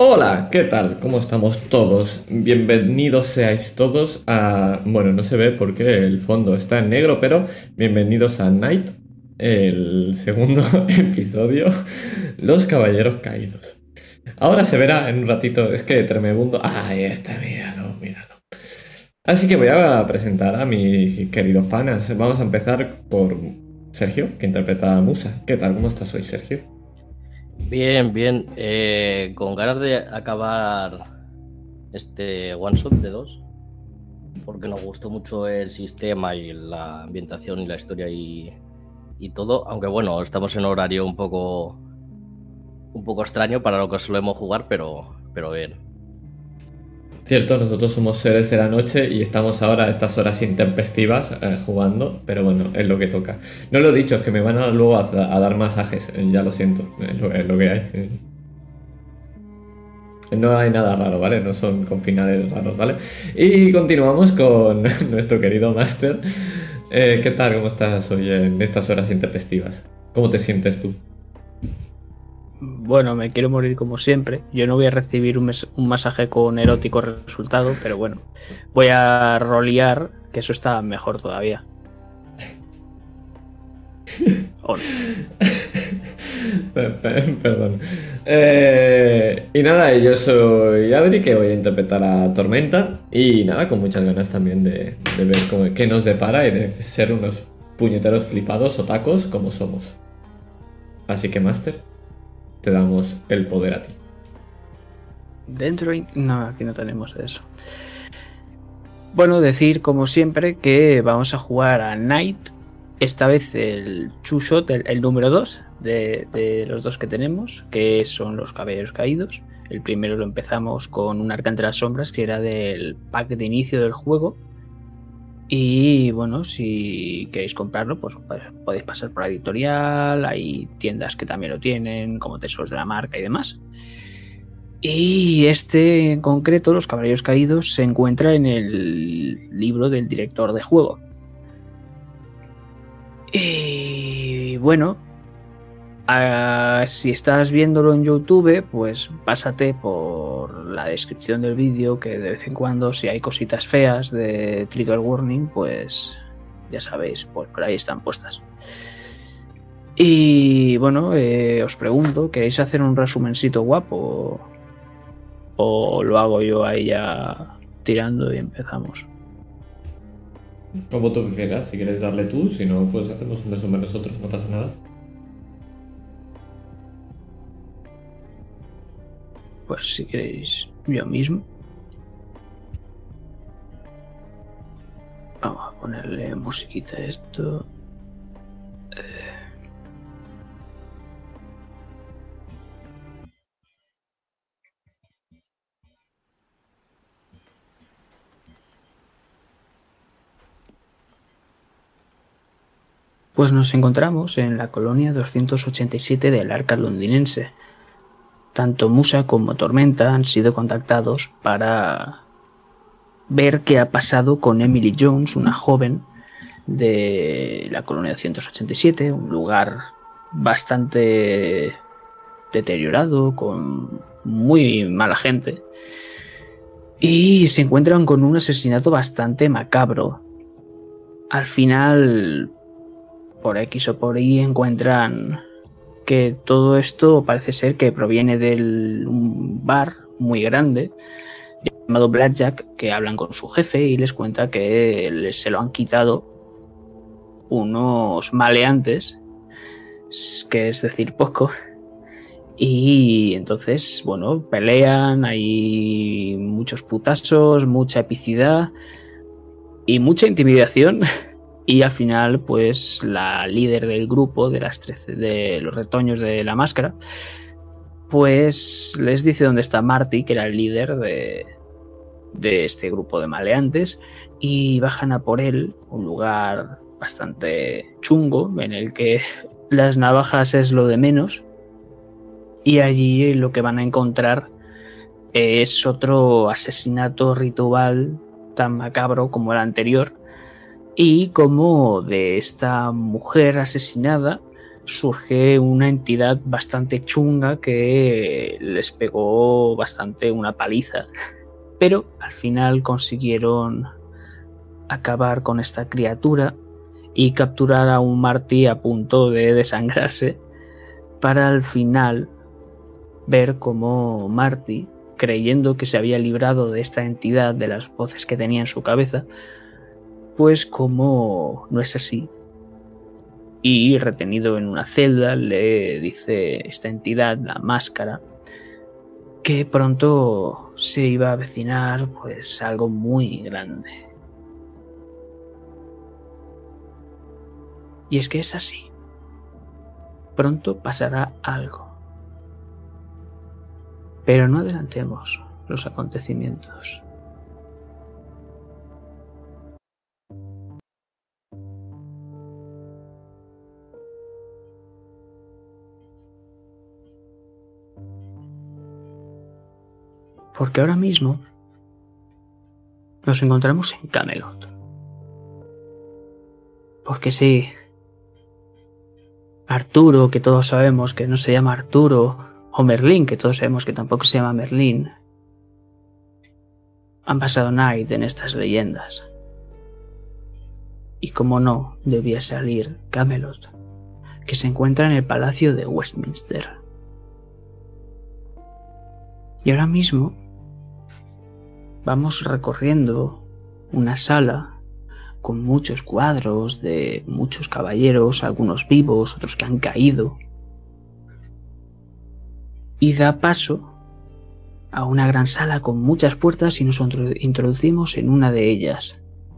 Hola, ¿qué tal? ¿Cómo estamos todos? Bienvenidos seáis todos a... Bueno, no se ve porque el fondo está en negro, pero bienvenidos a Night, el segundo episodio, Los Caballeros Caídos. Ahora se verá en un ratito, es que Tremebundo... Ahí está, míralo, míralo. Así que voy a presentar a mis queridos panas. Vamos a empezar por Sergio, que interpreta a Musa. ¿Qué tal? ¿Cómo estás hoy, Sergio? Bien, bien. Con ganas de acabar este one shot de dos, porque nos gustó mucho el sistema y la ambientación y la historia y todo. Aunque bueno, estamos en horario un poco extraño para lo que solemos jugar, pero bien. Cierto, nosotros somos seres de la noche y estamos ahora a estas horas intempestivas jugando, pero bueno, es lo que toca. No lo he dicho, es que me van a luego a dar masajes, ya lo siento, es lo que hay. No hay nada raro, ¿vale? No son con finales raros, ¿vale? Y continuamos con nuestro querido Máster. ¿Qué tal? ¿Cómo estás hoy en estas horas intempestivas? ¿Cómo te sientes tú? Bueno, me quiero morir como siempre. Yo no voy a recibir un masaje con erótico resultado, pero bueno, voy a rolear, que eso está mejor todavía. ¿O no? Perdón. Y nada, yo soy Adri, que voy a interpretar a Tormenta. Y nada, con muchas ganas también de ver qué nos depara y de ser unos puñeteros flipados o tacos como somos. Así que, Master, te damos el poder a ti. No, aquí no tenemos de eso. Bueno, decir como siempre que vamos a jugar a Knight. Esta vez el Two Shot, el número 2 de los dos que tenemos, que son los Caballeros Caídos. El primero lo empezamos con un Arcán de las Sombras, que era del pack de inicio del juego. Y bueno, si queréis comprarlo, pues podéis pasar por la editorial. Hay tiendas que también lo tienen, como Tesoros de la Marca y demás. Y este en concreto, Los Caballeros Caídos, se encuentra en el libro del director de juego. Y bueno, si estás viéndolo en YouTube, pues pásate por la descripción del vídeo, que de vez en cuando, si hay cositas feas de trigger warning, pues ya sabéis, pues por ahí están puestas. Y bueno, os pregunto, ¿queréis hacer un resumencito guapo? ¿O lo hago yo ahí ya tirando y empezamos? Como tú prefieras, si quieres darle tú, si no, pues hacemos un resumen nosotros, no pasa nada. Pues si queréis, yo mismo. Vamos a ponerle musiquita a esto. Pues nos encontramos en la colonia 287 del Arca londinense. Tanto Musa como Tormenta han sido contactados para ver qué ha pasado con Emily Jones, una joven de la colonia 287, un lugar bastante deteriorado, con muy mala gente. Y se encuentran con un asesinato bastante macabro. Al final, por X o por Y, encuentran que todo esto parece ser que proviene de un bar muy grande llamado Blackjack, que hablan con su jefe y les cuenta que se lo han quitado unos maleantes, que es decir poco. Y entonces, bueno, pelean, hay muchos putazos, mucha epicidad y mucha intimidación. Y al final, pues la líder del grupo de las 13 de los retoños de la máscara, pues les dice dónde está Marty, que era el líder de este grupo de maleantes, y bajan a por él, un lugar bastante chungo en el que las navajas es lo de menos, y allí lo que van a encontrar es otro asesinato ritual tan macabro como el anterior, y como de esta mujer asesinada surge una entidad bastante chunga que les pegó bastante una paliza. Pero al final consiguieron acabar con esta criatura y capturar a un Marty a punto de desangrarse, para al final ver cómo Marty, creyendo que se había librado de esta entidad, de las voces que tenía en su cabeza, pues como no es así, y retenido en una celda, le dice esta entidad, la máscara, que pronto se iba a avecinar pues algo muy grande. Y es que es así. Pronto pasará algo. Pero no adelantemos los acontecimientos. Porque ahora mismo nos encontramos en Camelot. Porque sí, Arturo, que todos sabemos que no se llama Arturo, o Merlín, que todos sabemos que tampoco se llama Merlín, han pasado Night en estas leyendas. Y como no, debía salir Camelot, que se encuentra en el Palacio de Westminster. Y ahora mismo vamos recorriendo una sala con muchos cuadros de muchos caballeros, algunos vivos, otros que han caído, y da paso a una gran sala con muchas puertas y nos introducimos en una de ellas.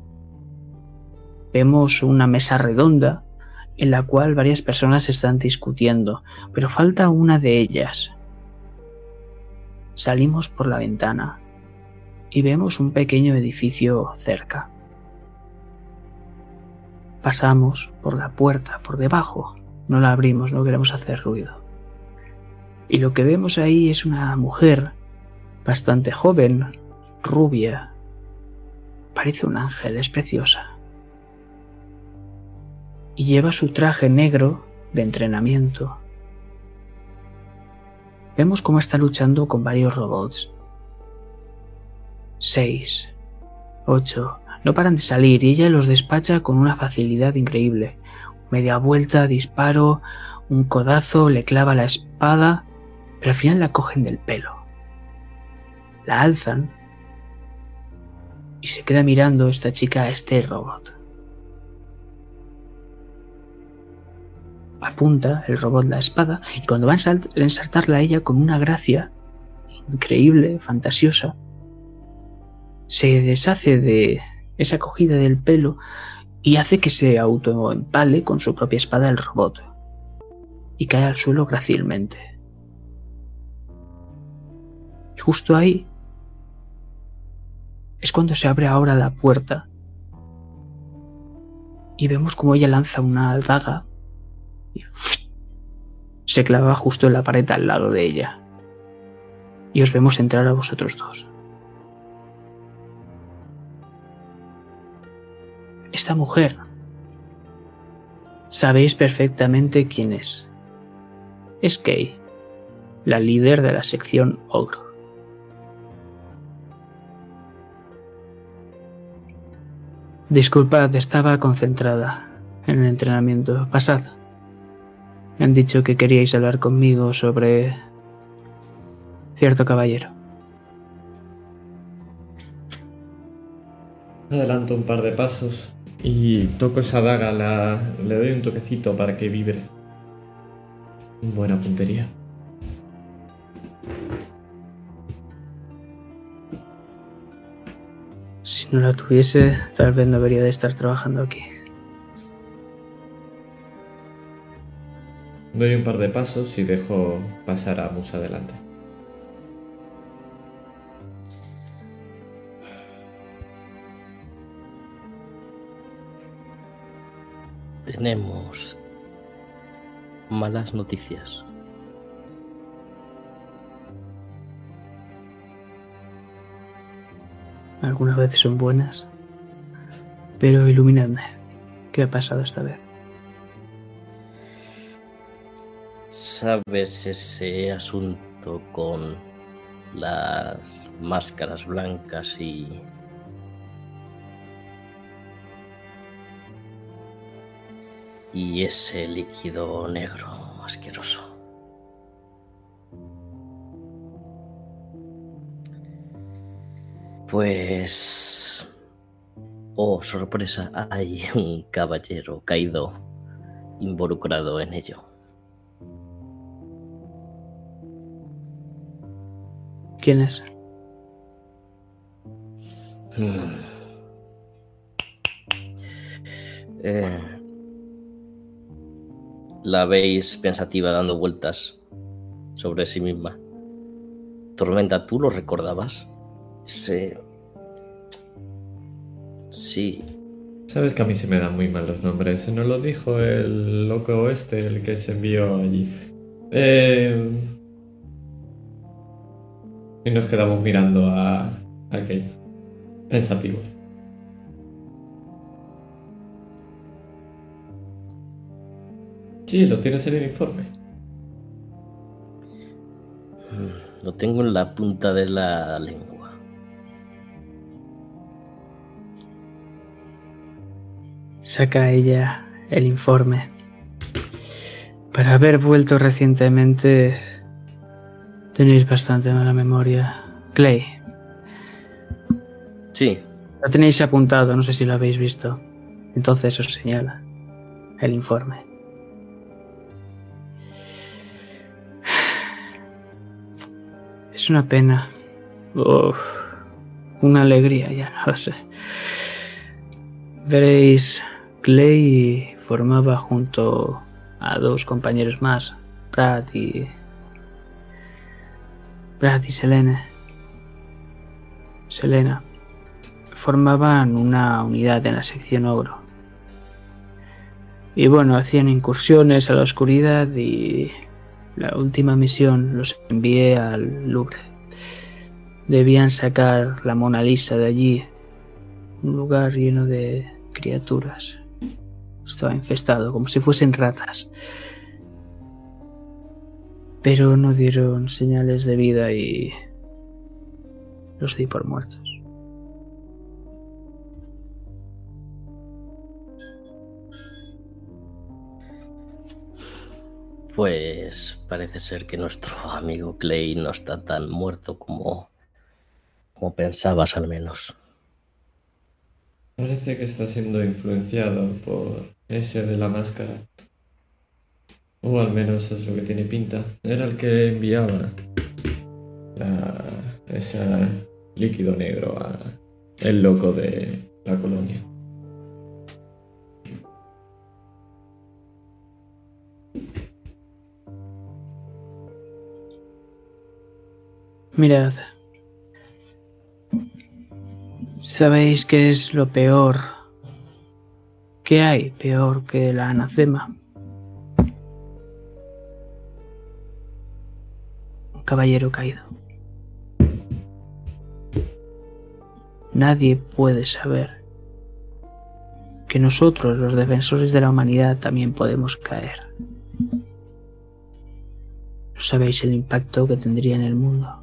Vemos una mesa redonda en la cual varias personas están discutiendo, pero falta una de ellas. Salimos por la ventana y vemos un pequeño edificio cerca. Pasamos por la puerta, por debajo. No la abrimos, no queremos hacer ruido. Y lo que vemos ahí es una mujer bastante joven, rubia. Parece un ángel, es preciosa. Y lleva su traje negro de entrenamiento. Vemos cómo está luchando con varios robots. 6, 8... No paran de salir y ella los despacha con una facilidad increíble. Media vuelta, disparo, un codazo, le clava la espada, pero al final la cogen del pelo. La alzan y se queda mirando esta chica a este robot. Apunta el robot la espada y cuando va a ensartarla a ella con una gracia increíble, fantasiosa, se deshace de esa cogida del pelo y hace que se autoempale con su propia espada el robot y cae al suelo grácilmente. Y justo ahí es cuando se abre ahora la puerta y vemos como ella lanza una daga y se clava justo en la pared al lado de ella. Y os vemos entrar a vosotros dos. Esta mujer, sabéis perfectamente quién es. Es Kay, la líder de la sección Ogro. Disculpad, estaba concentrada en el entrenamiento. Pasad. Me han dicho que queríais hablar conmigo sobre cierto caballero. Adelanto un par de pasos y toco esa daga, le doy un toquecito para que vibre. Buena puntería. Si no la tuviese, tal vez no debería de estar trabajando aquí. Doy un par de pasos y dejo pasar a Musa adelante. Tenemos malas noticias. Algunas veces son buenas, pero iluminadme. ¿Qué ha pasado esta vez? sabes ese asunto con las máscaras blancas y ese líquido negro asqueroso? Pues, oh sorpresa, hay un caballero caído involucrado en ello. ¿Quién es? La veis pensativa dando vueltas sobre sí misma. Tormenta, ¿tú lo recordabas? Sí. Sabes que a mí se me dan muy mal los nombres. Nos lo dijo el loco este, el que se envió allí. Y nos quedamos mirando a aquello. Pensativos. Sí, lo tienes en el informe. Lo tengo en la punta de la lengua. Saca ella el informe. Para haber vuelto recientemente, tenéis bastante mala memoria. Clay. Sí. Lo tenéis apuntado, no sé si lo habéis visto. Entonces os señala el informe. Es una pena. Una alegría, ya no lo sé. Veréis, Clay formaba junto a dos compañeros más, Brad y Selena. Formaban una unidad en la sección Ogro. Y bueno, hacían incursiones a la oscuridad y la última misión los envié al Louvre. Debían sacar la Mona Lisa de allí, un lugar lleno de criaturas. Estaba infestado, como si fuesen ratas. Pero no dieron señales de vida y los di por muertos. Pues parece ser que nuestro amigo Clay no está tan muerto como pensabas, al menos. Parece que está siendo influenciado por ese de la máscara. O al menos es lo que tiene pinta. Era el que enviaba ese líquido negro a el loco de la colonia. Mirad. ¿Sabéis qué es lo peor? ¿Qué hay peor que la anacema? Un caballero caído. Nadie puede saber que nosotros, los defensores de la humanidad, también podemos caer. No sabéis el impacto que tendría en el mundo.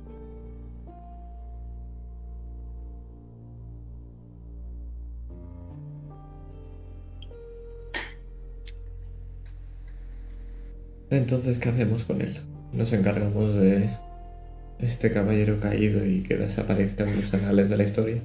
Entonces, ¿qué hacemos con él? Nos encargamos de este caballero caído y que desaparezca en los anales de la historia.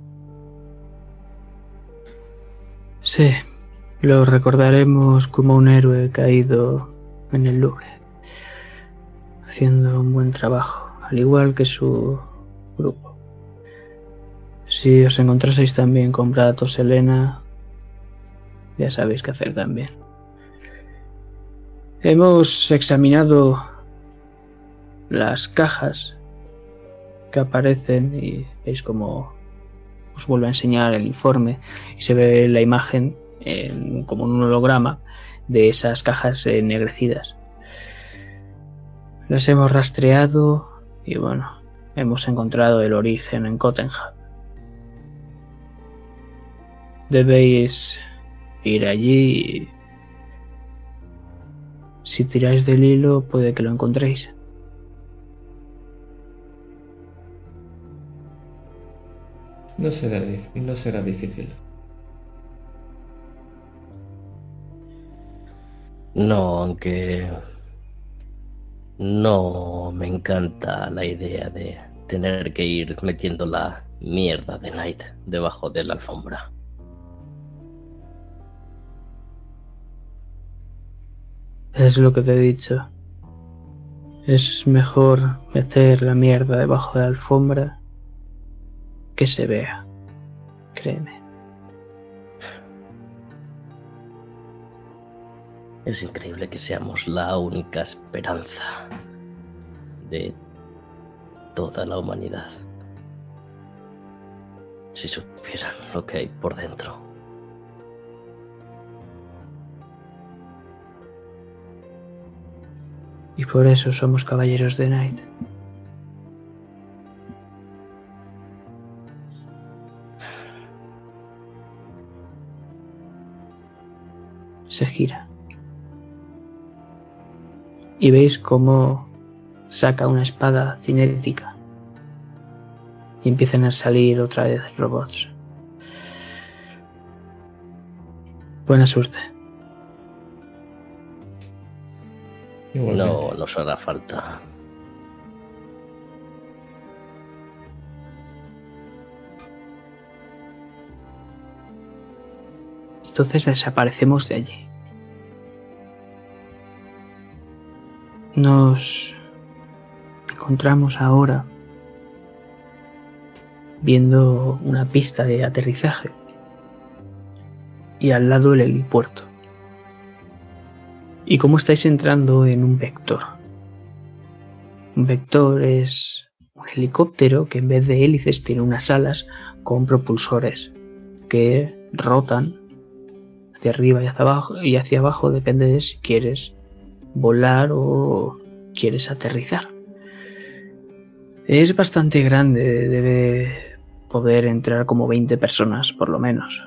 Sí, lo recordaremos como un héroe caído en el Louvre, haciendo un buen trabajo, al igual que su grupo. Si os encontraseis también con Brad o Selena, ya sabéis qué hacer también. Hemos examinado las cajas que aparecen y veis cómo os vuelve a enseñar el informe y se ve la imagen como un holograma de esas cajas ennegrecidas. Las hemos rastreado y bueno, hemos encontrado el origen en Cottenham. Debéis ir allí y Si tiráis del hilo, puede que lo encontréis. No será difícil. No, aunque no me encanta la idea de tener que ir metiendo la mierda de Knight debajo de la alfombra. Es lo que te he dicho. Es mejor meter la mierda debajo de la alfombra que se vea. Créeme. Es increíble que seamos la única esperanza de toda la humanidad. Si supieran lo que hay por dentro. Y por eso somos caballeros de Night. Se gira. Y veis cómo saca una espada cinética. Y empiezan a salir otra vez robots. Buena suerte. Igualmente. No nos hará falta. Entonces desaparecemos de allí. Nos encontramos ahora viendo una pista de aterrizaje y al lado el helipuerto. Y como estáis entrando en un vector. Un vector es un helicóptero que en vez de hélices tiene unas alas con propulsores que rotan hacia arriba y hacia abajo, depende de si quieres volar o quieres aterrizar. Es bastante grande, debe poder entrar como 20 personas por lo menos.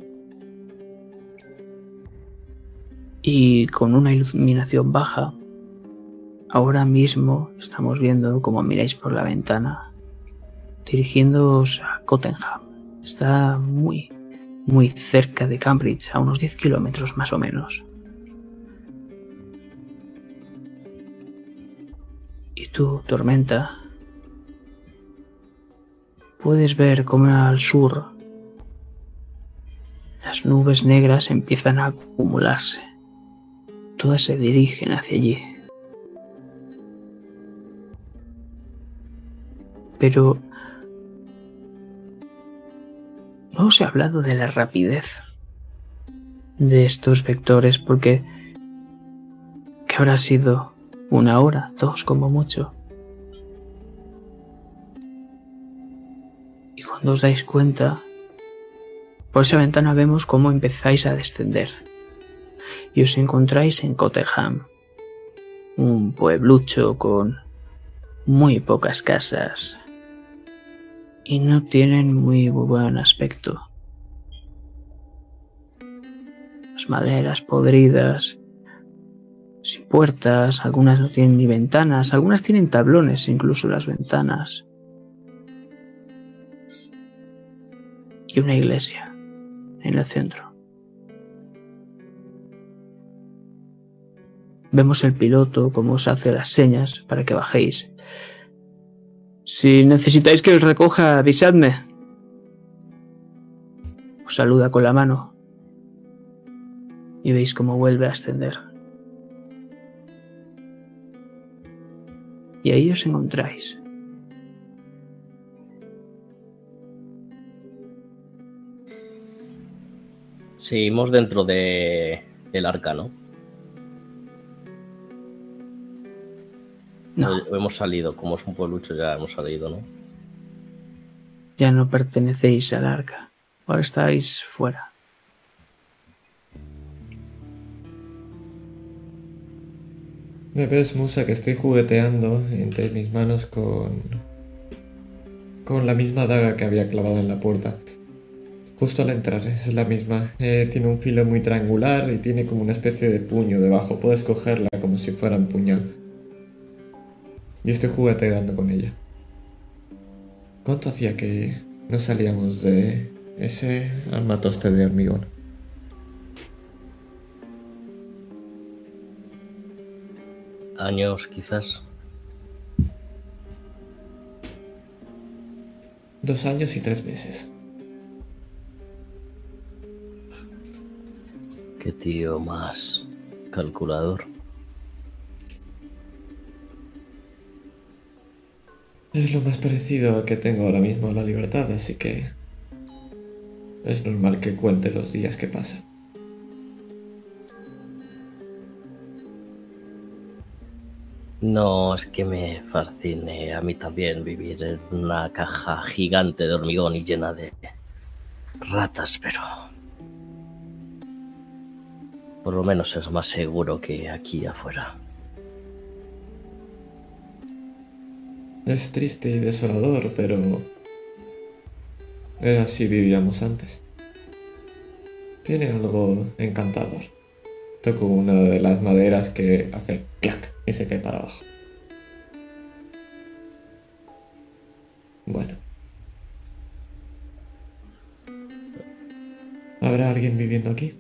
Y con una iluminación baja, ahora mismo estamos viendo cómo miráis por la ventana, dirigiéndoos a Cottenham. Está muy cerca de Cambridge, a unos 10 kilómetros más o menos. Y tú, Tormenta, puedes ver cómo al sur las nubes negras empiezan a acumularse. Todas se dirigen hacia allí. Pero no os he hablado de la rapidez de estos vectores porque ¿qué habrá sido? 1 hora, 2 como mucho. Y cuando os dais cuenta, por esa ventana vemos cómo empezáis a descender. Y os encontráis en Cottenham, un pueblucho con muy pocas casas y no tienen muy buen aspecto. Las maderas podridas, sin puertas, algunas no tienen ni ventanas, algunas tienen tablones incluso las ventanas. Y una iglesia en el centro. Vemos el piloto cómo os hace las señas para que bajéis. Si necesitáis que os recoja, avisadme. Os saluda con la mano. Y veis cómo vuelve a ascender. Y ahí os encontráis. Seguimos dentro del arca, ¿no? No, Hemos salido, como es un pueblucho ya hemos salido, ¿no? ya no pertenecéis al arca. Ahora estáis fuera. Me ves, Musa, que estoy jugueteando entre mis manos con la misma daga que había clavado en la puerta. Justo al entrar, es la misma. Tiene un filo muy triangular y tiene como una especie de puño debajo. Puedes cogerla como si fuera un puñal. Y estoy jugueteando con ella. ¿Cuánto hacía que no salíamos de ese armatoste de hormigón? Años, quizás. 2 años y 3 meses. Qué tío más calculador. Es lo más parecido a que tengo ahora mismo a la libertad, así que es normal que cuente los días que pasan. No es que me fascine a mí también vivir en una caja gigante de hormigón y llena de ratas, pero por lo menos es más seguro que aquí afuera. Es triste y desolador, pero así vivíamos antes. Tiene algo encantador. Toco una de las maderas que hace clac y se cae para abajo. Bueno. ¿Habrá alguien viviendo aquí?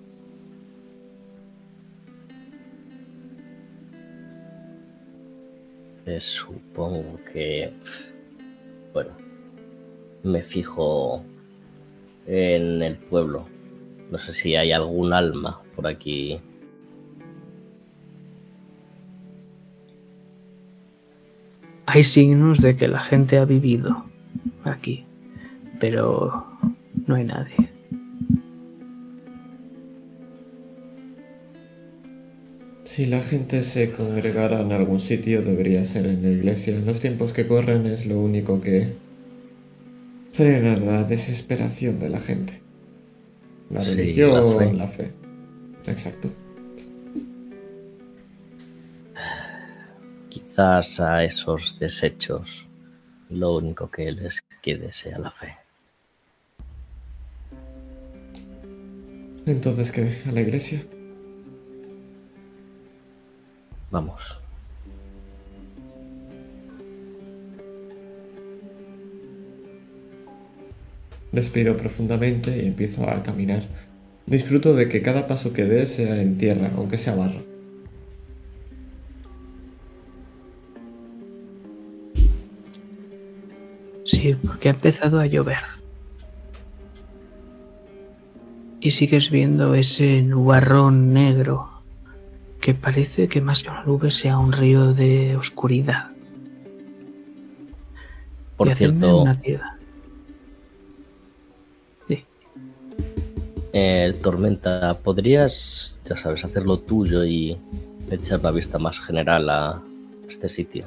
Supongo que... Bueno, me fijo en el pueblo. No sé si hay algún alma por aquí. Hay signos de que la gente ha vivido aquí, pero no hay nadie. Si la gente se congregara en algún sitio, debería ser en la iglesia. En los tiempos que corren es lo único que frena la desesperación de la gente. La Sí, la fe. religión, la fe. Exacto. Quizás a esos desechos lo único que les quede sea la fe. Entonces, ¿qué? ¿A la iglesia? Vamos. Respiro profundamente y empiezo a caminar. Disfruto de que cada paso que dé sea en tierra, aunque sea barro. Sí, porque ha empezado a llover. Y sigues viendo ese nubarrón negro que parece que más que una nube sea un río de oscuridad. Por y hacerme cierto, una tirada. Sí. Tormenta, ¿podrías, ya sabes, hacer lo tuyo y echar la vista más general a este sitio?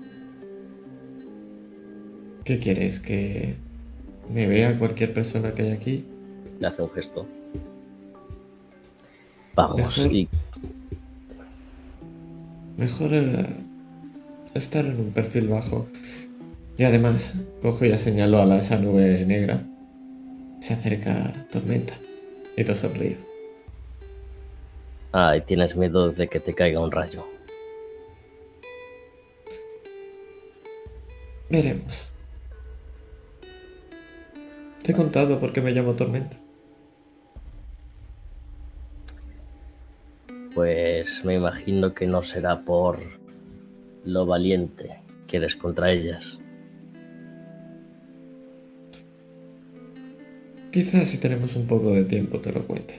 ¿Qué quieres? ¿Que me vea cualquier persona que hay aquí? Le hace un gesto. Vamos, Mejor- y Mejor estar en un perfil bajo. Y además, cojo y ya señalo a esa nube negra. Se acerca tormenta. Y te sonrío. tienes miedo de que te caiga un rayo. Veremos. Te he contado por qué me llamo Tormenta. Pues me imagino que no será por lo valiente que eres contra ellas. Quizás si tenemos un poco de tiempo te lo cuente.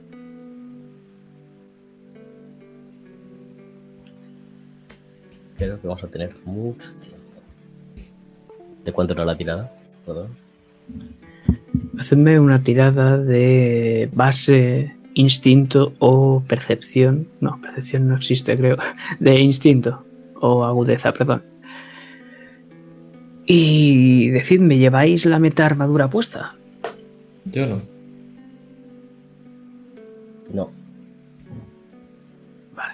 Creo que vamos a tener mucho tiempo. ¿De cuánto era la tirada? ¿Perdón? Hacedme una tirada de base, instinto o percepción. No, percepción no existe, creo. De instinto o agudeza, perdón. Y decidme, ¿lleváis la meta armadura puesta? Yo no. No. Vale.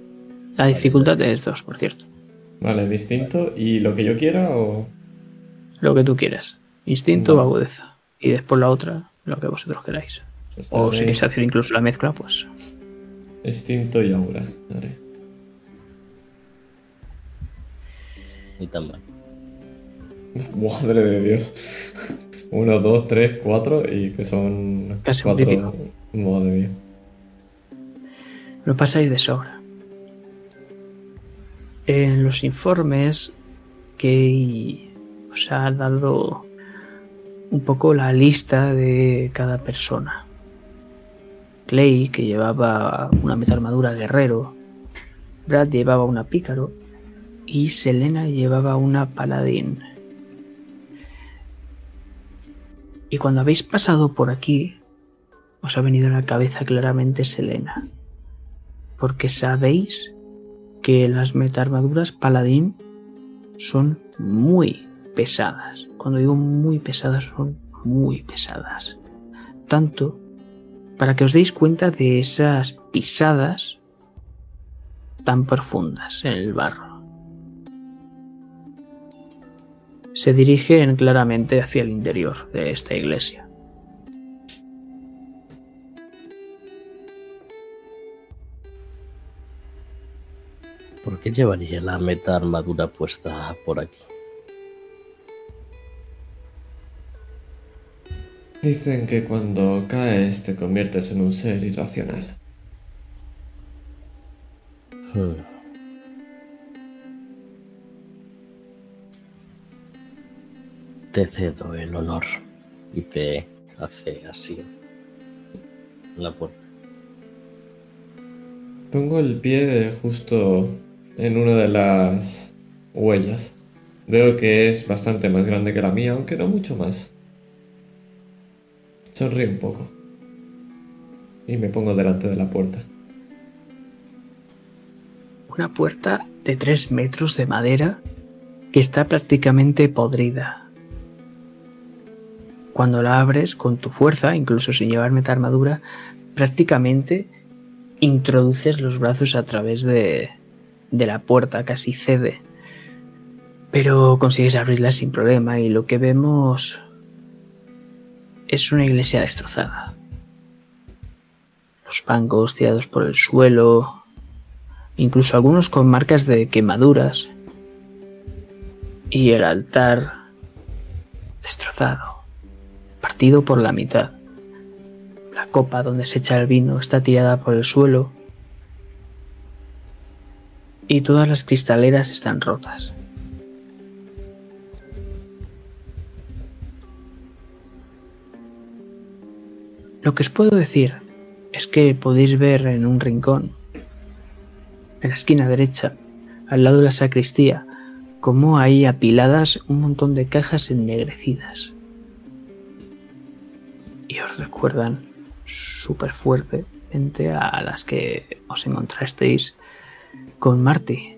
La dificultad es 2, por cierto. Vale, distinto. ¿Y lo que yo quiera o...? Lo que tú quieras. Instinto o Vale. agudeza. Y después la otra, lo que vosotros queráis. Pues O si haré queréis hacer incluso la mezcla, pues... instinto y aura. Haré. Y también. Madre de Dios. 1, 2, 3, 4 y que son Casi un 4. crítico. Madre mía. Lo pasáis de sobra. En los informes que os ha dado un poco la lista de cada persona. Clay, que llevaba una metaarmadura guerrero, Brad llevaba una pícaro y Selena llevaba una paladín. Y cuando habéis pasado por aquí, os ha venido a la cabeza claramente Selena, porque sabéis que las metaarmaduras paladín son muy pesadas. Cuando digo muy pesadas, son muy pesadas. Tanto para que os deis cuenta de esas pisadas tan profundas en el barro. Se dirigen claramente hacia el interior de esta iglesia. ¿Por qué llevaría la meta armadura puesta por aquí? Dicen que cuando caes te conviertes en un ser irracional. Te cedo el honor y te hace así en la puerta. Pongo el pie justo en una de las huellas. Veo que es bastante más grande que la mía, aunque no mucho más. Sonrío un poco. Y me pongo delante de la puerta. Una puerta de 3 metros de madera que está prácticamente podrida. Cuando la abres con tu fuerza, incluso sin llevar metaarmadura, prácticamente introduces los brazos a través de la puerta, casi cede. Pero consigues abrirla sin problema y lo que vemos es una iglesia destrozada. Los bancos tirados por el suelo, incluso algunos con marcas de quemaduras, y el altar destrozado, partido por la mitad. La copa donde se echa el vino está tirada por el suelo y todas las cristaleras están rotas. Lo que os puedo decir es que podéis ver en un rincón, en la esquina derecha, al lado de la sacristía, cómo hay apiladas un montón de cajas ennegrecidas. Y os recuerdan súper fuertemente a las que os encontrasteis con Marty.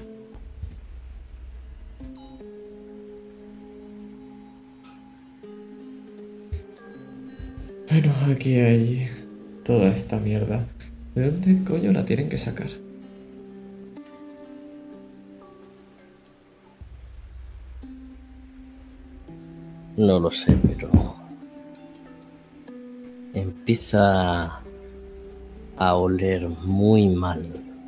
Bueno, aquí hay toda esta mierda. ¿De dónde coño la tienen que sacar? No lo sé, pero empieza a oler muy mal.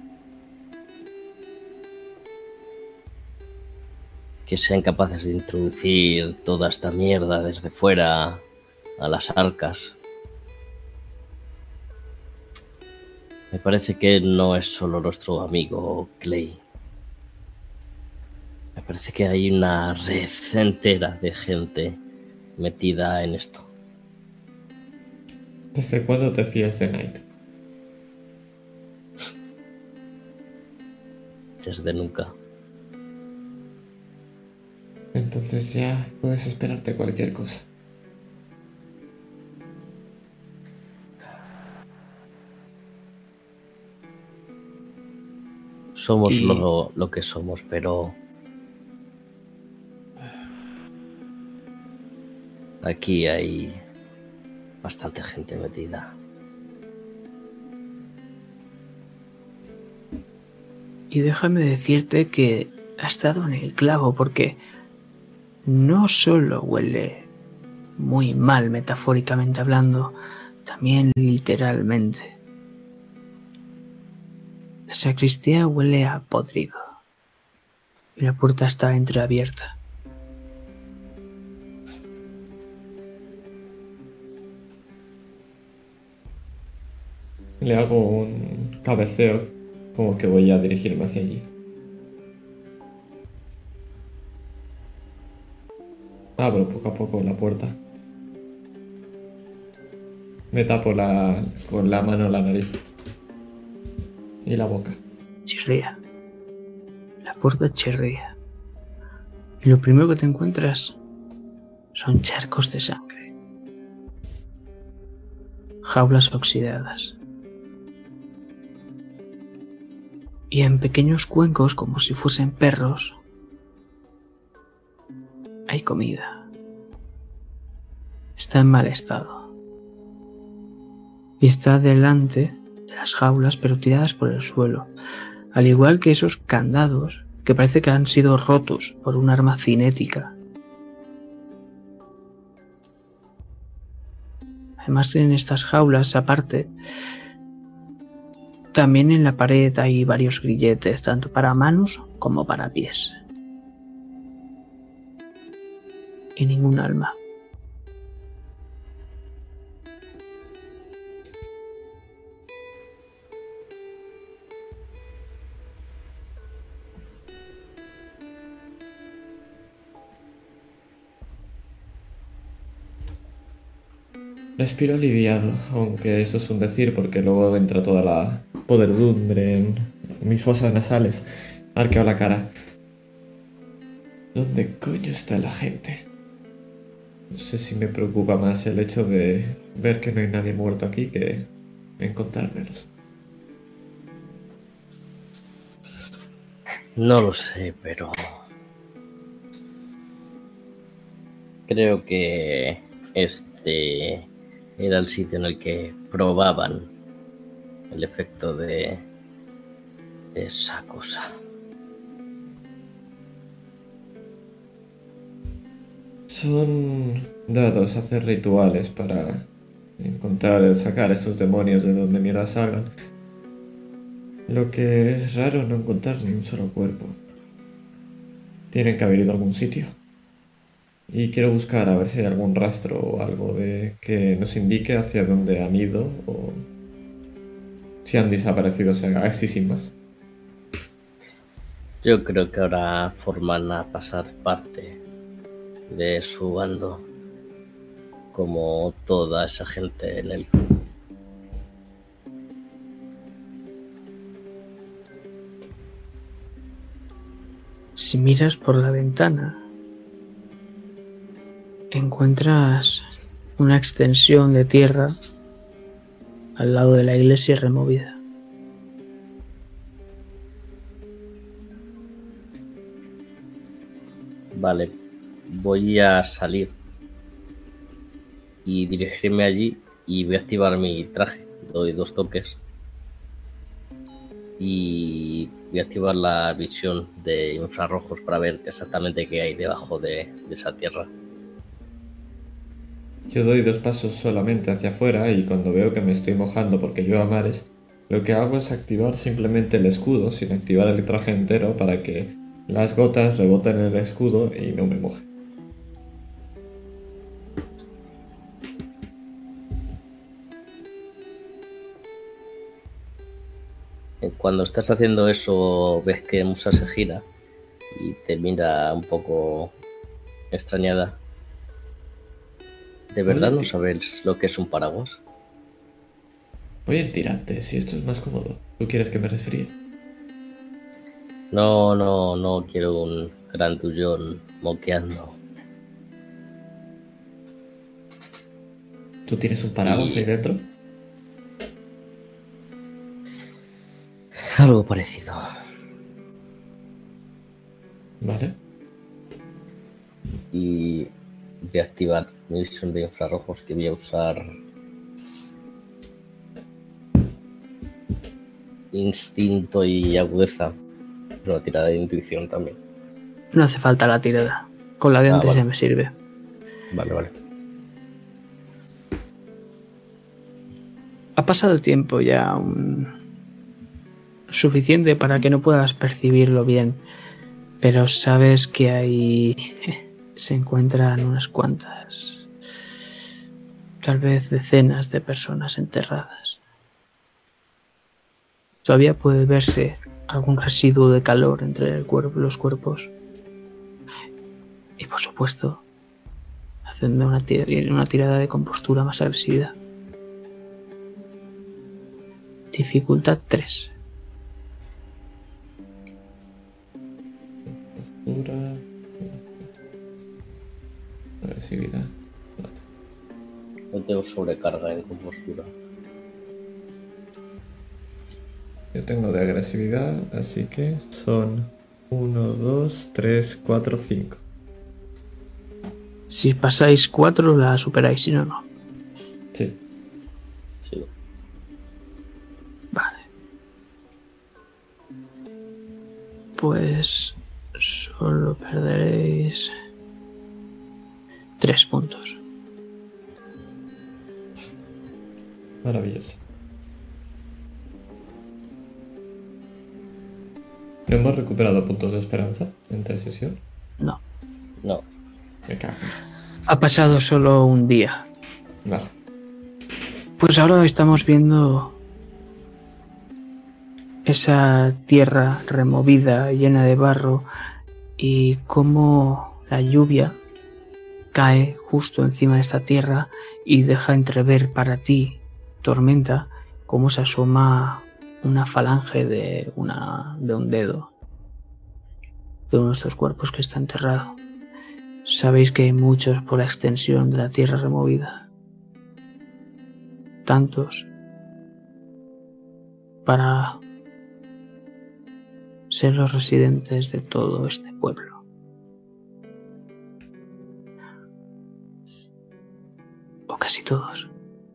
Que sean capaces de introducir toda esta mierda desde fuera a las arcas. Me parece que no es solo nuestro amigo Clay. Me parece que hay una red entera de gente metida en esto. ¿Desde cuándo te fías de Knight? Desde nunca. Entonces ya puedes esperarte cualquier cosa. Somos Y- lo que somos, pero aquí hay bastante gente metida. Y déjame decirte que ha estado en el clavo porque no solo huele muy mal metafóricamente hablando, también literalmente. La sacristía huele a podrido y la puerta está entreabierta. Le hago un cabeceo, como que voy a dirigirme hacia allí. Abro poco a poco la puerta. Me tapo con la mano la nariz y la boca. Chirría. La puerta chirría. Y lo primero que te encuentras son charcos de sangre. Jaulas oxidadas. Y en pequeños cuencos, como si fuesen perros, hay comida. Está en mal estado. Y está delante de las jaulas, pero tiradas por el suelo. Al igual que esos candados que parece que han sido rotos por un arma cinética. Además, en estas jaulas, aparte, también en la pared hay varios grilletes, tanto para manos como para pies. Y ningún alma. Respiro aliviado, aunque eso es un decir porque luego entra toda la podredumbre en mis fosas nasales. Arqueo la cara. ¿Dónde coño está la gente? No sé si me preocupa más el hecho de ver que no hay nadie muerto aquí que encontrármelos. No lo sé, pero creo que este era el sitio en el que probaban el efecto de esa cosa. Son dados a hacer rituales para sacar a estos demonios de donde mierda salgan. Lo que es raro no encontrar ni un solo cuerpo. Tienen que haber ido a algún sitio. Y quiero buscar a ver si hay algún rastro o algo de que nos indique hacia dónde han ido o si han desaparecido así sin más. Yo creo que ahora forman a pasar parte de su bando, como toda esa gente en el... Si miras por la ventana, encuentras una extensión de tierra al lado de la iglesia removida. Vale, voy a salir y dirigirme allí y voy a activar mi traje. Doy 2 toques y voy a activar la visión de infrarrojos para ver exactamente qué hay debajo de esa tierra. Yo doy 2 pasos solamente hacia afuera y cuando veo que me estoy mojando porque llueve a mares, lo que hago es activar simplemente el escudo sin activar el traje entero para que las gotas reboten en el escudo y no me moje. Cuando estás haciendo eso, ves que Musa se gira y te mira un poco extrañada. ¿De verdad no sabes lo que es un paraguas? Voy en tirante, si esto es más cómodo. ¿Tú quieres que me resfríe? No quiero un grandullón moqueando. ¿Tú tienes un paraguas ahí dentro? Algo parecido. Vale. Y voy a activar mi visión de infrarrojos, que voy a usar instinto y agudeza. Una tirada de intuición también. No hace falta la tirada. Con la de antes vale. ya me sirve. Vale. Ha pasado tiempo ya suficiente para que no puedas percibirlo bien, pero sabes que ahí se encuentran unas cuantas, tal vez decenas de personas enterradas. Todavía puede verse algún residuo de calor entre los cuerpos. Y por supuesto, haciendo una tirada de compostura más agresiva. Dificultad 3. Compostura. Agresividad. No tengo sobrecarga en compostura. Yo tengo de agresividad, así que son 1, 2, 3, 4, 5. Si pasáis 4 la superáis, si no, no. Sí. Sí. Vale. Pues solo perderéis 3 puntos. Maravilloso. ¿No hemos recuperado puntos de esperanza entre sesión? No. Me cago. Ha pasado solo un día. Vale. Pues ahora estamos viendo esa tierra removida, llena de barro, y cómo la lluvia cae justo encima de esta tierra y deja entrever para ti, Tormenta, cómo se asoma una falange de un dedo de uno de estos cuerpos que está enterrado. Sabéis que hay muchos por la extensión de la tierra removida. Tantos para ser los residentes de todo este pueblo. O casi todos.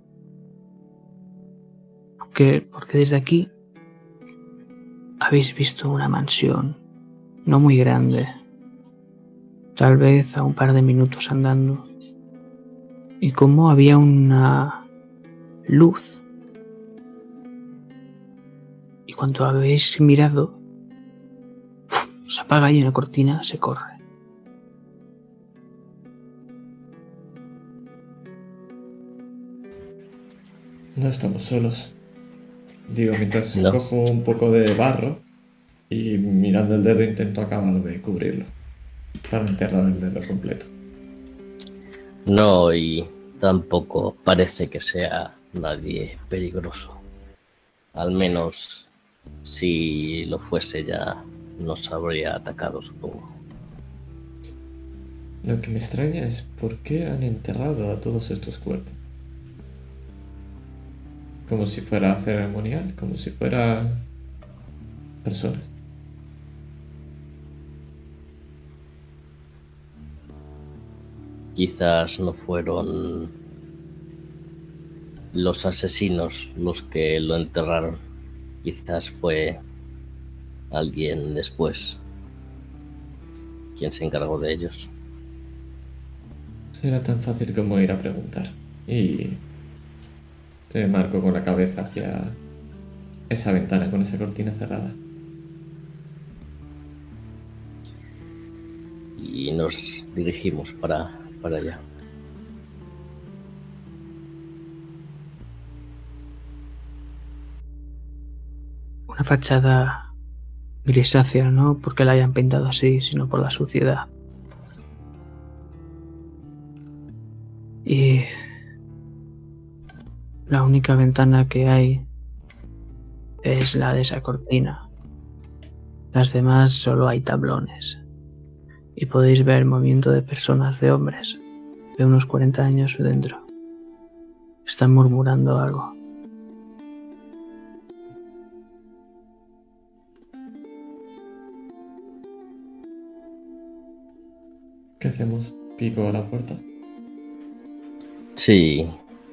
Porque desde aquí habéis visto una mansión no muy grande, tal vez a un par de minutos andando, y como había una luz, y cuando habéis mirado, se apaga y una cortina se corre. No estamos solos. Digo, mientras No. cojo un poco de barro y mirando el dedo intento acabar de cubrirlo para enterrar el dedo completo. No, y tampoco parece que sea nadie peligroso. Al menos si lo fuese ya nos habría atacado, supongo. Lo que me extraña es por qué han enterrado a todos estos cuerpos. Como si fuera ceremonial, como si fuera personas. Quizás no fueron los asesinos los que lo enterraron. Quizás fue alguien después quien se encargó de ellos. Será tan fácil como ir a preguntar. Y te marco con la cabeza hacia esa ventana con esa cortina cerrada. Y nos dirigimos para allá. Una fachada grisácea, no porque la hayan pintado así, sino por la suciedad. Y la única ventana que hay es la de esa cortina. Las demás solo hay tablones. Y podéis ver movimiento de personas, de hombres, de unos 40 años dentro. Están murmurando algo. ¿Qué hacemos? ¿Pico a la puerta? Sí.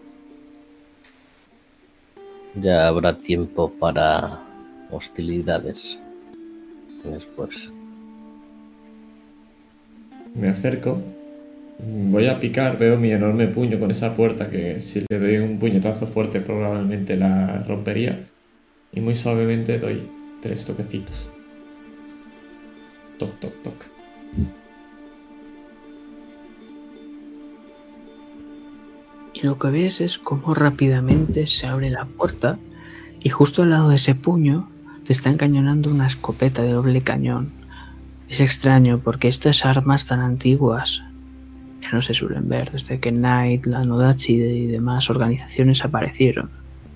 Ya habrá tiempo para hostilidades después. Me acerco. Voy a picar, veo mi enorme puño con esa puerta que si le doy un puñetazo fuerte probablemente la rompería. Y muy suavemente doy 3 toquecitos. Toc, toc, toc. Y lo que ves es cómo rápidamente se abre la puerta y justo al lado de ese puño te está encañonando una escopeta de doble cañón. Es extraño porque estas armas tan antiguas ya no se suelen ver desde que Knight, la Nodachi y demás organizaciones aparecieron.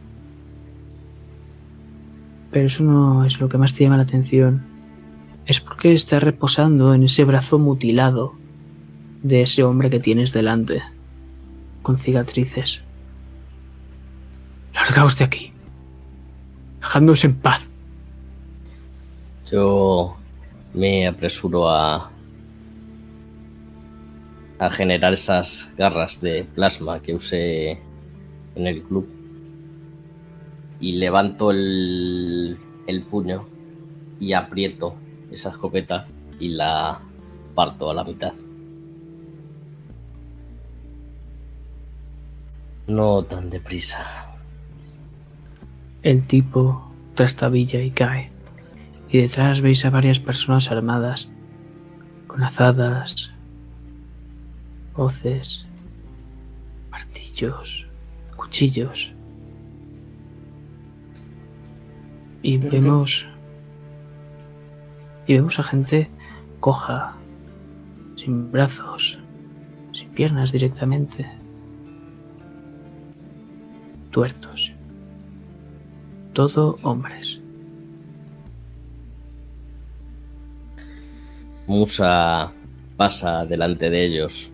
Pero eso no es lo que más te llama la atención. Es porque está reposando en ese brazo mutilado de ese hombre que tienes delante, con cicatrices. Largaos de aquí. Dejadnos en paz. Yo me apresuro a generar esas garras de plasma que usé en el club y levanto el puño y aprieto esa escopeta y la parto a la mitad. No tan deprisa. El tipo trastabilla y cae. Y detrás veis a varias personas armadas, con azadas, hoces, martillos, cuchillos. Y vemos a gente coja, sin brazos, sin piernas directamente, tuertos. Todo hombres. Musa pasa delante de ellos.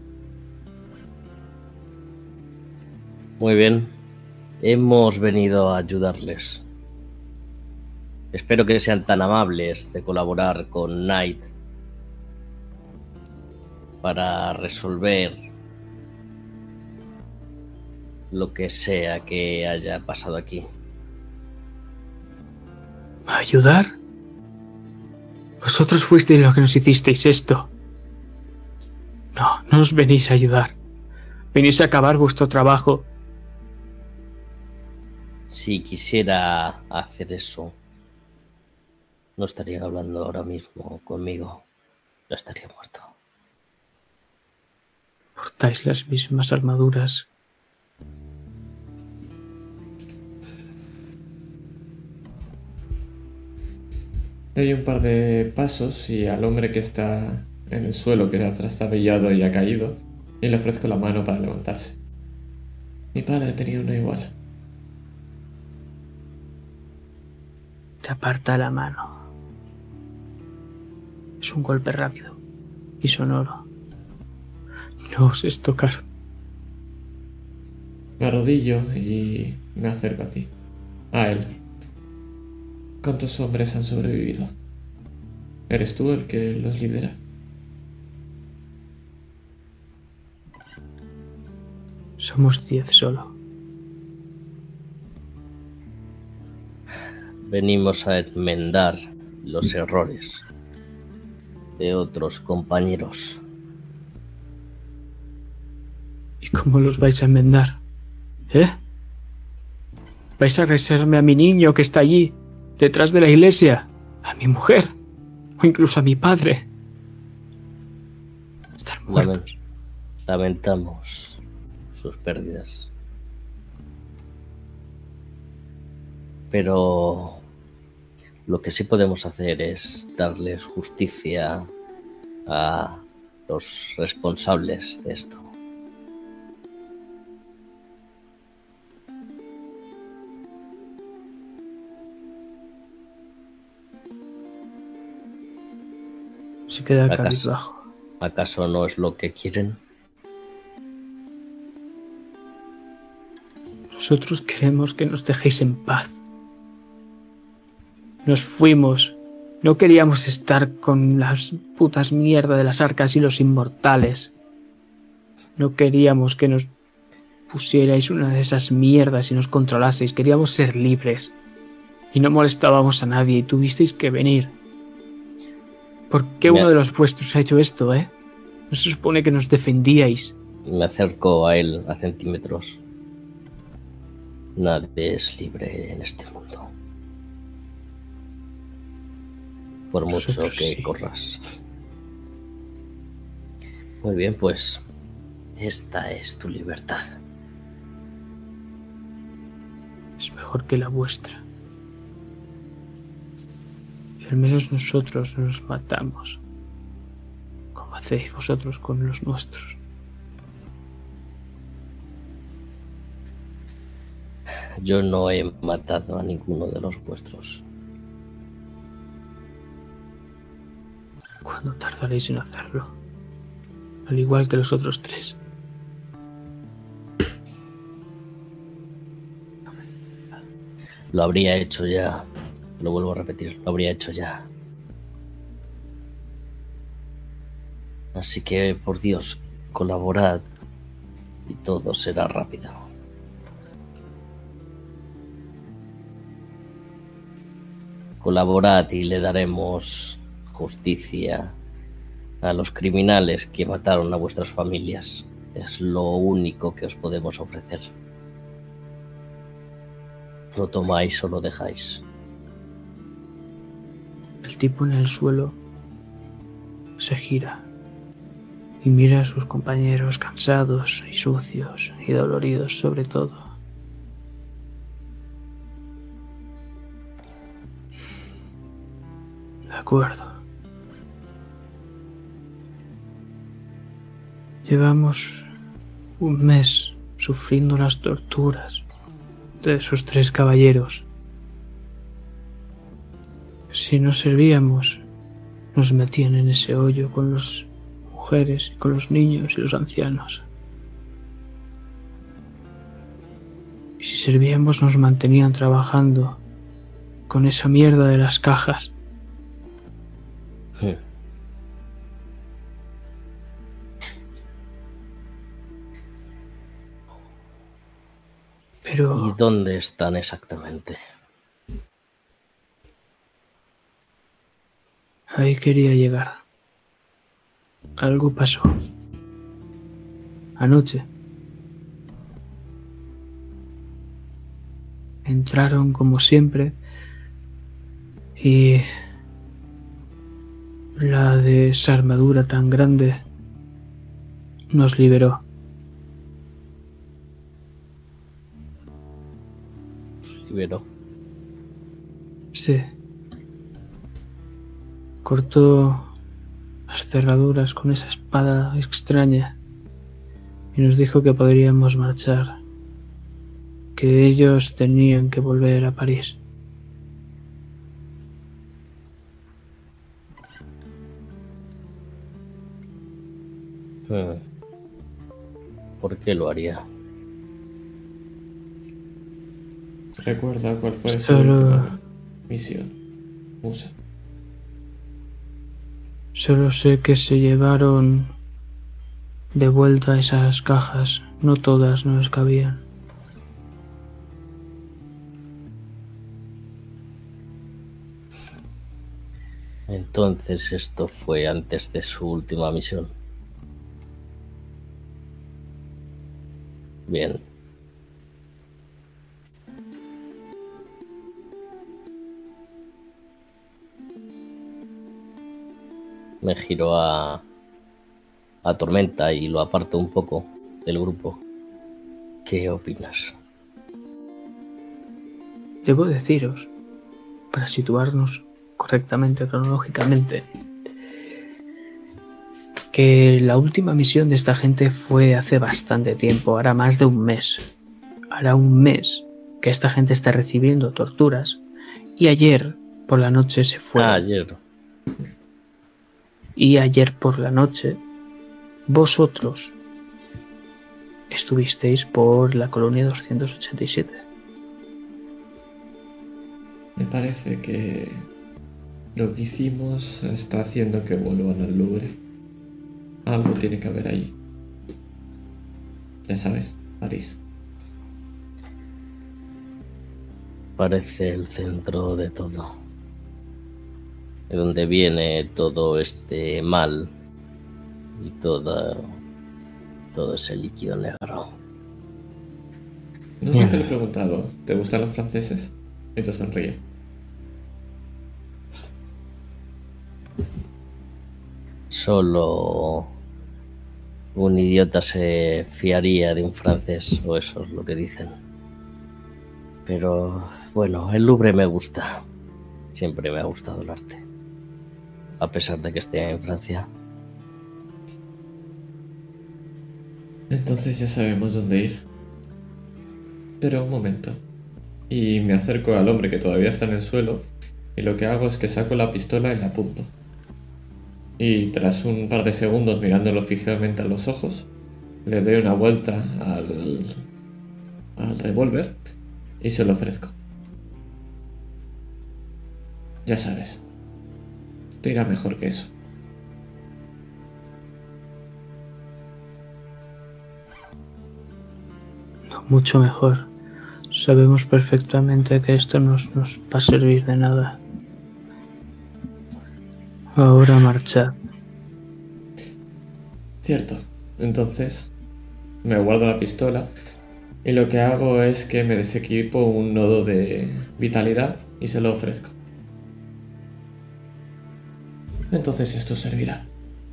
Muy bien, hemos venido a ayudarles. Espero que sean tan amables de colaborar con Knight para resolver lo que sea que haya pasado aquí. ¿Ayudar? Vosotros fuisteis los que nos hicisteis esto. No, no os venís a ayudar. Venís a acabar vuestro trabajo. Si quisiera hacer eso, no estaría hablando ahora mismo conmigo. Ya estaría muerto. Portáis las mismas armaduras. Doy un par de pasos y al hombre que está en el suelo, que ha trastabillado y ha caído, y le ofrezco la mano para levantarse. Mi padre tenía una igual. Te aparta la mano. Es un golpe rápido y sonoro. No oses tocar. Me arrodillo y me acerco a ti. A él. ¿Cuántos hombres han sobrevivido? ¿Eres tú el que los lidera? Somos 10 solo. Venimos a enmendar los errores de otros compañeros. ¿Y cómo los vais a enmendar? ¿Vais a regresarme a mi niño que está allí, detrás de la iglesia? ¿A mi mujer? ¿O incluso a mi padre? Están muertos. Lamentamos sus pérdidas. Pero lo que sí podemos hacer es darles justicia a los responsables de esto. Se queda cabizbajo. ¿Acaso no es lo que quieren? Nosotros queremos que nos dejéis en paz. Nos fuimos. No queríamos estar con las putas mierda de las arcas y los inmortales. No queríamos que nos pusierais una de esas mierdas y nos controlaseis. Queríamos ser libres. Y no molestábamos a nadie y tuvisteis que venir. ¿Por qué uno de los vuestros ha hecho esto, ¿No se supone que nos defendíais? Me acerco a él a centímetros. Nadie es libre en este mundo. Por mucho Nosotros que sí. corras. Muy bien, pues esta es tu libertad. Es mejor que la vuestra. Y al menos nosotros no nos matamos, como hacéis vosotros con los nuestros. Yo no he matado a ninguno de los vuestros. ¿Cuándo tardaréis en hacerlo? Al igual que los otros 3. Lo habría hecho ya. Lo vuelvo a repetir, lo habría hecho ya. Así que, por Dios, colaborad y todo será rápido. Colaborad y le daremos justicia a los criminales que mataron a vuestras familias. Es lo único que os podemos ofrecer. ¿Lo tomáis o lo dejáis? El tipo en el suelo se gira y mira a sus compañeros cansados y sucios y doloridos sobre todo. De acuerdo. Llevamos un mes sufriendo las torturas de esos 3 caballeros. Si no servíamos, nos metían en ese hoyo con las mujeres, con los niños y los ancianos. Y si servíamos, nos mantenían trabajando con esa mierda de las cajas. Pero ¿Y dónde están exactamente? ahí quería llegar. Algo pasó. Anoche. Entraron como siempre y la de esa armadura tan grande nos liberó. Liberó. Sí. Cortó las cerraduras con esa espada extraña y nos dijo que podríamos marchar, que ellos tenían que volver a París. ¿Por qué lo haría? ¿Recuerda cuál fue su Solo- última misión, Musa? Solo sé que se llevaron de vuelta esas cajas. No todas nos cabían. Entonces esto fue antes de su última misión. Bien. Me giro a Tormenta y lo aparto un poco del grupo. ¿Qué opinas? Debo deciros, para situarnos correctamente, cronológicamente, que la última misión de esta gente fue hace bastante tiempo, hará más de un mes. Hará un mes que esta gente está recibiendo torturas y ayer por la noche se fue. Ayer. Y ayer por la noche vosotros estuvisteis por la colonia 287. Me parece que lo que hicimos está haciendo que vuelvan al Louvre. Algo tiene que haber ahí. Ya sabes, París. Parece el centro de todo. De donde viene todo este mal y todo ese líquido negro. No sé si te lo he preguntado. ¿Te gustan los franceses? Y te sonríe. Solo un idiota se fiaría de un francés, o eso es lo que dicen. Pero bueno, el Louvre me gusta. Siempre me ha gustado el arte, a pesar de que esté en Francia. Entonces ya sabemos dónde ir. Pero un momento. Y me acerco al hombre que todavía está en el suelo y lo que hago es que saco la pistola y la apunto. Y tras un par de segundos mirándolo fijamente a los ojos, le doy una vuelta al revólver y se lo ofrezco. Ya sabes, te irá mejor que eso. No, mucho mejor. Sabemos perfectamente que esto no nos va a servir de nada. Ahora marchad. Cierto. Entonces, me guardo la pistola y lo que hago es que me desequipo un nodo de vitalidad y se lo ofrezco. Entonces esto servirá.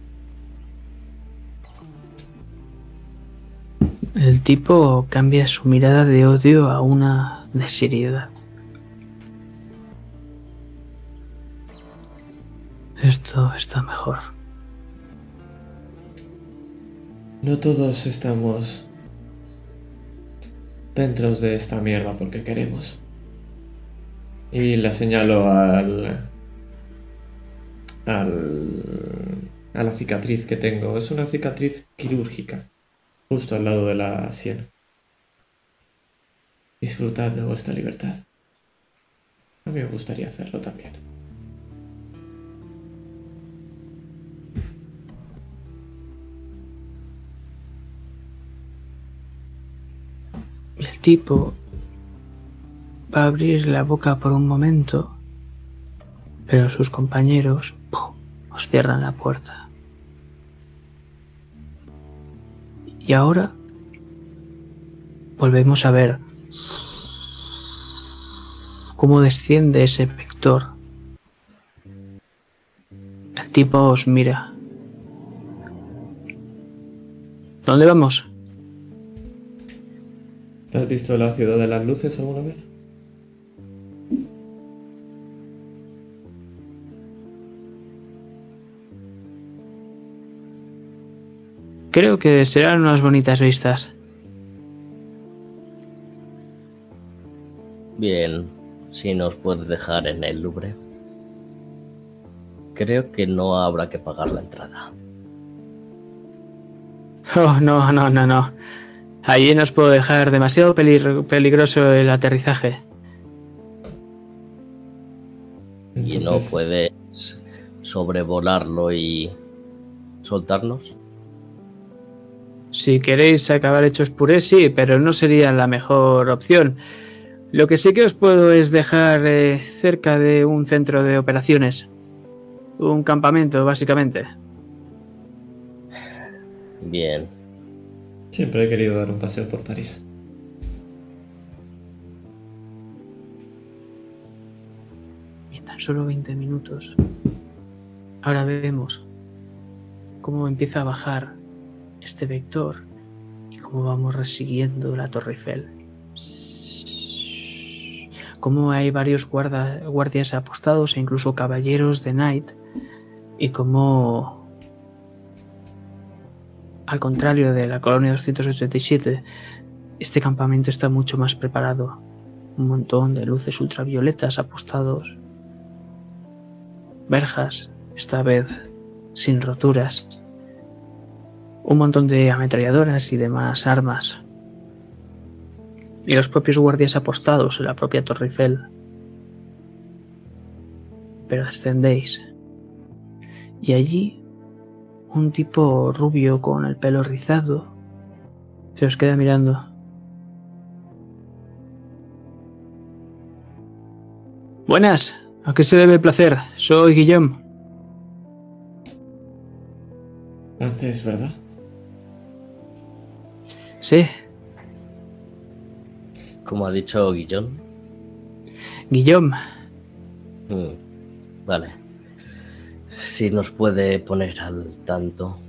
El tipo cambia su mirada de odio a una de seriedad. Esto está mejor. No todos estamos dentro de esta mierda porque queremos. Y le señalo a la cicatriz que tengo. Es una cicatriz quirúrgica, justo al lado de la sien. Disfrutad de vuestra libertad. A mí me gustaría hacerlo también. El tipo va a abrir la boca por un momento, pero sus compañeros os cierran la puerta. Y ahora volvemos a ver cómo desciende ese vector. El tipo os mira. ¿Dónde vamos? ¿Has visto la ciudad de las luces alguna vez? Creo que serán unas bonitas vistas. Bien, si nos puedes dejar en el Louvre. Creo que no habrá que pagar la entrada. Oh, no. Allí nos puedo dejar demasiado peligroso el aterrizaje. ¿Y no puedes sobrevolarlo y soltarnos? Si queréis acabar hechos puré, sí, pero no sería la mejor opción. Lo que sí que os puedo es dejar cerca de un centro de operaciones. Un campamento, básicamente. Bien. Siempre he querido dar un paseo por París. Y en tan solo 20 minutos. Ahora vemos cómo empieza a bajar este vector y cómo vamos resiguiendo la Torre Eiffel. Cómo hay varios guardias apostados e incluso caballeros de Night, y cómo, al contrario de la colonia 287, este campamento está mucho más preparado. Un montón de luces ultravioletas apostados, verjas, esta vez sin roturas, un montón de ametralladoras y demás armas, y los propios guardias apostados en la propia Torre Eiffel. Pero descendéis y allí un tipo rubio con el pelo rizado se os queda mirando. Buenas, ¿a qué se debe el placer? Soy Guillaume. francés, ¿verdad? Sí, Como ha dicho Guillón. Guillaume. Vale. Si nos puede poner al tanto.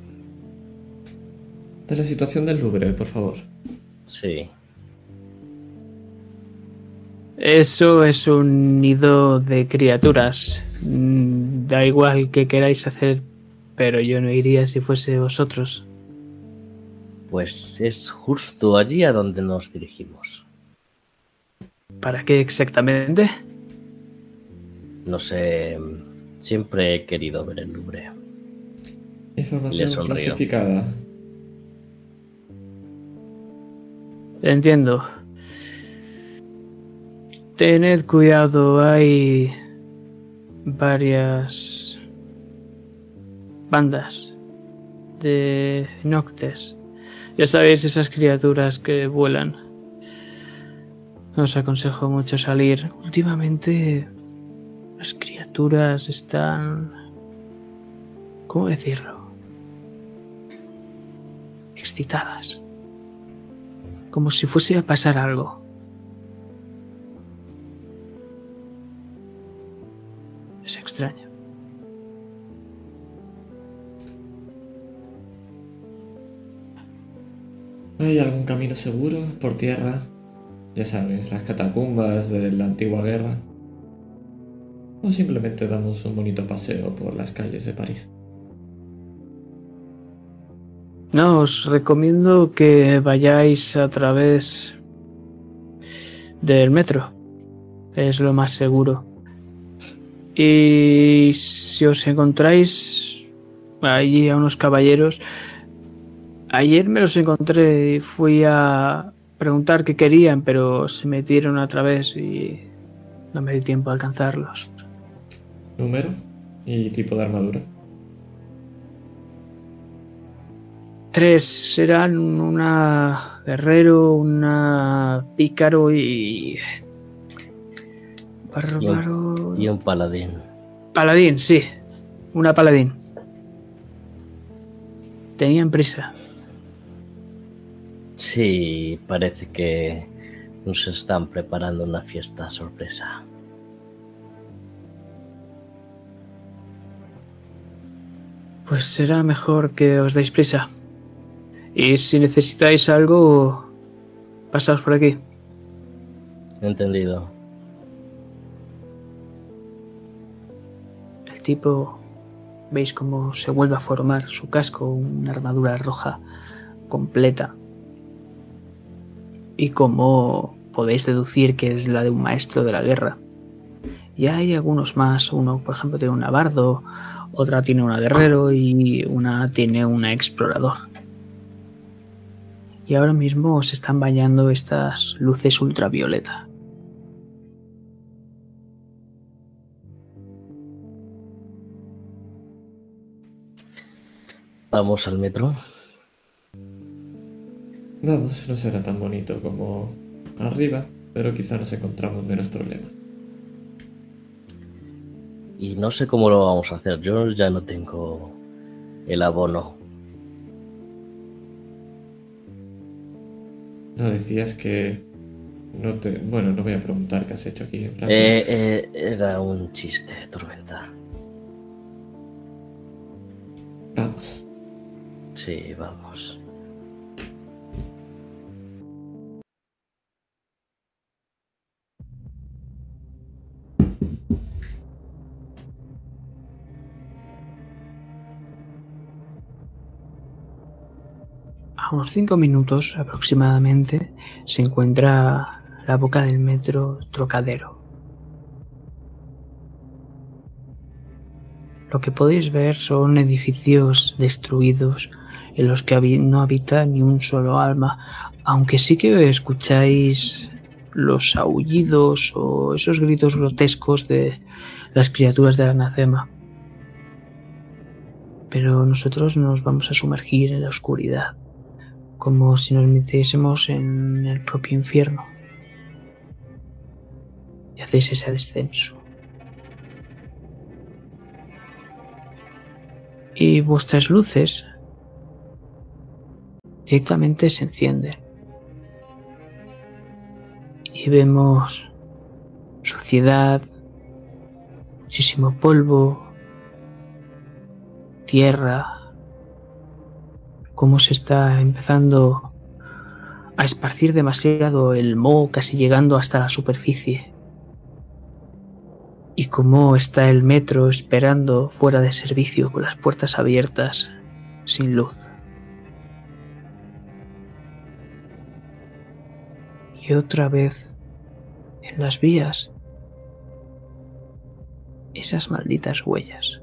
De la situación del Louvre, por favor. Sí. Eso es un nido de criaturas. Da igual que queráis hacer, pero yo no iría si fuese vosotros. Pues es justo allí a donde nos dirigimos. ¿Para qué exactamente? No sé. Siempre he querido ver el Louvre. Le Información sonrió. clasificada. Entiendo. Tened cuidado, hay varias bandas de noctes. Ya sabéis, esas criaturas que vuelan. Os aconsejo mucho salir. Últimamente las criaturas están... ¿Cómo decirlo? Excitadas. Como si fuese a pasar algo. Es extraño. ¿Hay algún camino seguro por tierra? Ya sabes, las catacumbas de la antigua guerra. O simplemente damos un bonito paseo por las calles de París. No, os recomiendo que vayáis a través del metro. Es lo más seguro. Y si os encontráis allí a unos caballeros... Ayer me los encontré y fui a preguntar qué querían, pero se metieron a través y no me di tiempo a alcanzarlos. ¿Número? ¿Y tipo de armadura? 3 serán una guerrero, una pícaro y... bárbaro... Y un paladín. Paladín, sí. Una paladín. Tenían prisa. Sí, parece que nos están preparando una fiesta sorpresa. Pues será mejor que os deis prisa. Y si necesitáis algo, pasaos por aquí. Entendido. El tipo, veis cómo se vuelve a formar su casco, una armadura roja completa. Y cómo podéis deducir que es la de un maestro de la guerra. Y hay algunos más. Uno, por ejemplo, tiene un navardo, otra tiene un guerrero y una tiene un explorador. Y ahora mismo se están bañando estas luces ultravioleta. Vamos al metro. Vamos, no será tan bonito como arriba, pero quizá nos encontramos menos problemas. Y no sé cómo lo vamos a hacer. Yo ya no tengo el abono. No decías que no te... Bueno, no voy a preguntar qué has hecho aquí en Francia. Era un chiste, Tormenta. Vamos. Sí, vamos. A unos 5 minutos aproximadamente se encuentra la boca del metro Trocadero. Lo que podéis ver son edificios destruidos en los que no habita ni un solo alma, aunque sí que escucháis los aullidos o esos gritos grotescos de las criaturas de la anacema. Pero nosotros nos vamos a sumergir en la oscuridad, como si nos metiésemos en el propio infierno. Y hacéis ese descenso. Y vuestras luces directamente se encienden. Y vemos suciedad, muchísimo polvo, tierra, cómo se está empezando a esparcir demasiado el moho, casi llegando hasta la superficie. Y cómo está el metro esperando fuera de servicio con las puertas abiertas, sin luz. Y otra vez, en las vías, esas malditas huellas.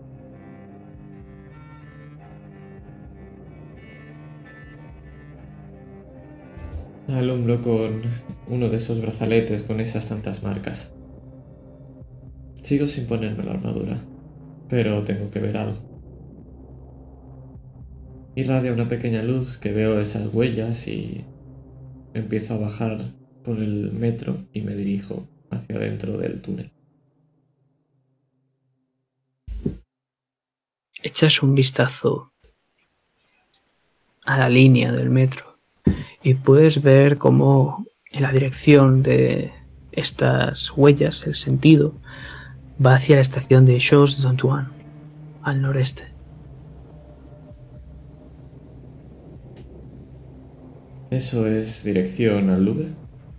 Alumbro con uno de esos brazaletes con esas tantas marcas. Sigo sin ponerme la armadura, pero tengo que ver algo. Irradia una pequeña luz que veo esas huellas y empiezo a bajar por el metro y me dirijo hacia adentro del túnel. Echas un vistazo a la línea del metro y puedes ver cómo en la dirección de estas huellas, el sentido, va hacia la estación de Chausson-d'Antoine, al noreste. ¿Eso es dirección al Louvre?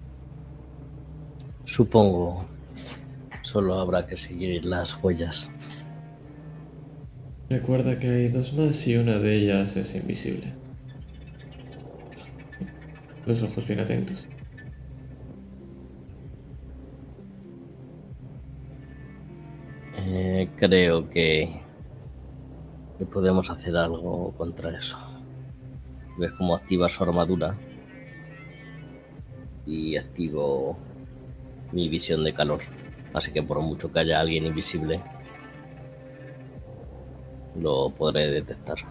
Supongo. Solo habrá que seguir las huellas. Recuerda que hay dos más y una de ellas es invisible. Los ojos bien atentos. Creo que podemos hacer algo contra eso. Ves cómo activa su armadura y activo mi visión de calor. Así que por mucho que haya alguien invisible, lo podré detectar.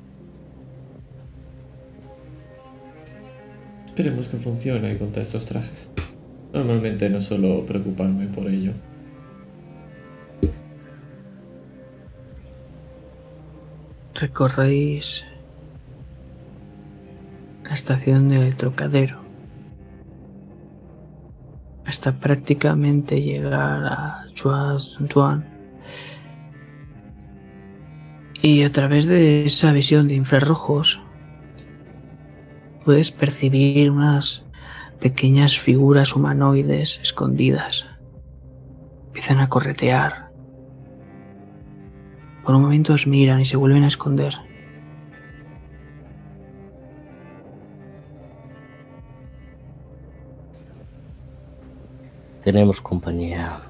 Esperemos que funcione contra estos trajes. Normalmente no suelo preocuparme por ello. Recorréis la estación del Trocadero hasta prácticamente llegar a Chausson-d'Antoine. Y a través de esa visión de infrarrojos puedes percibir unas pequeñas figuras humanoides escondidas. Empiezan a corretear. Por un momento os miran y se vuelven a esconder. Tenemos compañía.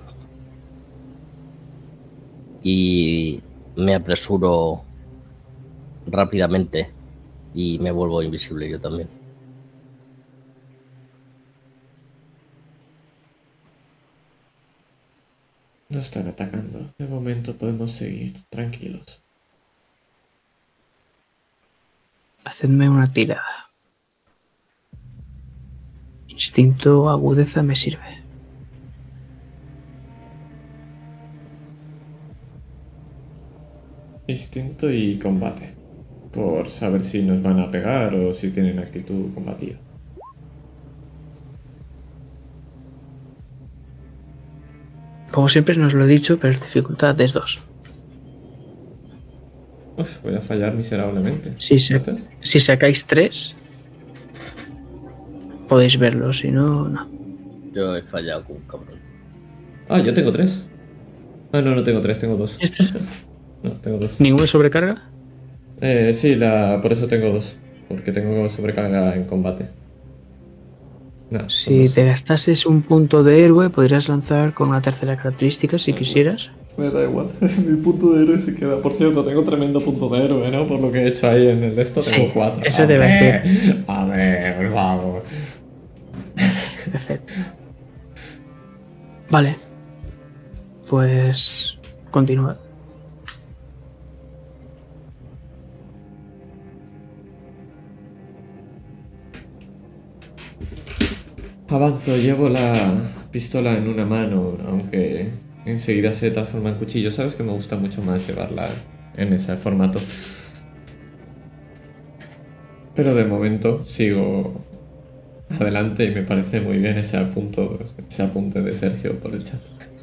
Y me apresuro rápidamente y me vuelvo invisible yo también. No están atacando. De momento podemos seguir tranquilos. Hacedme una tirada. Instinto agudeza me sirve. Instinto y combate. Por saber si nos van a pegar o si tienen actitud combativa. Como siempre nos lo he dicho, pero dificultad es 2. Uf, voy a fallar miserablemente. Si sacáis 3, podéis verlo, si no, no. Yo he fallado con un cabrón. Ah, yo tengo 3. Ah, no tengo 3, tengo 2. ¿Este? No, tengo 2. ¿Ninguna sobrecarga? Sí, por eso tengo 2. Porque tengo sobrecarga en combate. No, si te gastases un punto de héroe, podrías lanzar con una tercera característica si quisieras. Me da igual, mi punto de héroe se queda. Por cierto, tengo tremendo punto de héroe, ¿no? Por lo que he hecho ahí en el de esto, tengo 4. Eso debe ser. A ver, por favor. Perfecto. Vale. Pues continuad. Avanzo, llevo la pistola en una mano, aunque enseguida se transforma en cuchillo. Sabes que me gusta mucho más llevarla en ese formato. Pero de momento sigo adelante y me parece muy bien ese apunte de Sergio por el chat.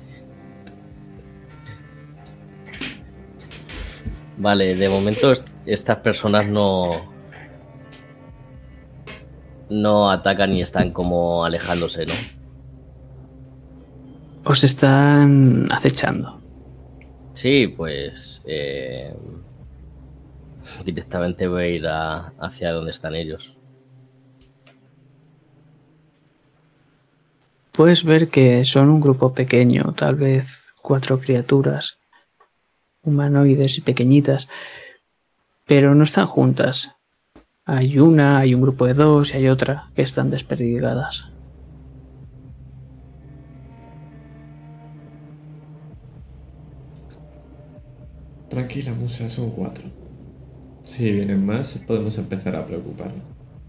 Vale, de momento estas personas no atacan y están como alejándose, ¿no? Os están acechando. Sí, pues directamente voy a ir hacia donde están ellos. Puedes ver que son un grupo pequeño, tal vez 4 criaturas humanoides y pequeñitas, pero no están juntas. Hay un grupo de 2 y hay otra que están desperdigadas. Tranquila, Musa, son 4. Si vienen más, podemos empezar a preocuparnos.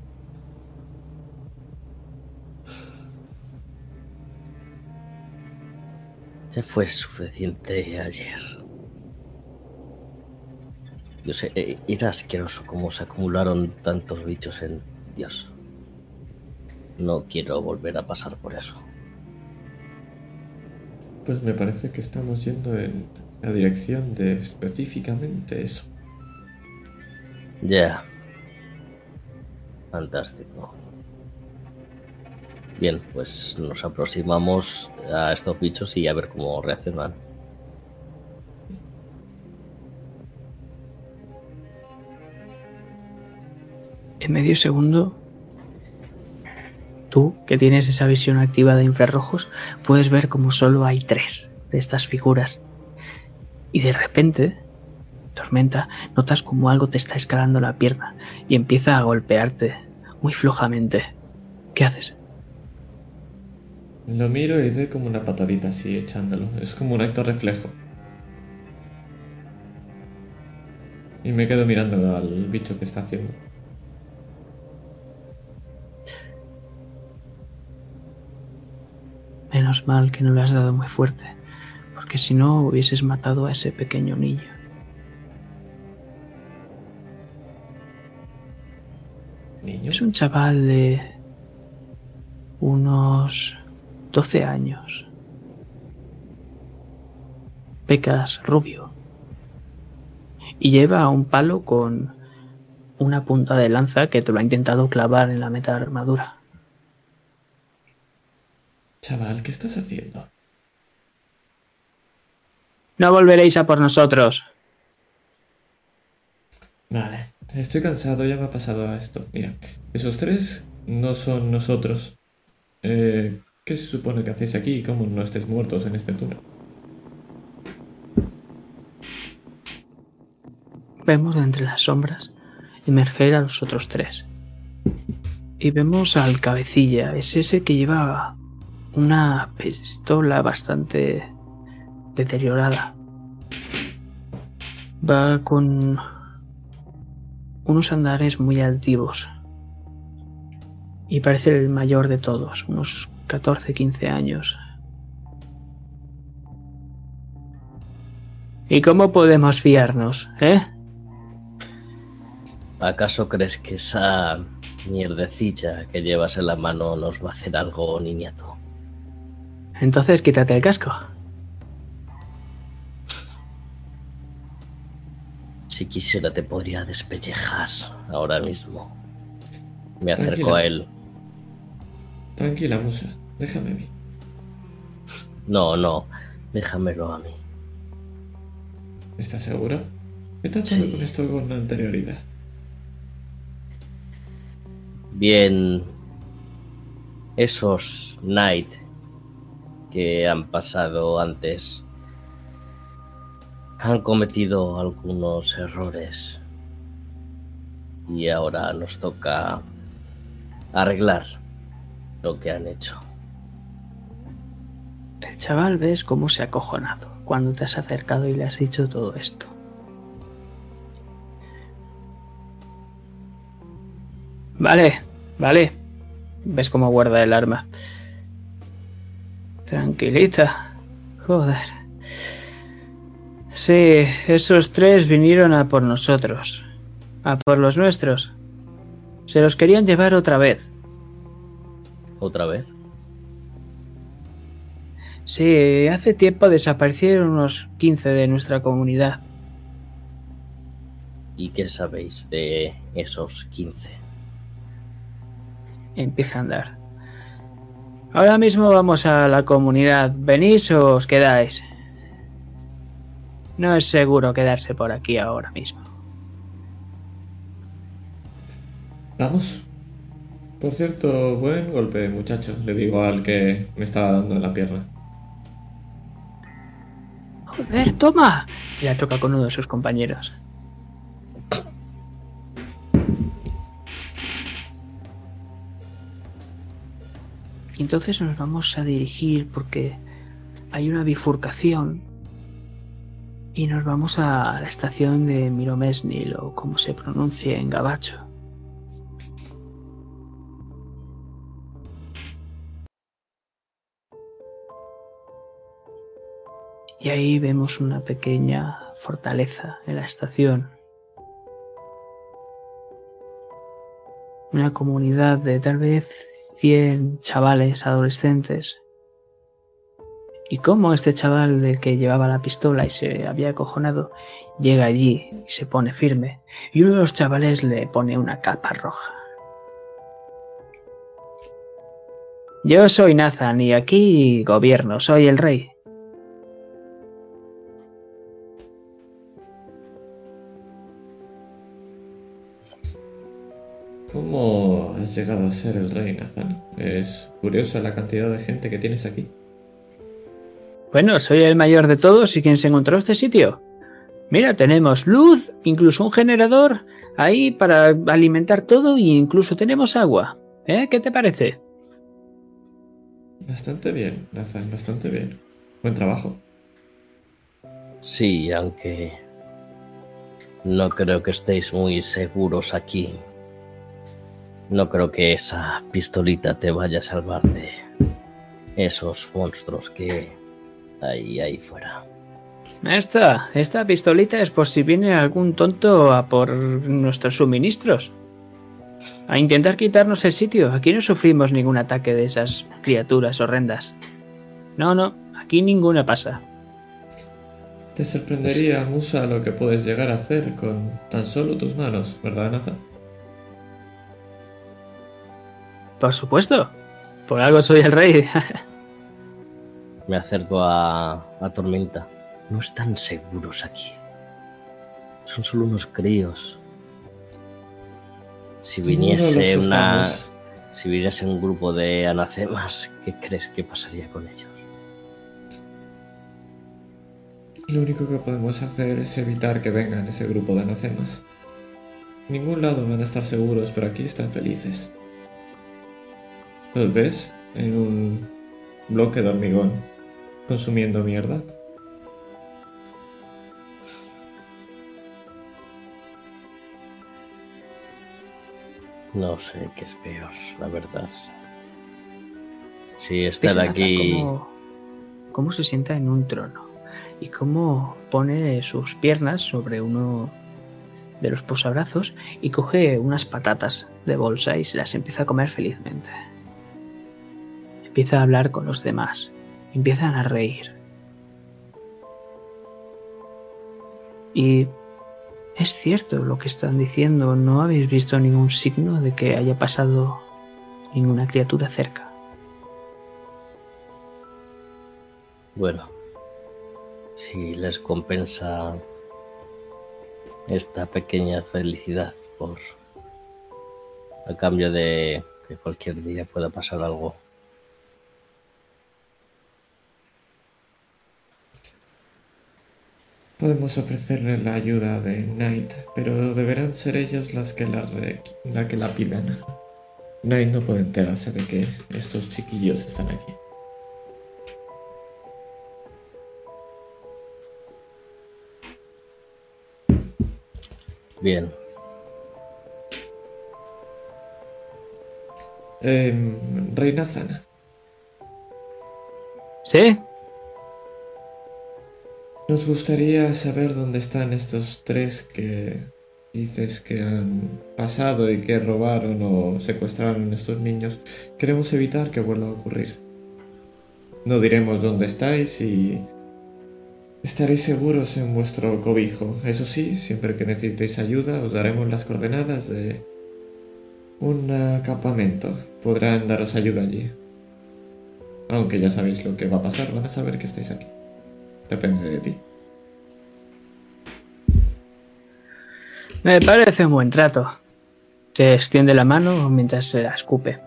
Ya fue suficiente ayer. Yo sé, era asqueroso cómo se acumularon tantos bichos en Dios. No quiero volver a pasar por eso. Pues me parece que estamos yendo en la dirección de específicamente eso. Ya. Fantástico. Bien, pues nos aproximamos a estos bichos y a ver cómo reaccionan. En medio segundo, tú, que tienes esa visión activa de infrarrojos, puedes ver como solo hay 3 de estas figuras. Y de repente, Tormenta, notas como algo te está escalando la pierna y empieza a golpearte muy flojamente. ¿Qué haces? Lo miro y doy como una patadita así echándolo. Es como un acto reflejo. Y me quedo mirando al bicho que está haciendo. Menos mal que no le has dado muy fuerte, porque si no hubieses matado a ese pequeño niño. ¿Niño? Es un chaval de unos 12 años. Pecas rubio. Y lleva un palo con una punta de lanza que te lo ha intentado clavar en la meta armadura. Chaval, ¿qué estás haciendo? No volveréis a por nosotros. Vale, estoy cansado, ya me ha pasado esto. Mira, esos 3 no son nosotros. ¿Qué se supone que hacéis aquí? ¿Cómo no estáis muertos en este túnel? Vemos de entre las sombras emerger a los otros 3. Y vemos al cabecilla, es ese que lleva una pistola bastante deteriorada. Va con unos andares muy altivos. Y parece el mayor de todos, unos 14-15 años. ¿Y cómo podemos fiarnos, ¿Acaso crees que esa mierdecilla que llevas en la mano nos va a hacer algo, niñato? Entonces quítate el casco. Si quisiera te podría despellejar ahora mismo. Me acerco Tranquila. a él. Tranquila, Musa, déjame a mí. No, déjamelo a mí. ¿Estás seguro? ¿Qué tal Sí. con esto con anterioridad? Bien, esos Knight que han pasado antes han cometido algunos errores y ahora nos toca arreglar lo que han hecho. El chaval ves cómo se ha acojonado cuando te has acercado y le has dicho todo esto. Vale. Ves cómo guarda el arma. Tranquilita. Joder. Sí, esos 3 vinieron a por nosotros. A por los nuestros. Se los querían llevar otra vez. ¿Otra vez? Sí, hace tiempo desaparecieron unos 15 de nuestra comunidad. ¿Y qué sabéis de esos 15? Empieza a andar. Ahora mismo vamos a la comunidad. ¿Venís o os quedáis? No es seguro quedarse por aquí ahora mismo. Vamos. Por cierto, buen golpe, muchacho, le digo al que me estaba dando en la pierna. ¡Joder, toma! Y la choca con uno de sus compañeros. Y entonces nos vamos a dirigir porque hay una bifurcación y nos vamos a la estación de Miromesnil o como se pronuncia en gabacho. Y ahí vemos una pequeña fortaleza en la estación. Una comunidad de tal vez 100 chavales adolescentes. Y cómo este chaval del que llevaba la pistola y se había acojonado llega allí y se pone firme. Y uno de los chavales le pone una capa roja. Yo soy Nathan y aquí gobierno, soy el rey. ¿Cómo has llegado a ser el rey, Nathan? Es curioso la cantidad de gente que tienes aquí. Bueno, soy el mayor de todos y quien se encontró este sitio. Mira, tenemos luz, incluso un generador ahí para alimentar todo e incluso tenemos agua. ¿Qué te parece? Bastante bien, Nathan, bastante bien. Buen trabajo. Sí, aunque no creo que estéis muy seguros aquí. No creo que esa pistolita te vaya a salvar de esos monstruos que hay ahí fuera. Esta pistolita es por si viene algún tonto a por nuestros suministros. A intentar quitarnos el sitio. Aquí no sufrimos ningún ataque de esas criaturas horrendas. No, aquí ninguna pasa. Te sorprendería, Musa, lo que puedes llegar a hacer con tan solo tus manos, ¿verdad, Nathan? Por supuesto. Por algo soy el rey. Me acerco a Tormenta. No están seguros aquí. Son solo unos críos. Si viniese un grupo de anacemas, ¿qué crees que pasaría con ellos? Lo único que podemos hacer es evitar que vengan ese grupo de anacemas. En ningún lado van a estar seguros, pero aquí están felices. ¿Los ves? En un bloque de hormigón, consumiendo mierda. No sé qué es peor, la verdad. Si estar aquí... Cómo se sienta en un trono y cómo pone sus piernas sobre uno de los posabrazos y coge unas patatas de bolsa y se las empieza a comer felizmente. Empieza a hablar con los demás. Empiezan a reír. Y es cierto lo que están diciendo. No habéis visto ningún signo de que haya pasado ninguna criatura cerca. Bueno, si les compensa esta pequeña felicidad a cambio de que cualquier día pueda pasar algo. Podemos ofrecerle la ayuda de Knight, pero deberán ser ellos las que la pidan. Knight no puede enterarse de que estos chiquillos están aquí. Bien. Rey Nathan. ¿Sí? Nos gustaría saber dónde están estos tres que dices que han pasado y que robaron o secuestraron a estos niños, queremos evitar que vuelva a ocurrir. No diremos dónde estáis y estaréis seguros en vuestro cobijo. Eso sí, siempre que necesitéis ayuda, os daremos las coordenadas de un campamento. Podrán daros ayuda allí. Aunque ya sabéis lo que va a pasar, van a saber que estáis aquí. Depende de ti. Me parece un buen trato. Te extiende la mano mientras se la escupe.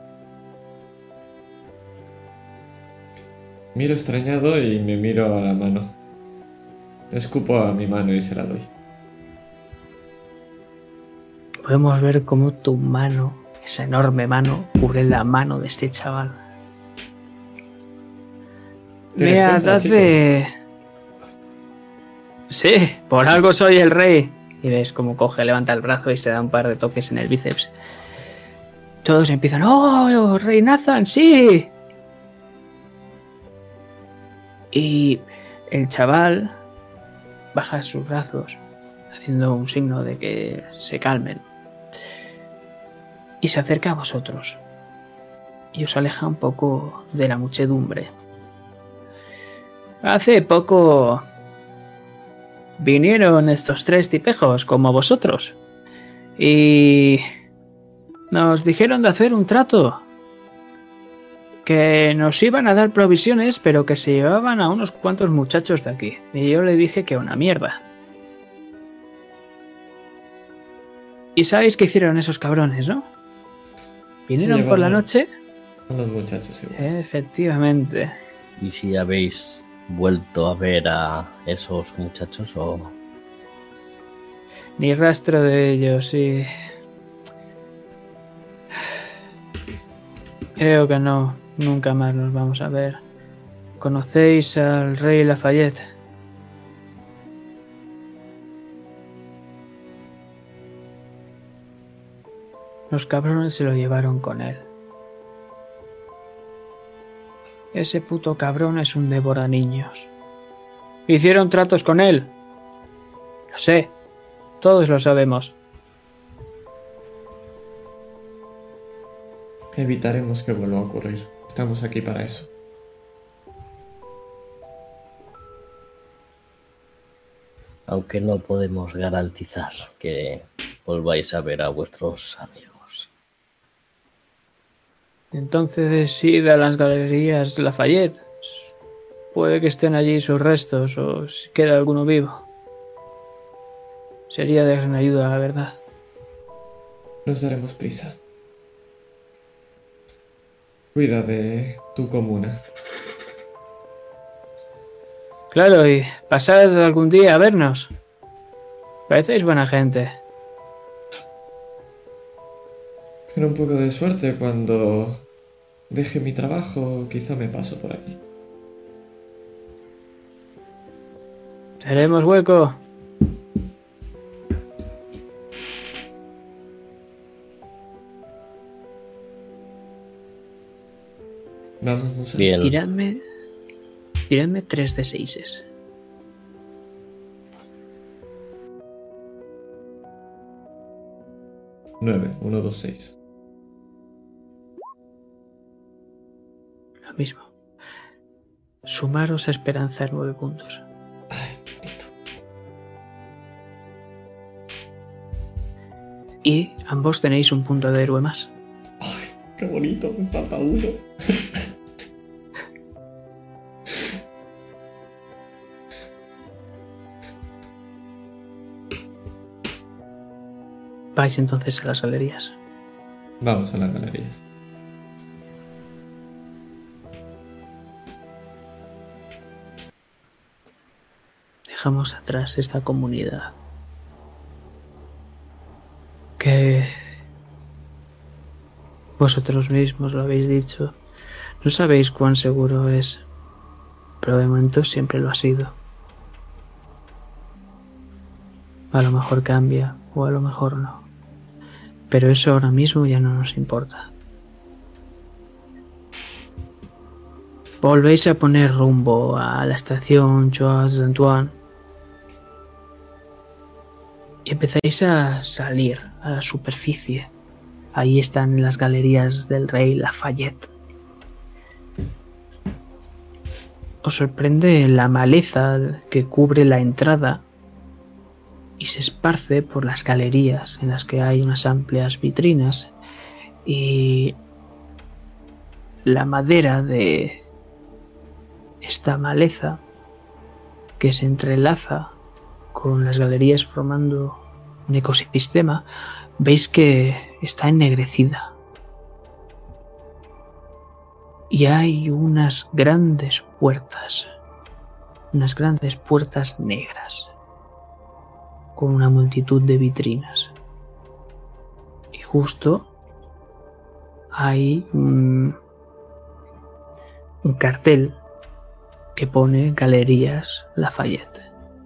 Miro extrañado y me miro a la mano. Escupo a mi mano y se la doy. Podemos ver cómo tu mano, esa enorme mano, cubre la mano de este chaval. Mira, hace... Sí, por algo soy el rey. Y ves cómo coge, levanta el brazo y se da un par de toques en el bíceps. Todos empiezan, ¡oh, rey Nathan, sí! Y el chaval baja sus brazos, haciendo un signo de que se calmen. Y se acerca a vosotros. Y os aleja un poco de la muchedumbre. Hace poco vinieron estos 3 tipejos como vosotros. Y nos dijeron de hacer un trato. Que nos iban a dar provisiones, pero que se llevaban a unos cuantos muchachos de aquí. Y yo le dije que una mierda. Y sabéis qué hicieron esos cabrones, ¿no? Vinieron por la noche. Con los muchachos, igual. Efectivamente. ¿Y si habéis vuelto a ver a esos muchachos o...? Ni rastro de ellos, y... Creo que no. Nunca más nos vamos a ver. ¿Conocéis al rey Lafayette? Los cabrones se lo llevaron con él. Ese puto cabrón es un devoraniños. Hicieron tratos con él. Lo sé. Todos lo sabemos. Evitaremos que vuelva a ocurrir. Estamos aquí para eso. Aunque no podemos garantizar que volváis a ver a vuestros amigos. Entonces id a las galerías Lafayette. Puede que estén allí sus restos o si queda alguno vivo. Sería de gran ayuda, la verdad. Nos daremos prisa. Cuida de tu comuna. Claro, y pasad algún día a vernos. Parecéis buena gente. Con un poco de suerte, cuando deje mi trabajo, quizá me paso por aquí. Haremos hueco. Vamos a... Bien. Tiradme 3 de 6. 9, 1, 2, 6. Lo mismo. Sumaros a esperanza 9 puntos. Ay, bonito. Y ambos tenéis un punto de héroe más. Ay, qué bonito, me falta uno. Vais entonces a las galerías. Vamos a las galerías. Dejamos atrás esta comunidad. Que vosotros mismos lo habéis dicho. No sabéis cuán seguro es. Pero de momento siempre lo ha sido. A lo mejor cambia o a lo mejor no. Pero eso ahora mismo ya no nos importa. Volvéis a poner rumbo a la estación Joas d'Antoine. Y empezáis a salir a la superficie. Ahí están las galerías del rey Lafayette. Os sorprende la maleza que cubre la entrada y se esparce por las galerías en las que hay unas amplias vitrinas, y la madera de esta maleza que se entrelaza con las galerías formando un ecosistema, veis que está ennegrecida. Y hay unas grandes puertas negras, con una multitud de vitrinas. Y justo hay un cartel que pone Galerías Lafayette.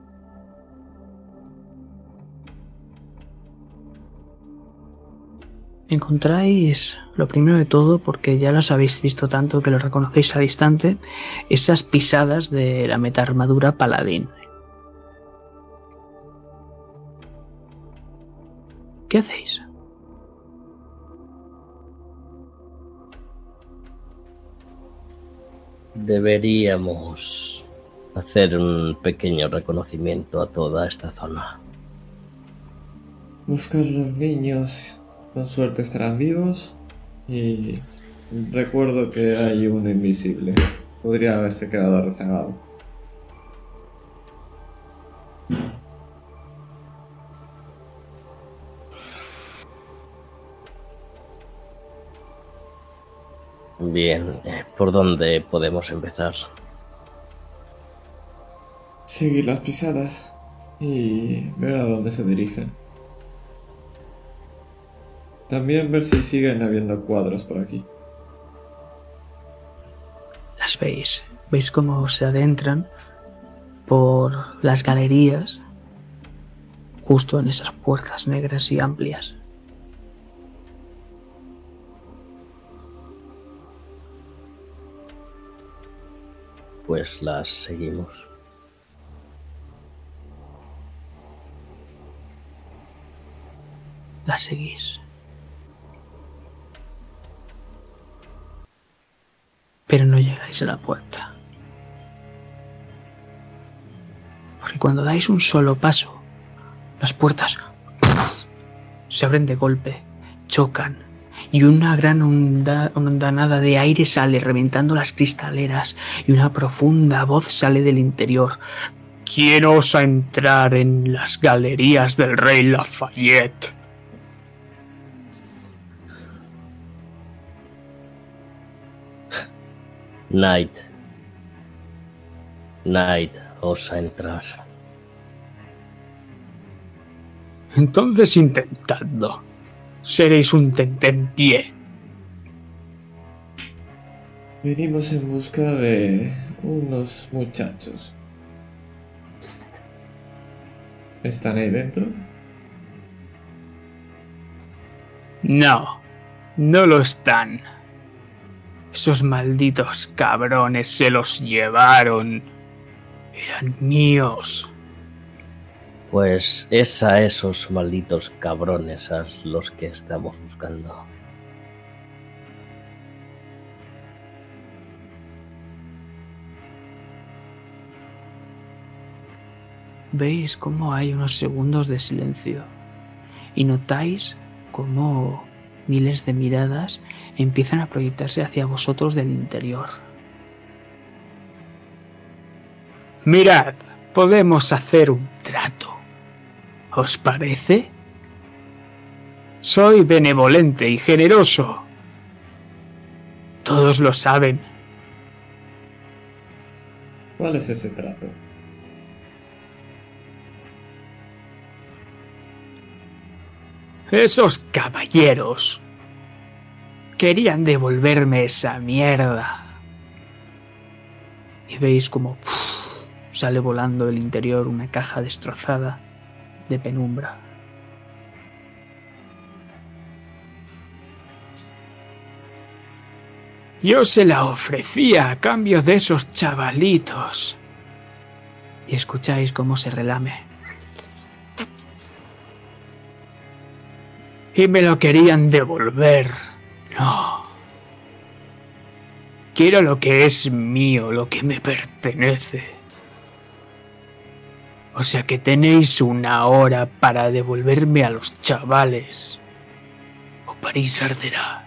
Encontráis, lo primero de todo, porque ya los habéis visto tanto que lo reconocéis al instante, esas pisadas de la metaarmadura paladín. ¿Qué hacéis? Deberíamos hacer un pequeño reconocimiento a toda esta zona. Buscar los niños, con suerte estarán vivos. Y recuerdo que hay uno invisible. Podría haberse quedado rezagado. Bien, ¿por dónde podemos empezar? Seguir las pisadas y ver a dónde se dirigen. También ver si siguen habiendo cuadros por aquí. Las veis. Veis cómo se adentran por las galerías, justo en esas puertas negras y amplias. Pues las seguimos. Las seguís. Pero no llegáis a la puerta. Porque cuando dais un solo paso, las puertas se abren de golpe, chocan, y una gran ondanada de aire sale reventando las cristaleras, y una profunda voz sale del interior. ¿Quién osa entrar en las galerías del rey Lafayette? Knight osa entrar. Entonces intentadlo. Seréis un tentempié. Venimos en busca de unos muchachos. ¿Están ahí dentro? No, no lo están. Esos malditos cabrones se los llevaron. Eran míos. Pues es a esos malditos cabrones a los que estamos buscando. Veis cómo hay unos segundos de silencio y notáis cómo miles de miradas empiezan a proyectarse hacia vosotros del interior. Mirad, podemos hacer un trato. ¿Os parece? Soy benevolente y generoso. Todos lo saben. ¿Cuál es ese trato? Esos caballeros querían devolverme esa mierda. Y veis como sale volando del interior una caja destrozada de penumbra. Yo se la ofrecía a cambio de esos chavalitos. Y escucháis cómo se relame. y me lo querían devolver. No. Quiero lo que es mío, lo que me pertenece. O sea que tenéis 1 hora para devolverme a los chavales. O París arderá.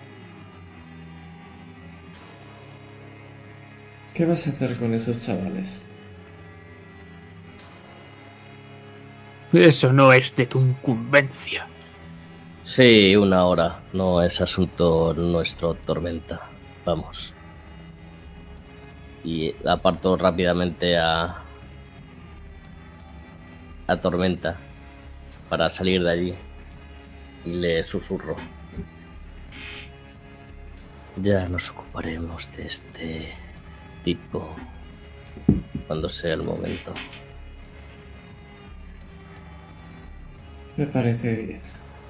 ¿Qué vas a hacer con esos chavales? Eso no es de tu incumbencia. Sí, 1 hora. No es asunto nuestro, Tormenta. Vamos. Y aparto rápidamente a Tormenta para salir de allí. Y le susurro. Ya nos ocuparemos de este tipo cuando sea el momento. Me parece bien.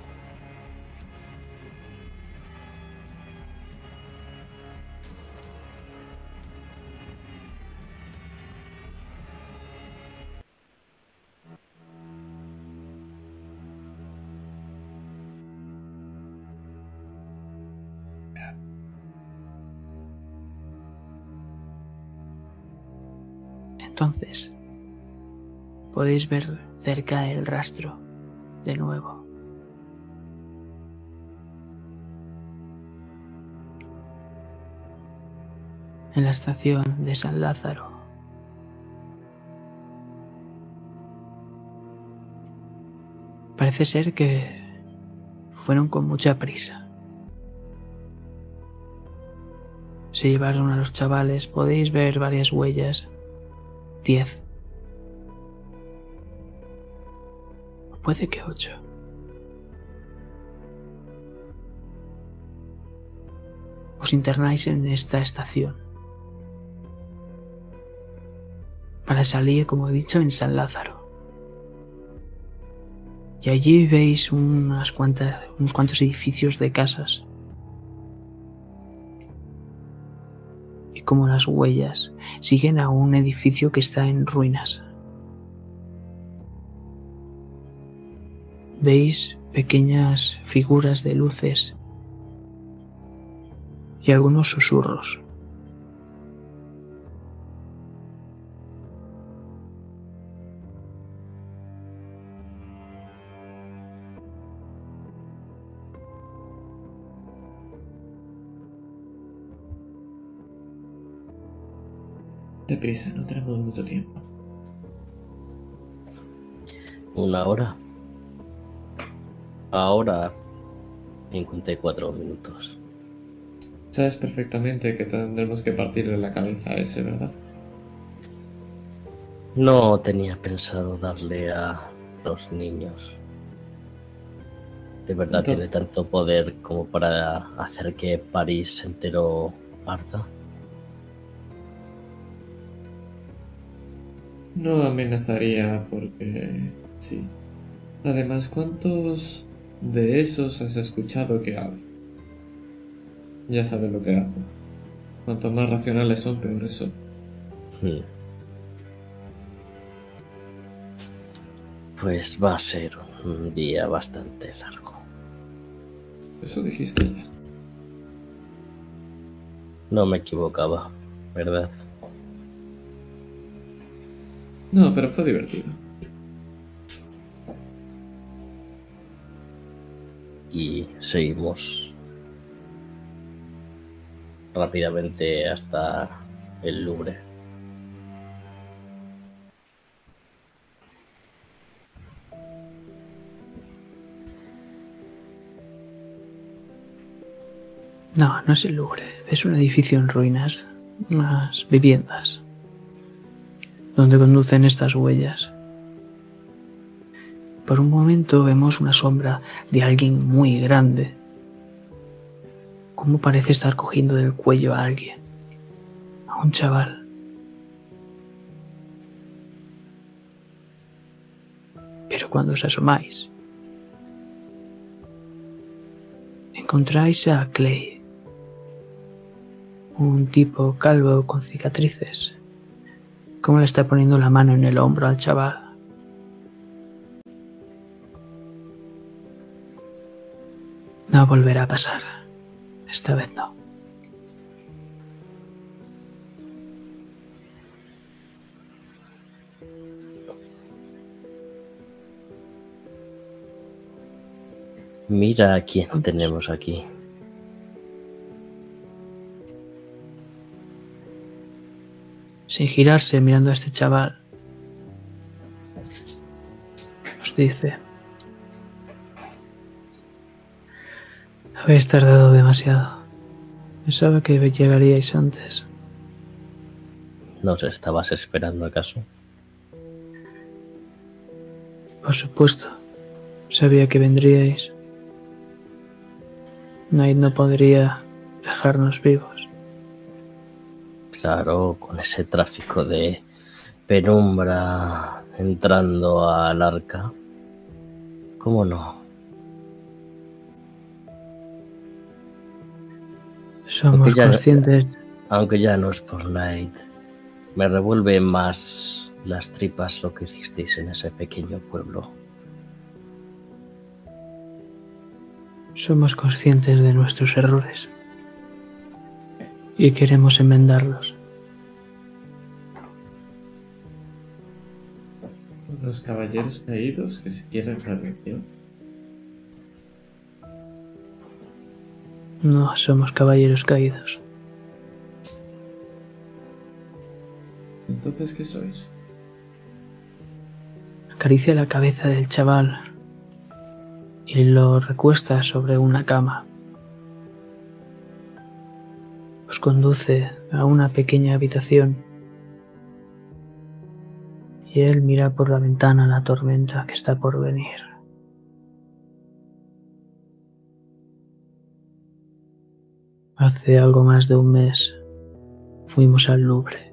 Entonces, podéis ver cerca el rastro de nuevo. En la estación de San Lázaro. Parece ser que fueron con mucha prisa. Se llevaron a los chavales, podéis ver varias huellas. 10. Puede que 8. Os internáis en esta estación para salir, como he dicho, en San Lázaro. Y allí veis unos cuantos edificios de casas. Y como las huellas siguen a un edificio que está en ruinas. Veis pequeñas figuras de luces y algunos susurros. Deprisa, no tenemos mucho tiempo. 1 hora. Ahora 54 minutos. Sabes perfectamente que tendremos que partirle la cabeza a ese, ¿verdad? No tenía pensado darle a los niños. ¿De verdad tiene tanto poder como para hacer que París entero arda? No amenazaría porque sí. Además, ¿cuántos de esos has escuchado que hablan? Ya sabes lo que hacen. Cuanto más racionales son, peores son. Pues va a ser un día bastante largo. Eso dijiste ya. No me equivocaba, ¿verdad? No, pero fue divertido. Y seguimos rápidamente hasta el Louvre. No, no es el Louvre. Es un edificio en ruinas. Unas viviendas. Donde conducen estas huellas. Por un momento vemos una sombra de alguien muy grande. Cómo parece estar cogiendo del cuello a alguien. A un chaval. Pero cuando os asomáis, encontráis a Clay. Un tipo calvo con cicatrices. Cómo le está poniendo la mano en el hombro al chaval. No volverá a pasar. Esta vez no. Mira a quién tenemos aquí. Sin girarse, mirando a este chaval, os dice: habéis tardado demasiado. Pensaba que llegaríais antes. ¿Nos estabas esperando acaso? Por supuesto. Sabía que vendríais. Knight no podría dejarnos vivos. Claro, con ese tráfico de penumbra entrando al arca. ¿Cómo no? Somos conscientes. Aunque ya no es por Knight. Me revuelve más las tripas lo que hicisteis en ese pequeño pueblo. Somos conscientes de nuestros errores y queremos enmendarlos. Los caballeros caídos que se quieren redención. No somos caballeros caídos. ¿Entonces qué sois? Acaricia la cabeza del chaval y lo recuesta sobre una cama. Os conduce a una pequeña habitación y él mira por la ventana la tormenta que está por venir. Hace algo más de un mes fuimos al Louvre.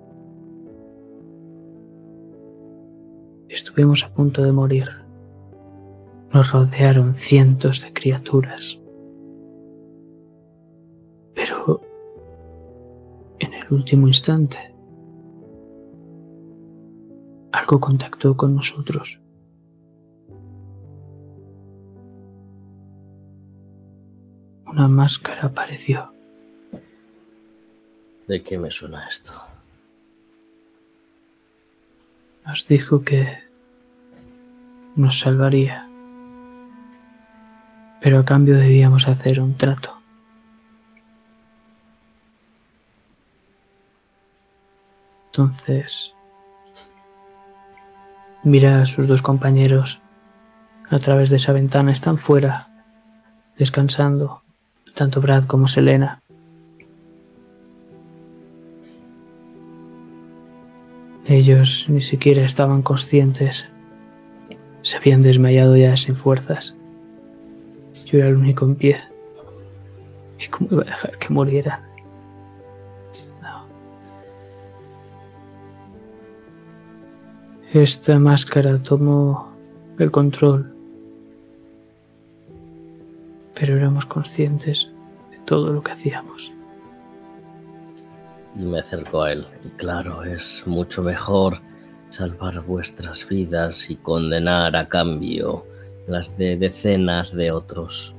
Estuvimos a punto de morir. Nos rodearon cientos de criaturas. Pero en el último instante, algo contactó con nosotros. Una máscara apareció. ¿De qué me suena esto? Nos dijo que nos salvaría, pero a cambio debíamos hacer un trato. Entonces, mira a sus dos compañeros a través de esa ventana. Están fuera, descansando, tanto Brad como Selena. Ellos ni siquiera estaban conscientes. Se habían desmayado ya sin fuerzas. Yo era el único en pie. ¿Y cómo iba a dejar que murieran? No. Esta máscara tomó el control. Pero éramos conscientes de todo lo que hacíamos. Y me acerco a él. Y claro, es mucho mejor salvar vuestras vidas y condenar a cambio las de decenas de otros.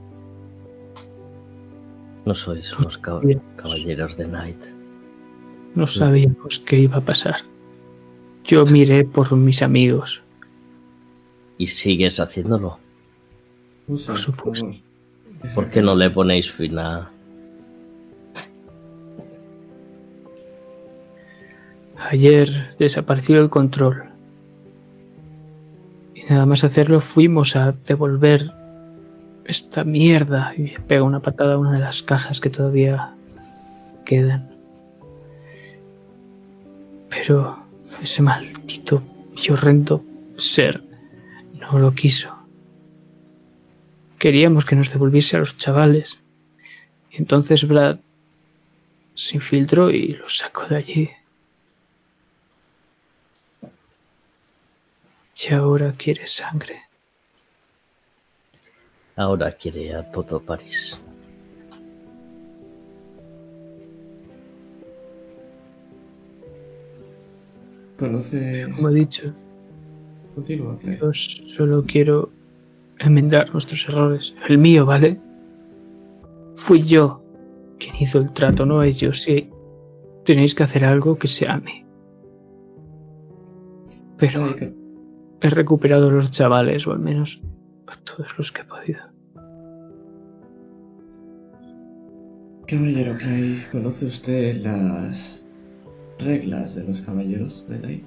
No sois unos caballeros de Knight. No sabíamos qué iba a pasar. Yo miré por mis amigos. ¿Y sigues haciéndolo? Usa, Por supuesto. ¿Por qué no le ponéis fin a...? Ayer desapareció el control. Y nada más hacerlo fuimos a devolver esta mierda. Y pega una patada a una de las cajas que todavía quedan. Pero ese maldito y horrendo ser no lo quiso. Queríamos que nos devolviese a los chavales. Y entonces Brad se infiltró y los sacó de allí. Y ahora quiere sangre. Ahora quiere a todo París. Conoce... Como he dicho, Continúa, Claire. yo solo quiero enmendar nuestros errores. El mío, ¿vale? Fui yo quien hizo el trato, no ellos. Sí, tenéis que hacer algo que sea a mí. Pero he recuperado a los chavales, o al menos a todos los que he podido. Caballero Clay, ¿conoce usted las reglas de los caballeros de Night?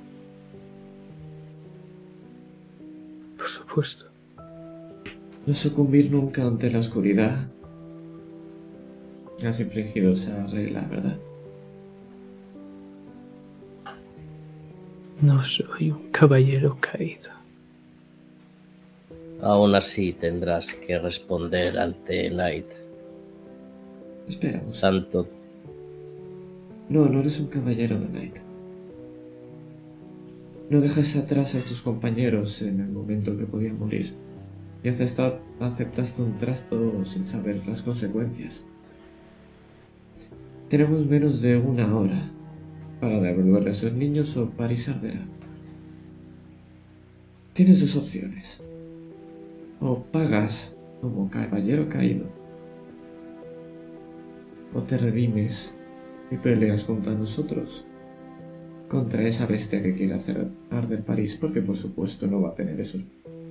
Por supuesto. No sucumbir nunca ante la oscuridad. Has infringido esa regla, ¿verdad? No soy un caballero caído. Aún así tendrás que responder ante Knight. Esperamos. Tanto. No, no eres un caballero de Night. No dejes atrás a tus compañeros en el momento que podían morir. Y aceptaste un trato sin saber las consecuencias. Tenemos menos de una hora para devolver a esos niños o Paris arderá. Tienes dos opciones. O pagas como caballero caído, o te redimes y peleas junto a nosotros contra esa bestia que quiere hacer arder París, porque por supuesto no va a tener esos.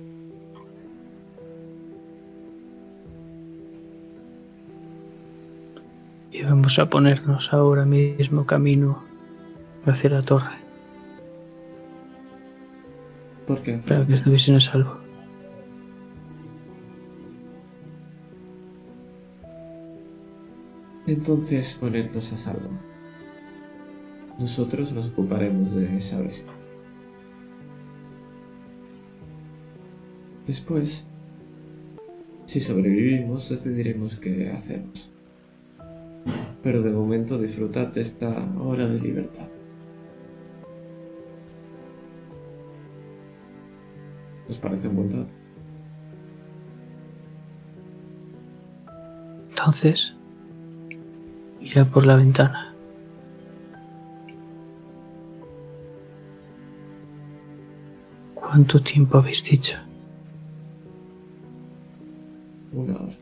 Y vamos a ponernos ahora mismo camino hacia la torre. ¿Por qué Para que estuviesen a salvo. Entonces ponednos a salvo. Nosotros nos ocuparemos de esa bestia. Después, si sobrevivimos, decidiremos qué hacemos. Pero de momento disfrutad de esta hora de libertad. ¿Os parece un buen trato? Entonces, irá por la ventana. ¿Cuánto tiempo habéis dicho? Una hora.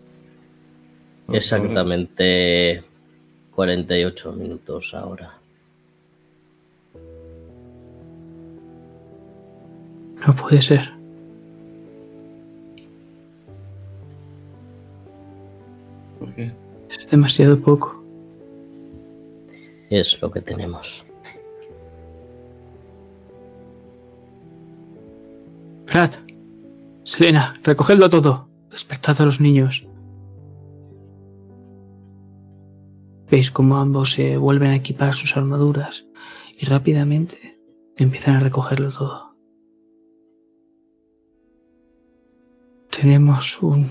Exactamente 48 minutos ahora. No puede ser. ¿Por qué? Es demasiado poco. Es lo que tenemos. Brad, Selena, recogedlo todo. Despertad a los niños. Veis cómo ambos se vuelven a equipar sus armaduras y rápidamente empiezan a recogerlo todo. Tenemos un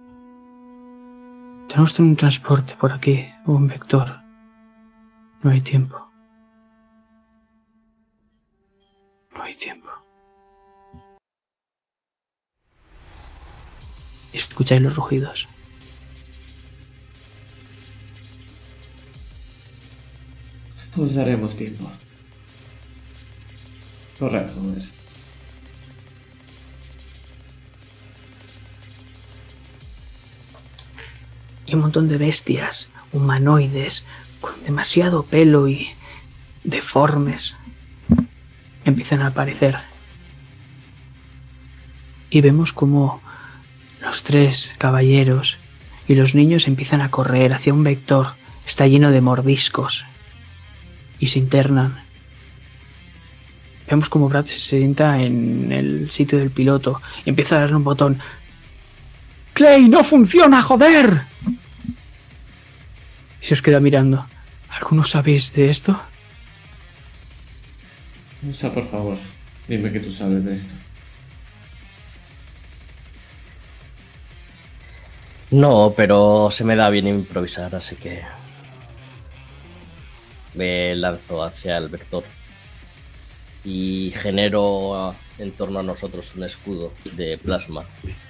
transporte por aquí, un vector. No hay tiempo. No hay tiempo. Escucháis los rugidos. Os daremos tiempo. Corred, joder. Y un montón de bestias humanoides con demasiado pelo y deformes empiezan a aparecer. Y vemos como los tres caballeros y los niños empiezan a correr hacia un vector. Está lleno de mordiscos y se internan. Vemos como Brad se sienta en el sitio del piloto y empieza a darle un botón. ¡Clay, no funciona, joder! Y se os queda mirando. ¿Alguno sabéis de esto? Musa, por favor, dime que tú sabes de esto. No, pero se me da bien improvisar, así que me lanzo hacia el vector y genero en torno a nosotros un escudo de plasma.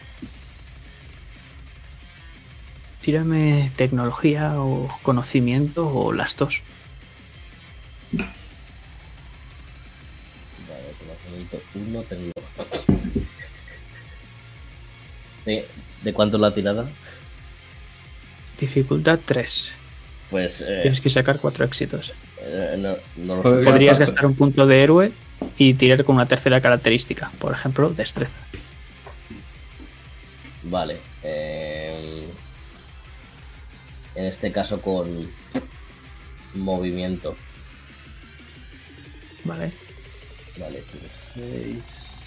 Tírame tecnología o conocimiento o las dos. Vale, conocimiento 1, tecnología. ¿De cuánto es la tirada? Dificultad 3. Pues Tienes que sacar 4 éxitos. no lo Pues sé. Podrías bastante. gastar un punto de héroe y tirar con una tercera característica. Por ejemplo, destreza. Vale. En este caso con movimiento. Vale. Vale, 6.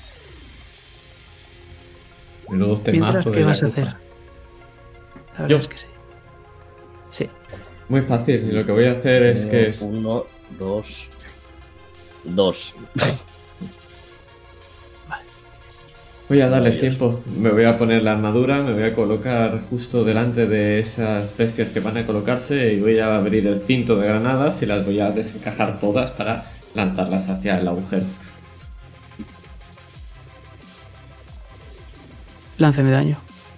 Menudo Mientras, temazo ¿qué de vas a Yakuza. hacer? La verdad Yo. es que sí. Sí. Muy fácil. Y lo que voy a hacer es que... 1, 2. 2. Voy a darles Maravilloso. tiempo. Me voy a poner la armadura, me voy a colocar justo delante de esas bestias que van a colocarse y voy a abrir el cinto de granadas y las voy a desencajar todas para lanzarlas hacia el agujero. Lánceme daño.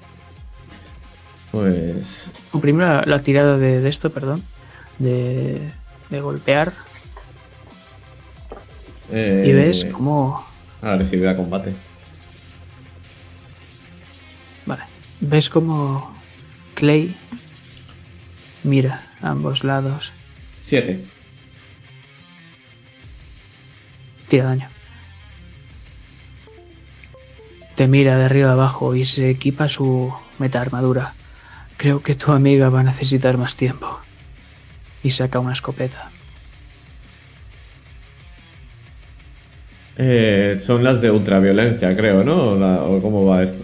Pues... O primero la tirada de esto, perdón. De golpear. Y ves cómo... Agresividad combate. Vale. Ves cómo Clay mira a ambos lados. 7. Tira daño. Te mira de arriba abajo y se equipa su meta-armadura. Creo que tu amiga va a necesitar más tiempo. Y saca una escopeta. Son las de ultraviolencia, creo, ¿no? ¿O cómo va esto?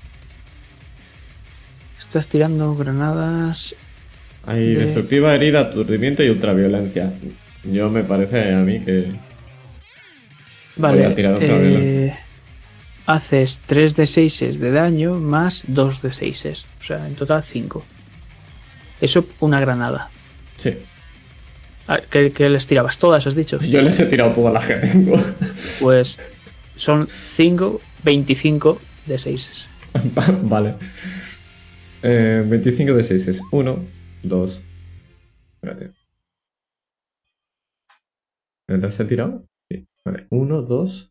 Estás tirando granadas. Hay destructiva, herida, aturdimiento y ultraviolencia. Yo me parece a mí que... Vale. Voy a tirar ultraviolencia. Haces 3 de 6 de daño más 2 de 6. O sea, en total 5. Eso una granada. Sí. ¿Qué les tirabas? ¿Todas has dicho? Yo les he tirado todas las que tengo. Pues son 25 de 6. Vale. 25 de 6 es 1, 2. Espérate. ¿Me las he tirado? Sí. Vale. 1, 2,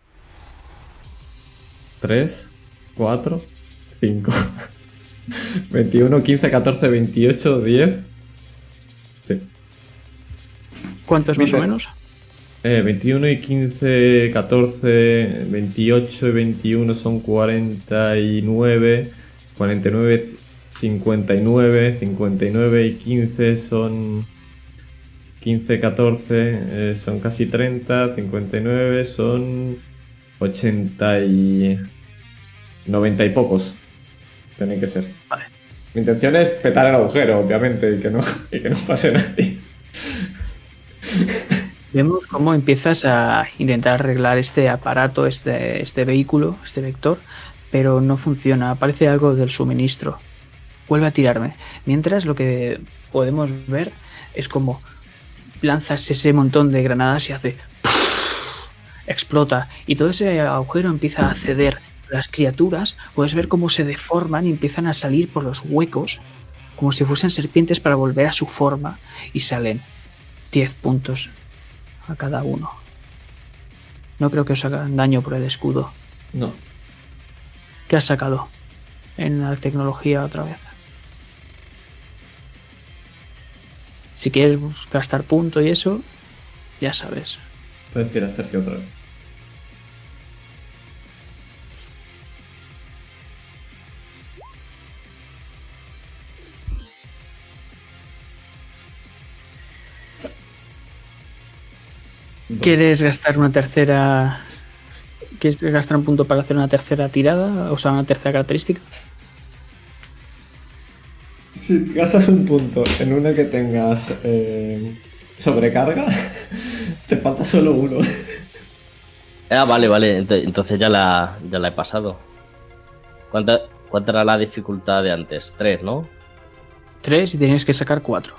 3, 4, 5. 21, 15, 14, 28, 10. Sí. ¿Cuántos más o menos? 21 y 15, 14, 28 y 21 son 49, 49, 59, 59 y 15 son 15, 14, son casi 30, 59 son 80 y 90 y pocos. Tienen que ser. Vale. Mi intención es petar el agujero, obviamente, y que no pase nadie. Vemos cómo empiezas a intentar arreglar este aparato, este vehículo, este vector, pero no funciona. Aparece algo del suministro. Vuelve a tirarme. Mientras lo que podemos ver es como lanzas ese montón de granadas y hace... explota. Y todo ese agujero empieza a ceder. Las criaturas puedes ver cómo se deforman y empiezan a salir por los huecos como si fuesen serpientes para volver a su forma y salen 10 puntos a cada uno. No creo que os hagan daño por el escudo. No. ¿Qué has sacado en la tecnología otra vez? Si quieres gastar punto y eso, ya sabes. Puedes tirar Sergio otra vez. ¿Quieres gastar una tercera? ¿Quieres gastar un punto para hacer una tercera tirada? O sea, una tercera característica. Si gastas un punto en una que tengas sobrecarga, te falta solo uno. Ah, vale. Entonces ya la he pasado. ¿Cuánta era la dificultad de antes? 3, ¿no? 3 y tienes que sacar 4.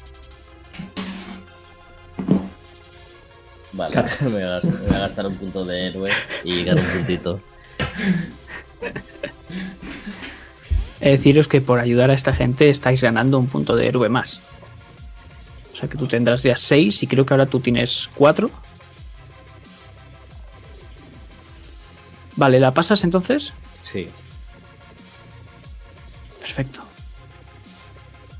Vale, me voy a gastar un punto de héroe y gano un puntito. Deciros que por ayudar a esta gente estáis ganando un punto de héroe más. O sea que tú tendrás ya 6 y creo que ahora tú tienes 4. Vale, ¿la pasas entonces? Sí. Perfecto.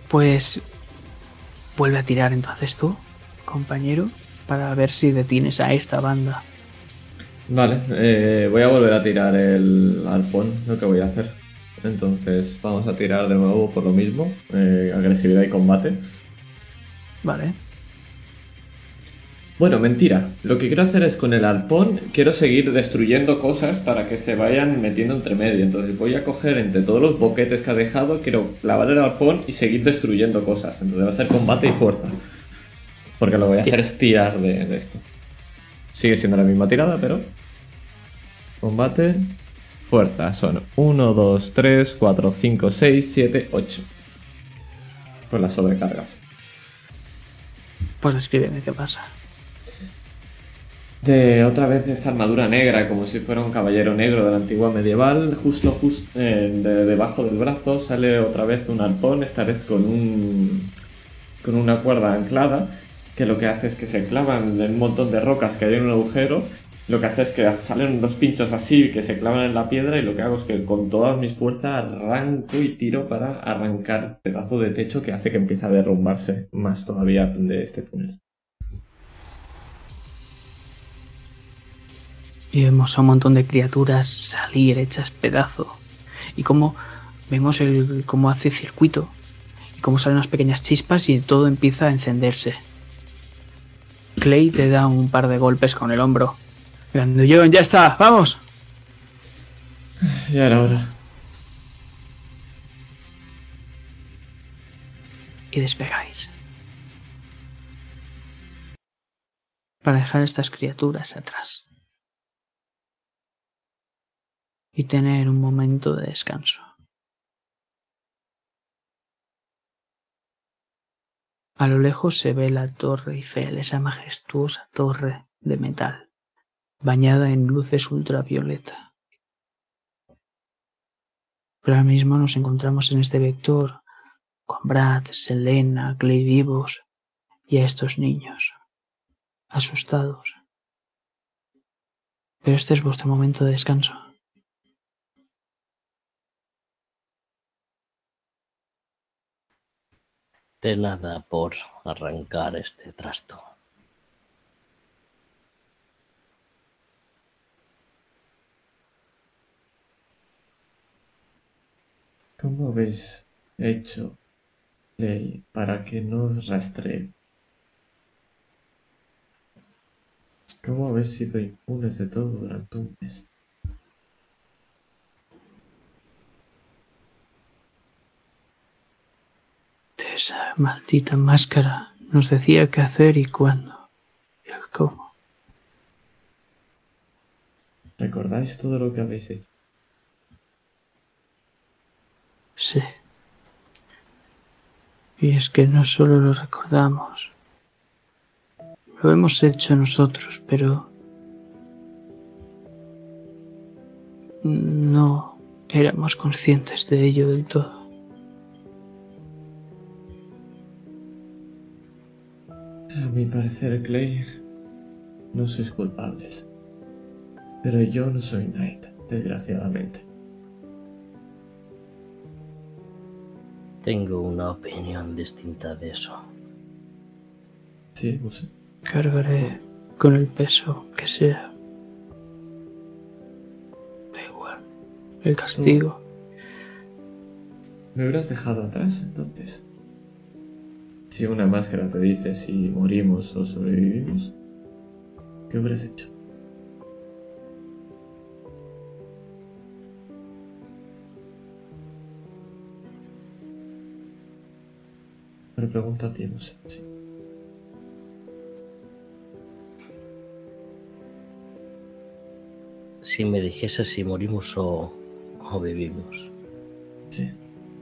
Pues vuelve a tirar entonces tú, compañero, para ver si detienes a esta banda. Vale, voy a volver a tirar el arpón, lo que voy a hacer. Entonces vamos a tirar de nuevo por lo mismo, agresividad y combate. Vale. Bueno, mentira. Lo que quiero hacer es con el arpón, quiero seguir destruyendo cosas para que se vayan metiendo entre medio. Entonces voy a coger entre todos los boquetes que ha dejado, quiero clavar el arpón y seguir destruyendo cosas. Entonces va a ser combate y fuerza. Porque lo que voy a hacer es tirar de esto. Sigue siendo la misma tirada, pero... Combate, fuerza. Son 1, 2, 3, 4, 5, 6, 7, 8. Con las sobrecargas. Pues descríbeme qué pasa. De otra vez esta armadura negra, como si fuera un caballero negro de la antigua medieval, justo debajo del brazo sale otra vez un arpón, esta vez con una cuerda anclada, que lo que hace es que se clavan en un montón de rocas que hay en un agujero, lo que hace es que salen unos pinchos así que se clavan en la piedra y lo que hago es que con todas mis fuerzas arranco y tiro para arrancar pedazo de techo que hace que empiece a derrumbarse más todavía de este túnel. Y vemos a un montón de criaturas salir hechas pedazo. Y como vemos cómo hace circuito. Y cómo salen unas pequeñas chispas y todo empieza a encenderse. Clay te da un par de golpes con el hombro. Grandullón, ya está, vamos. Ya era hora. Y despegáis. Para dejar estas criaturas atrás. Y tener un momento de descanso. A lo lejos se ve la Torre Eiffel, esa majestuosa torre de metal, bañada en luces ultravioleta. Pero ahora mismo nos encontramos en este vector con Brad, Selena, Clay vivos y a estos niños, asustados. Pero este es vuestro momento de descanso. De nada por arrancar este trasto. ¿Cómo habéis hecho, Ley, para que no os rastree? ¿Cómo habéis sido impunes de todo durante un mes? Esa maldita máscara nos decía qué hacer y cuándo, y el cómo. ¿Recordáis todo lo que habéis hecho? Sí. Y es que no solo lo recordamos. Lo hemos hecho nosotros, pero no éramos conscientes de ello del todo. A mi parecer, Clay, no sois culpables. Pero yo no soy Knight, desgraciadamente. Tengo una opinión distinta de eso. Sí, no sé. Cargaré con el peso que sea. Da igual. El castigo. ¿Me hubieras dejado atrás, entonces? Si una máscara te dice si morimos o sobrevivimos, ¿qué hubieras hecho? Te lo pregunto a ti, no sé. Sí. Si me dijese si morimos o vivimos. Sí.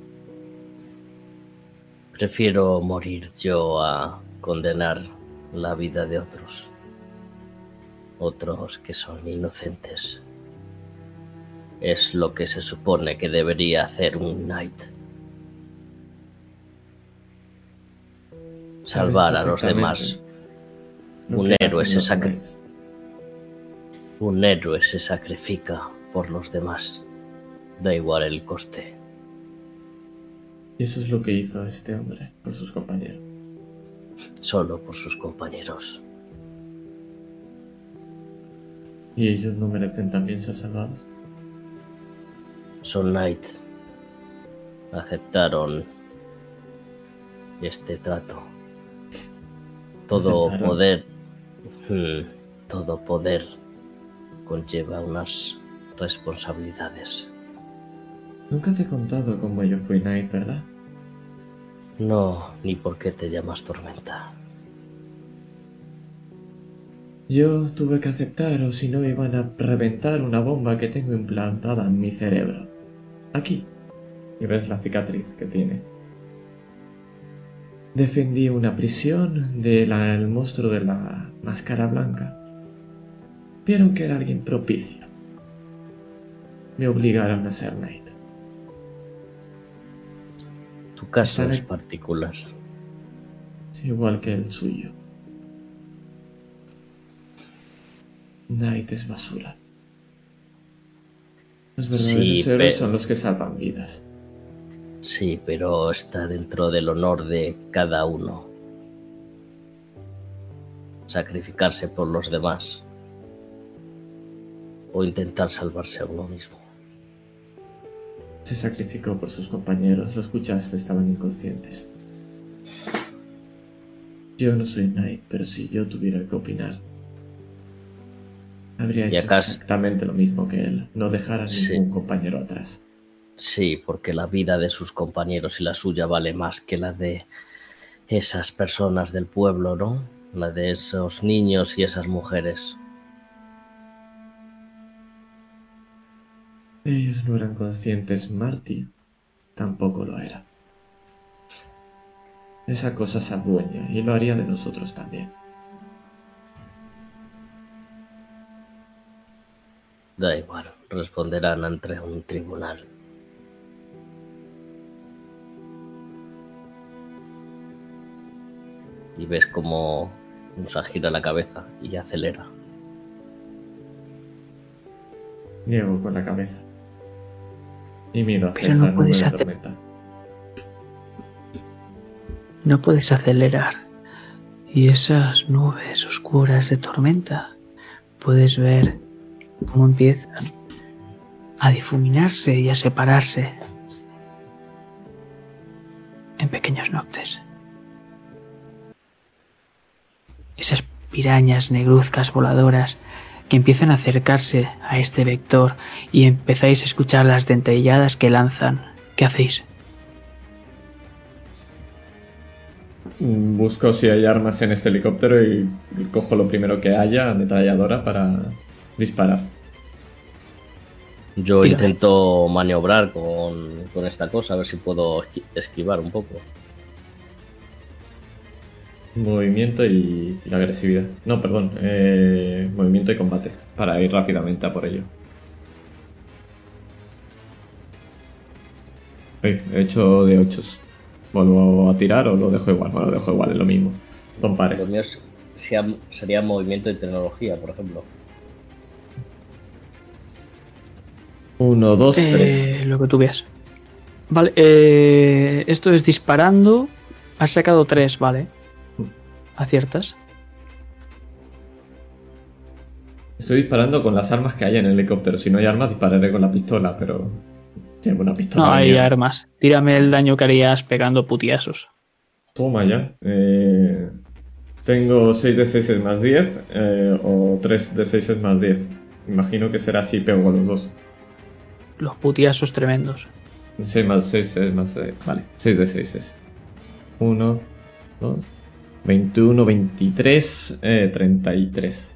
Prefiero morir yo a condenar la vida de otros. Otros que son inocentes. Es lo que se supone que debería hacer un Knight. Salvar a los demás. Un héroe se sacrifica por los demás. Da igual el coste. Y eso es lo que hizo este hombre por sus compañeros. Solo por sus compañeros. ¿Y ellos no merecen también ser salvados? Sol Knight aceptaron este trato. Todo poder conlleva unas responsabilidades. Nunca te he contado cómo yo fui Knight, ¿verdad? No, ni por qué te llamas Tormenta. Yo tuve que aceptar o si no iban a reventar una bomba que tengo implantada en mi cerebro. Aquí. Y ves la cicatriz que tiene. Defendí una prisión del monstruo de la máscara blanca. Vieron que era alguien propicio. Me obligaron a ser Knight. Tu caso Están es aquí. particular. Es igual que el suyo. Knight es basura. Los verdaderos Sí, héroes son los que salvan vidas. Sí, pero está dentro del honor de cada uno. Sacrificarse por los demás. O intentar salvarse a uno mismo. Se sacrificó por sus compañeros, lo escuchaste, estaban inconscientes. Yo no soy Knight, pero si yo tuviera que opinar, habría hecho exactamente lo mismo que él, no dejar a ningún compañero atrás. Sí, porque la vida de sus compañeros y la suya vale más que la de esas personas del pueblo, ¿no? La de esos niños y esas mujeres. Ellos no eran conscientes, Marty tampoco lo era. Esa cosa se adueña y lo haría de nosotros también. Da igual, responderán ante un tribunal. Y ves cómo Musa gira la cabeza y acelera. Niego con la cabeza. Y miro hacia Pero esa no puedes nube de tormenta. No puedes acelerar. Y esas nubes oscuras de tormenta, puedes ver cómo empiezan a difuminarse y a separarse en pequeños noctes. Esas pirañas negruzcas voladoras que empiezan a acercarse a este vector y empezáis a escuchar las dentelladas que lanzan. ¿Qué hacéis? Busco si hay armas en este helicóptero y cojo lo primero que haya, ametralladora, para disparar. Yo Tírame. intento maniobrar con esta cosa, a ver si puedo esquivar un poco. Movimiento y la agresividad. No, perdón. Movimiento y combate. Para ir rápidamente a por ello. He hecho de 8. ¿Vuelvo a tirar o lo dejo igual? Bueno, lo dejo igual, es lo mismo. Son Los pares. míos sería movimiento y tecnología, por ejemplo. 1, 2, 3. Lo que tú veas. Vale, esto es disparando. Has sacado 3, vale. ¿Aciertas? Estoy disparando con las armas que hay en el helicóptero. Si no hay armas, dispararé con la pistola, pero... Llevo una pistola. No, de hay mierda. armas. Tírame el daño que harías pegando putiazos. Toma ya. Tengo 6 de 6 más 10 o 3 de 6 más 10. Imagino que será así, pego a los dos. Los putiazos tremendos. 6 más 6 es más 6. Vale, 6 de 6 es. 1, 2, 21, 23, 33.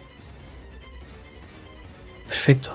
Perfecto.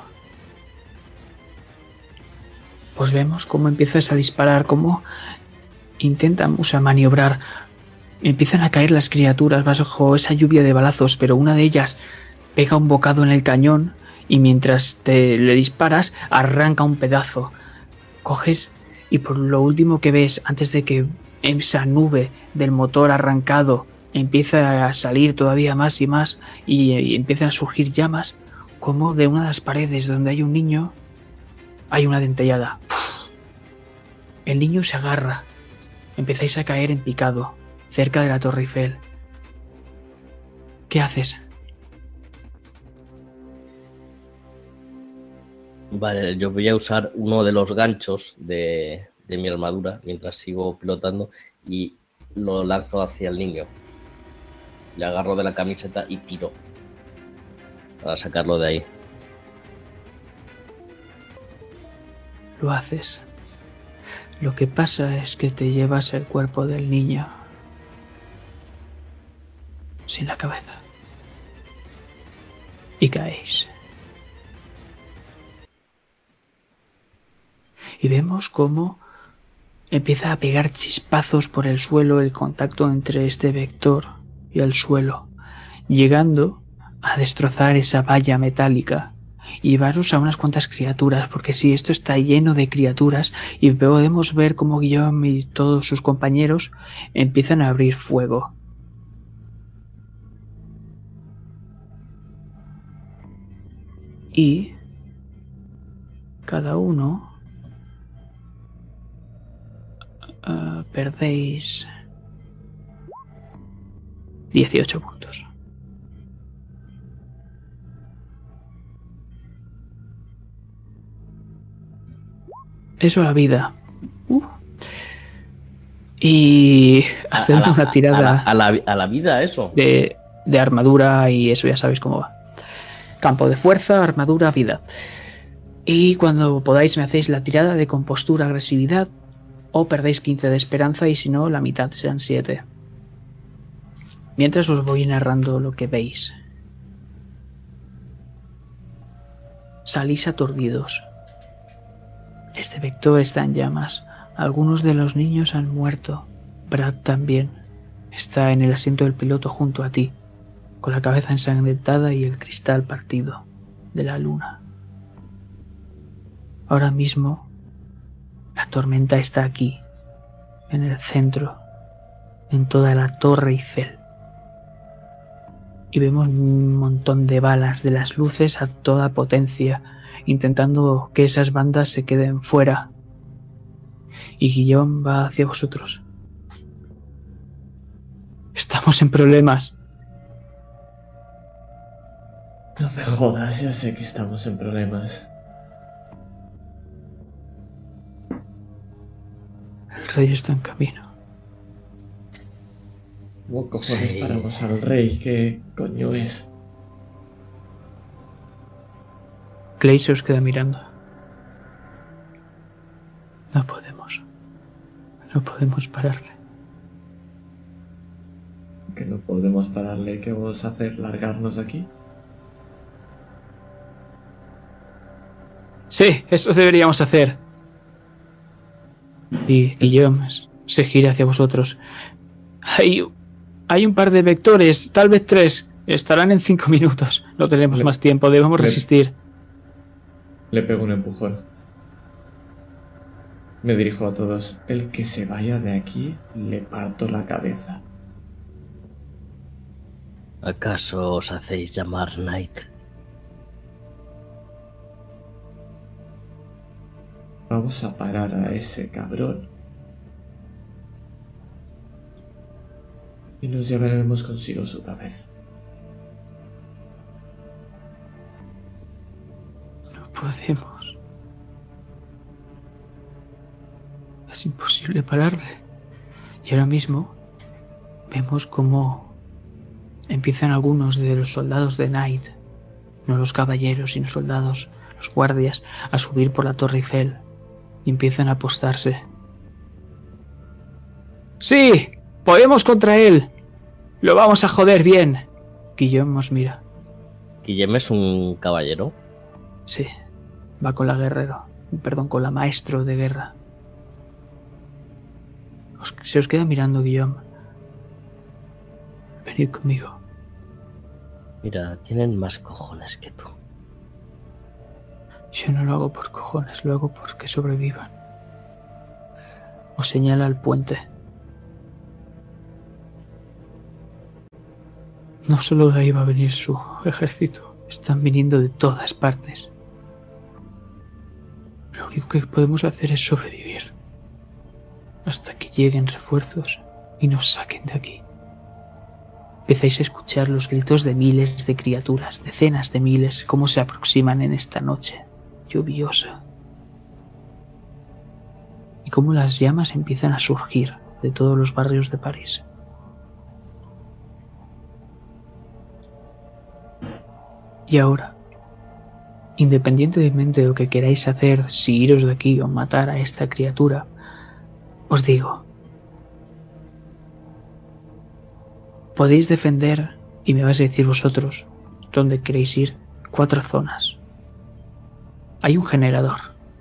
Pues vemos cómo empiezas a disparar, cómo intentan maniobrar. Empiezan a caer las criaturas bajo esa lluvia de balazos, pero una de ellas pega un bocado en el cañón y mientras le disparas arranca un pedazo. Coges y por lo último que ves, antes de que esa nube del motor arrancado empieza a salir todavía más y más y empiezan a surgir llamas, como de una de las paredes donde hay un niño hay una dentellada. El niño se agarra. Empezáis a caer en picado, cerca de la Torre Eiffel. ¿Qué haces? Vale, yo voy a usar uno de los ganchos de mi armadura mientras sigo pilotando y lo lanzo hacia el niño. Le agarro de la camiseta y tiro para sacarlo de ahí. Lo haces. Lo que pasa es que te llevas el cuerpo del niño sin la cabeza. Y caéis. Y vemos cómo empieza a pegar chispazos por el suelo el contacto entre este vector y el suelo, llegando a destrozar esa valla metálica y llevaros a unas cuantas criaturas, porque sí, esto está lleno de criaturas y podemos ver cómo Guillaume y todos sus compañeros empiezan a abrir fuego. Y cada uno perdéis 18 puntos. Eso a la vida. Y hacer una tirada a la vida, eso. De armadura y eso ya sabéis cómo va. Campo de fuerza, armadura, vida. Y cuando podáis me hacéis la tirada de compostura, agresividad, o perdéis 15 de esperanza y si no, la mitad sean 7. Mientras os voy narrando lo que veis. Salís aturdidos. Este vector está en llamas. Algunos de los niños han muerto. Brad también. Está en el asiento del piloto junto a ti, con la cabeza ensangrentada y el cristal partido de la luna. Ahora mismo, la tormenta está aquí, en el centro, en toda la Torre Eiffel. Y vemos un montón de balas de las luces a toda potencia, intentando que esas bandas se queden fuera. Y Guillaume va hacia vosotros. Estamos en problemas. No me jodas, ya sé que estamos en problemas. El rey está en camino. ¿Cómo cojones paramos al rey? ¿Qué coño es? Clay se os queda mirando. No podemos. No podemos pararle. ¿Que no podemos pararle? ¿Qué vamos a hacer? ¿Largarnos de aquí? Sí, eso deberíamos hacer. Y Guillaume se gira hacia vosotros. Hay un par de vectores, tal vez 3. Estarán en 5 minutos. No tenemos más tiempo, debemos resistir. Le pego un empujón. Me dirijo a todos. El que se vaya de aquí, le parto la cabeza. ¿Acaso os hacéis llamar Knight? Vamos a parar a ese cabrón. Y nos llevaremos consigo su cabeza. No podemos. Es imposible pararle. Y ahora mismo vemos cómo empiezan algunos de los soldados de Knight, no los caballeros, sino soldados, los guardias, a subir por la Torre Eiffel y empiezan a apostarse. ¡Sí! ¡Podemos contra él! ¡Lo vamos a joder bien! Guillaume os mira. ¿Guillaume es un caballero? Sí, va con la con la maestro de guerra. Se os queda mirando Guillaume. Venid conmigo. Mira, tienen más cojones que tú. Yo no lo hago por cojones, lo hago porque sobrevivan. Os señala el puente. No solo de ahí va a venir su ejército, están viniendo de todas partes. Lo único que podemos hacer es sobrevivir. hasta que lleguen refuerzos y nos saquen de aquí. Empezáis a escuchar los gritos de miles de criaturas, decenas de miles, cómo se aproximan en esta noche lluviosa. Y cómo las llamas empiezan a surgir de todos los barrios de París. Y ahora, independientemente de lo que queráis hacer, si iros de aquí o matar a esta criatura, os digo, podéis defender, y me vais a decir vosotros, dónde queréis ir, 4 zonas. Hay un generador.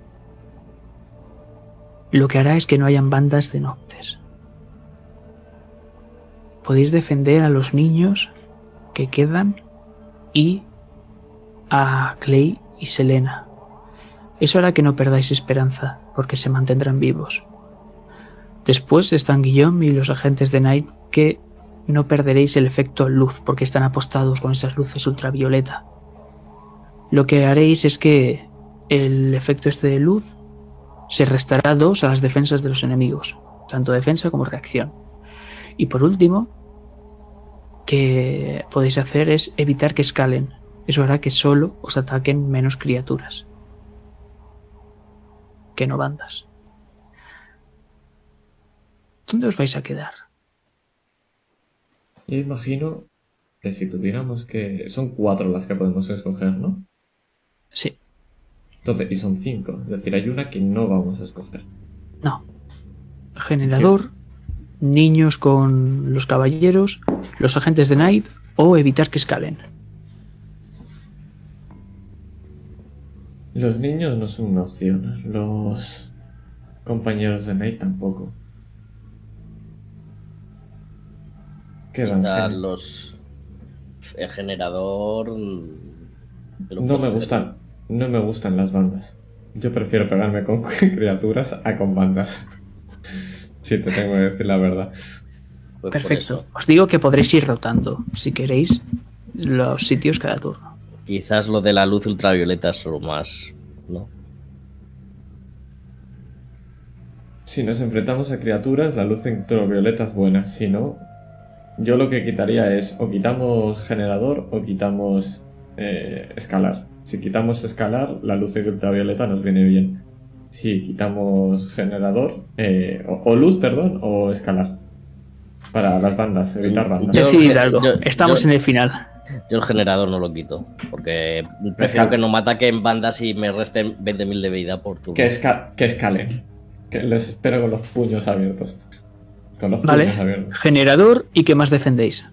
Lo que hará es que no hayan bandas de noctes. Podéis defender a los niños que quedan y a Clay y Selena. Eso hará que no perdáis esperanza, porque se mantendrán vivos. Después están Guillaume y los agentes de Night, que no perderéis el efecto luz, porque están apostados con esas luces ultravioleta. Lo que haréis es que el efecto este de luz se restará 2 a las defensas de los enemigos, tanto defensa como reacción. Y por último, que podéis hacer es evitar que escalen. Eso hará que solo os ataquen menos criaturas, que no bandas. ¿Dónde os vais a quedar? Yo imagino que si tuviéramos que... Son 4 las que podemos escoger, ¿no? Sí. Entonces, y son 5. Es decir, hay una que no vamos a escoger. No. Generador, niños con los caballeros, los agentes de Night o evitar que escalen. Los niños no son una opción. Los compañeros de Nate tampoco. Quedan Quizás el generador... No me gustan las bandas. Yo prefiero pegarme con criaturas a con bandas. Si te tengo que decir la verdad. Pues Perfecto. Os digo que podréis ir rotando, si queréis, los sitios cada turno. Quizás lo de la luz ultravioleta es lo más, ¿no? Si nos enfrentamos a criaturas, la luz ultravioleta es buena. Si no, yo lo que quitaría es o quitamos generador o quitamos escalar. Si quitamos escalar, la luz ultravioleta nos viene bien. Si quitamos generador, o luz, perdón, o escalar. Para las bandas, evitar bandas. Decidid algo. Estamos en el final. Yo el generador no lo quito, porque prefiero que no me ataquen bandas y me resten 20.000 de vida por turno. Que escalen. Que les espero con los puños abiertos. Con los Vale. puños abiertos. Generador y ¿qué más defendéis?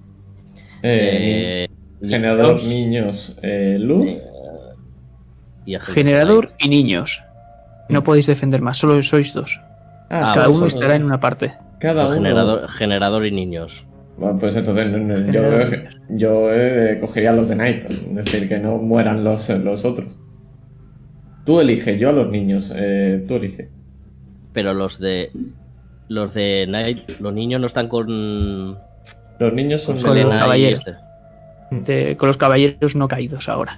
Generador, niños, luz. Y agentes Generador de y niños. No podéis defender más, solo sois 2. Cada uno estará en una parte. Cada uno. Generador y niños. Bueno, pues entonces yo cogería los de Night. Es decir, que no mueran los otros. Tú elige, yo a los niños. Tú elige. Pero los de Night, los niños no están con Los niños son Con Selena los y caballeros. este. Con los caballeros no caídos ahora.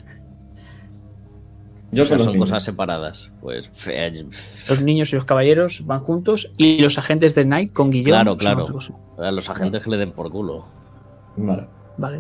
Yo O sea, con los son niños. cosas separadas. Pues Los niños y los caballeros van juntos y los agentes de Night con Guillaume. Claro. son otros. A los agentes que le den por culo. Vale. Vale.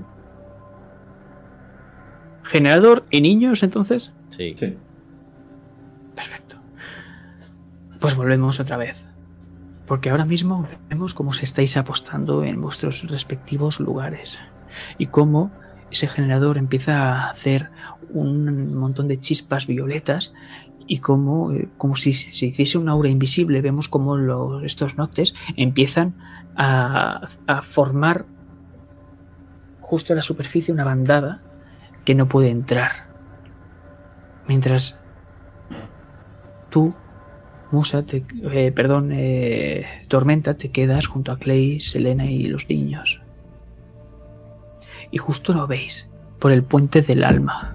Generador y niños, entonces. Sí. Sí. Perfecto. Pues volvemos otra vez. Porque ahora mismo vemos cómo os estáis apostando en vuestros respectivos lugares. Y cómo ese generador empieza a hacer un montón de chispas violetas. Y cómo, como si se hiciese una aura invisible, vemos cómo estos noctes empiezan a formar justo en la superficie una bandada que no puede entrar. Mientras tú, Musa, Tormenta, te quedas junto a Clay, Selena y los niños. Y justo lo veis por el puente del alma.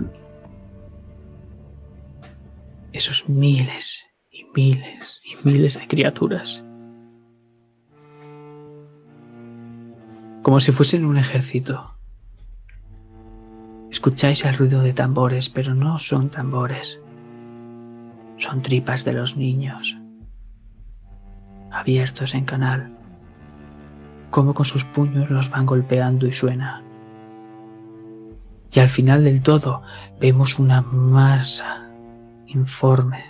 Esos miles y miles y miles de criaturas. Como si fuesen un ejército. Escucháis el ruido de tambores, pero no son tambores. Son tripas de los niños. abiertos en canal, como con sus puños los van golpeando y suena. Y al final del todo vemos una masa informe,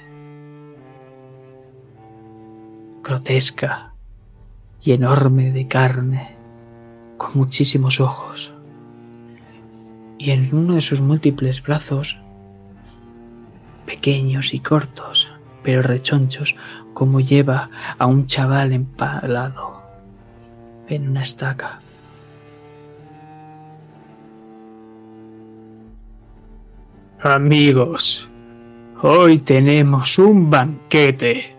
grotesca y enorme de carne, con muchísimos ojos. Y en uno de sus múltiples brazos, pequeños y cortos, pero rechonchos, como lleva a un chaval empalado en una estaca. Amigos, hoy tenemos un banquete.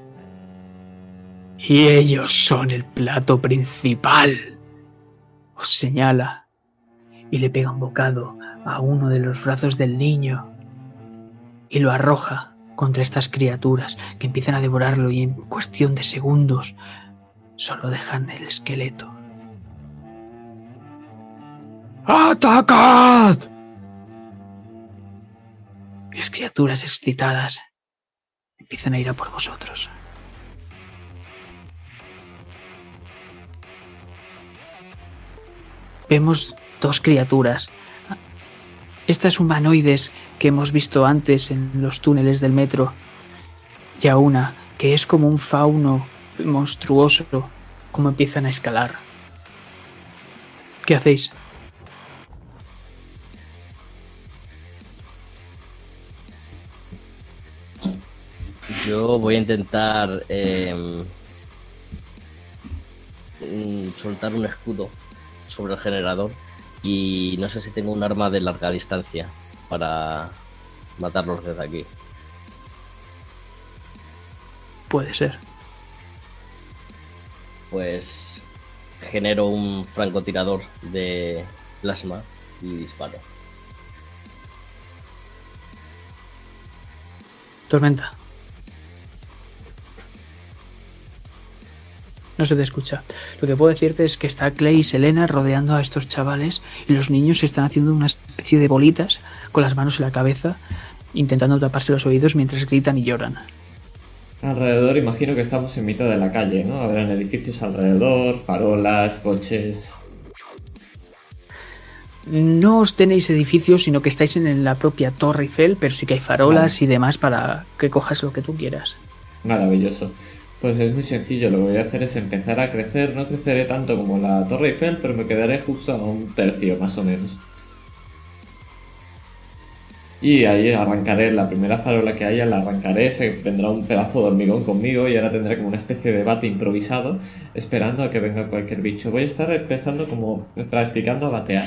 Y ellos son el plato principal. Os señala y le pega un bocado a uno de los brazos del niño y lo arroja contra estas criaturas que empiezan a devorarlo y en cuestión de segundos solo dejan el esqueleto. ¡Atacad! Y las criaturas excitadas empiezan a ir a por vosotros. Vemos dos criaturas. Estas humanoides que hemos visto antes en los túneles del metro. Y a una que es como un fauno monstruoso, como empiezan a escalar. ¿Qué hacéis? Yo voy a intentar soltar un escudo sobre el generador y no sé si tengo un arma de larga distancia para matarlos desde aquí. Puede ser. Pues genero un francotirador de plasma y disparo. Tormenta. No se te escucha. Lo que puedo decirte es que está Clay y Selena rodeando a estos chavales y los niños están haciendo una especie de bolitas con las manos en la cabeza, intentando taparse los oídos mientras gritan y lloran. Alrededor imagino que estamos en mitad de la calle, ¿no? Habrán edificios alrededor, farolas, coches... No os tenéis edificios, sino que estáis en la propia Torre Eiffel, pero sí que hay farolas Vale. y demás para que cojas lo que tú quieras. Maravilloso. Pues es muy sencillo, lo que voy a hacer es empezar a crecer. No creceré tanto como la Torre Eiffel, pero me quedaré justo a un tercio, más o menos. Y ahí arrancaré la primera farola que haya, la arrancaré, se vendrá un pedazo de hormigón conmigo y ahora tendré como una especie de bate improvisado, esperando a que venga cualquier bicho. Voy a estar empezando como practicando a batear.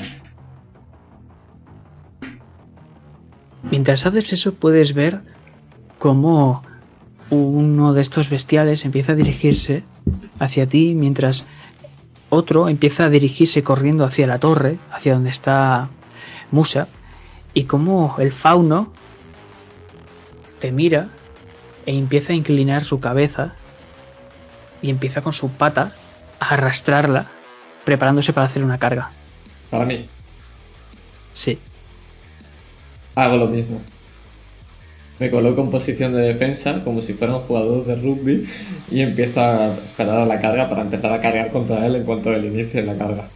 Mientras haces eso puedes ver cómo uno de estos bestiales empieza a dirigirse hacia ti, mientras otro empieza a dirigirse corriendo hacia la torre, hacia donde está Musa, y cómo el fauno te mira e empieza a inclinar su cabeza y empieza con su pata a arrastrarla, preparándose para hacer una carga. Para mí, Sí. hago lo mismo. Me coloco en posición de defensa como si fuera un jugador de rugby y empiezo a esperar a la carga para empezar a cargar contra él en cuanto él inicie la carga.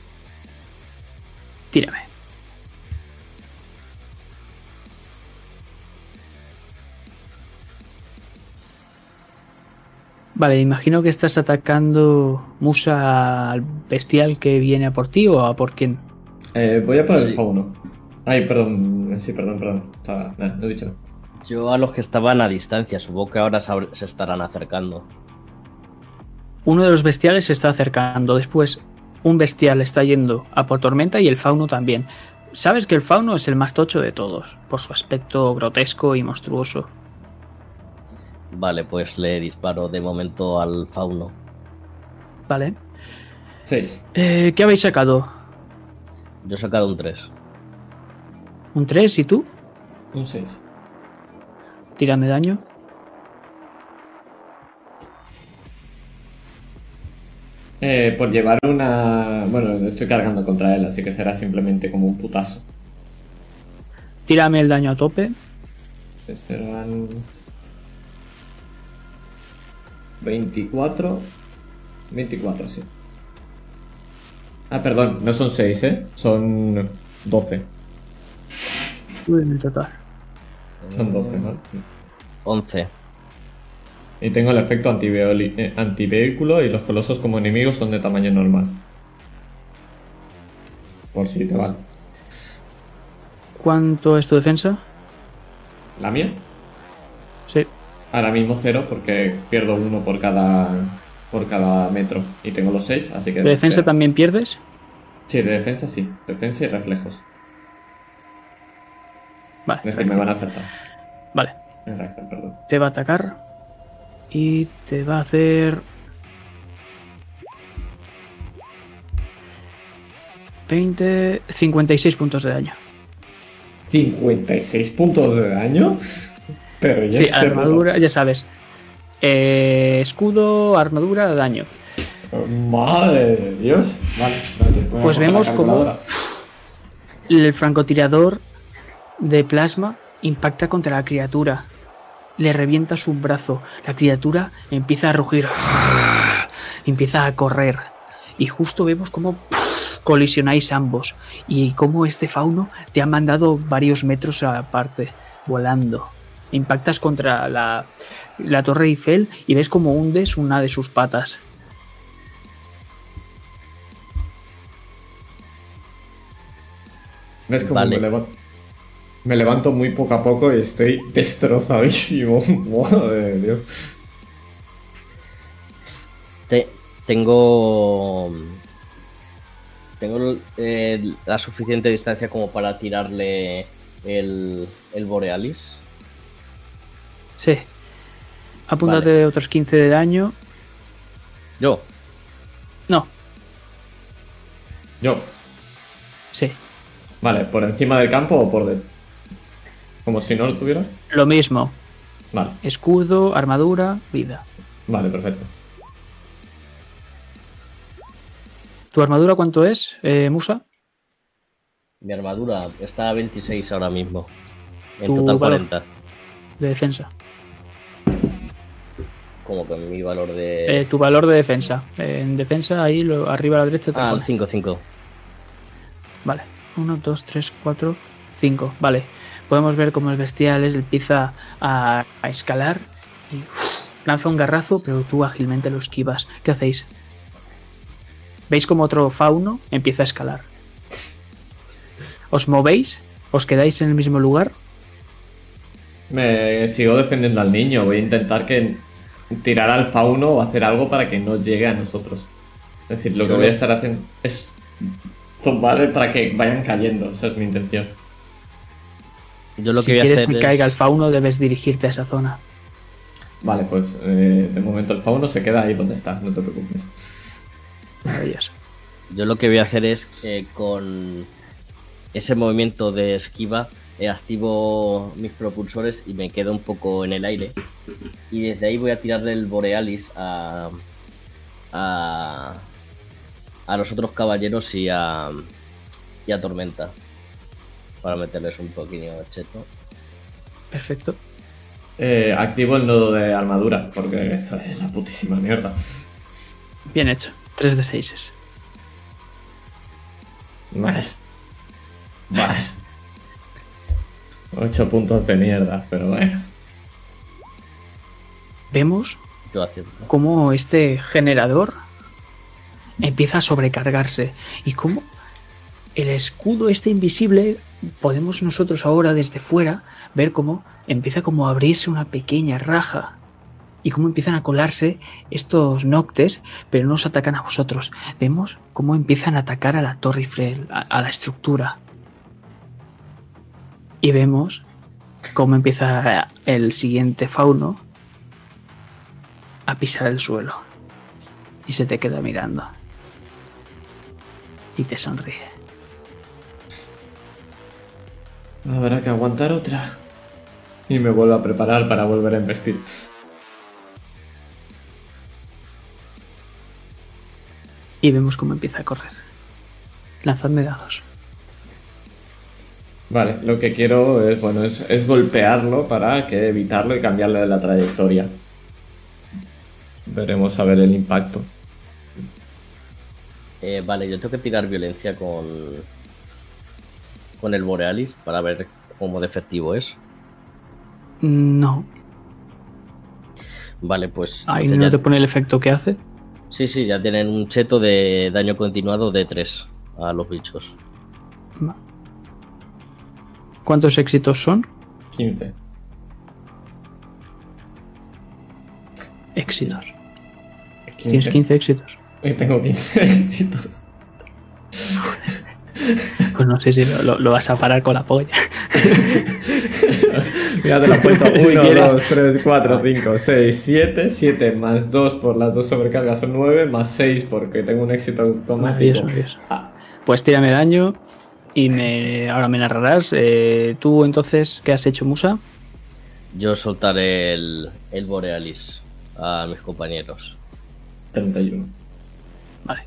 Tírame. Vale, imagino que estás atacando Musa al bestial que viene a por ti o a por quién. Voy a por el Sí. fauno. Ay, perdón. Sí, perdón. O sea, no he dicho nada. Yo a los que estaban a distancia, supongo que ahora se estarán acercando. Uno de los bestiales se está acercando, después un bestial está yendo a por Tormenta y el fauno también. Sabes que el fauno es el más tocho de todos, por su aspecto grotesco y monstruoso. Vale, pues le disparo de momento al fauno. Vale. 6. ¿Qué habéis sacado? Yo he sacado un 3. ¿Un 3 y tú? Un 6. Tírame daño. Por llevar una... Bueno, estoy cargando contra él, así que será simplemente como un putazo. Tírame el daño a tope. Serán... 24. 24, sí. Ah, perdón, no son 6, ¿eh? Son 12. Uy, en el total. Son 12, ¿no? 11. Y tengo el efecto antivehículo y los colosos como enemigos son de tamaño normal. Por si te vale. ¿Cuánto es tu defensa? ¿La mía? Sí. Ahora mismo 0 porque pierdo 1 por cada metro. Y tengo los 6, así que... ¿De defensa 0. también pierdes? Sí, de defensa sí. Defensa y reflejos. Vale. Es decir, me van a acertar. Vale. En reacción, perdón. Te va a atacar. Y te va a hacer... 56 puntos de daño. 56 puntos de daño. Pero ya Sí, armadura, ya sabes. Escudo, armadura, daño. Madre de Dios. Vale, espérate, voy a Pues coger la vemos cómo calculadora. el francotirador de plasma impacta contra la criatura. Le revienta su brazo. La criatura empieza a rugir. Empieza a correr. Y justo vemos cómo colisionáis ambos. Y cómo este fauno te ha mandado varios metros aparte, volando. Impactas contra la Torre Eiffel y ves cómo hundes una de sus patas. ¿Ves cómo Vale. me levanto muy poco a poco y estoy destrozadísimo? Madre de Dios. Tengo la suficiente distancia como para tirarle el Borealis. Sí. Apúntate Vale. otros 15 de daño. Yo. No, Yo. sí. Vale, ¿por encima del campo o por de...? Como si no lo tuviera. Lo mismo. Vale, Escudo, armadura, vida. vale, perfecto. ¿Tu armadura cuánto es, Musa? Mi armadura está a 26 ahora mismo. En Tu total valor. 40. De defensa. Como que mi valor de... Tu valor de defensa. En defensa, ahí arriba a la derecha te Ah, pone. el 5-5. Vale. 1, 2, 3, 4, 5. Vale. Podemos ver cómo el bestial empieza a escalar y lanza un garrazo, pero tú ágilmente lo esquivas. ¿Qué hacéis? ¿Veis como otro fauno empieza a escalar? ¿Os movéis? ¿Os quedáis en el mismo lugar? Me sigo defendiendo al niño. Voy a intentar tirar al fauno o hacer algo para que no llegue a nosotros. Es decir, lo que voy a estar haciendo es zumbar para que vayan cayendo. Esa es mi intención. Yo lo Si que voy a quieres hacer que caiga el es... fauno, debes dirigirte a esa zona. Vale, pues de momento el fauno se queda ahí donde está. No te preocupes. Maravilloso. Yo lo que voy a hacer es con ese movimiento de esquiva activo mis propulsores y me quedo un poco en el aire. Y desde ahí voy a tirarle el Borealis a los otros caballeros y a Tormenta. Para meterles un poquillo cheto. Perfecto. Activo el nodo de armadura, porque esto es la putísima mierda. Bien hecho. 3 de 6. Vale. Vale. 8 puntos de mierda, pero bueno. Vemos Yo haciendo. cómo este generador empieza a sobrecargarse y cómo el escudo este invisible podemos nosotros ahora desde fuera ver cómo empieza como a abrirse una pequeña raja y cómo empiezan a colarse estos noctes, pero no os atacan a vosotros. Vemos cómo empiezan a atacar a la Torre Eiffel, a la estructura. Y vemos cómo empieza el siguiente fauno a pisar el suelo. Y se te queda mirando. Y te sonríe. Habrá que aguantar otra. Y me vuelvo a preparar para volver a embestir. Y vemos cómo empieza a correr. Lanzadme dados. Vale, lo que quiero es, bueno, es golpearlo para que evitarlo y cambiarle la trayectoria. veremos a ver el impacto. Vale, yo tengo que tirar violencia con el Borealis para ver cómo de efectivo es. No. Vale, pues... Ahí entonces no ya- te pone el efecto que hace. Sí, ya tienen un cheto de daño continuado de 3 a los bichos. Va. ¿Cuántos éxitos son? 15. Éxitos. Tienes 15 éxitos. Tengo 15 éxitos. Pues no sé si lo vas a parar con la polla. Mira, te lo he puesto Si 1, quieres. 2, 3, 4, 5, 6, 7. 7 más 2 por las 2 sobrecargas son 9, más 6 porque tengo un éxito automático. Maravilloso, maravilloso. Ah, Pues tírame daño y ahora me narrarás. Tú entonces, ¿qué has hecho, Musa? Yo soltaré el Borealis a mis compañeros. 31. Vale.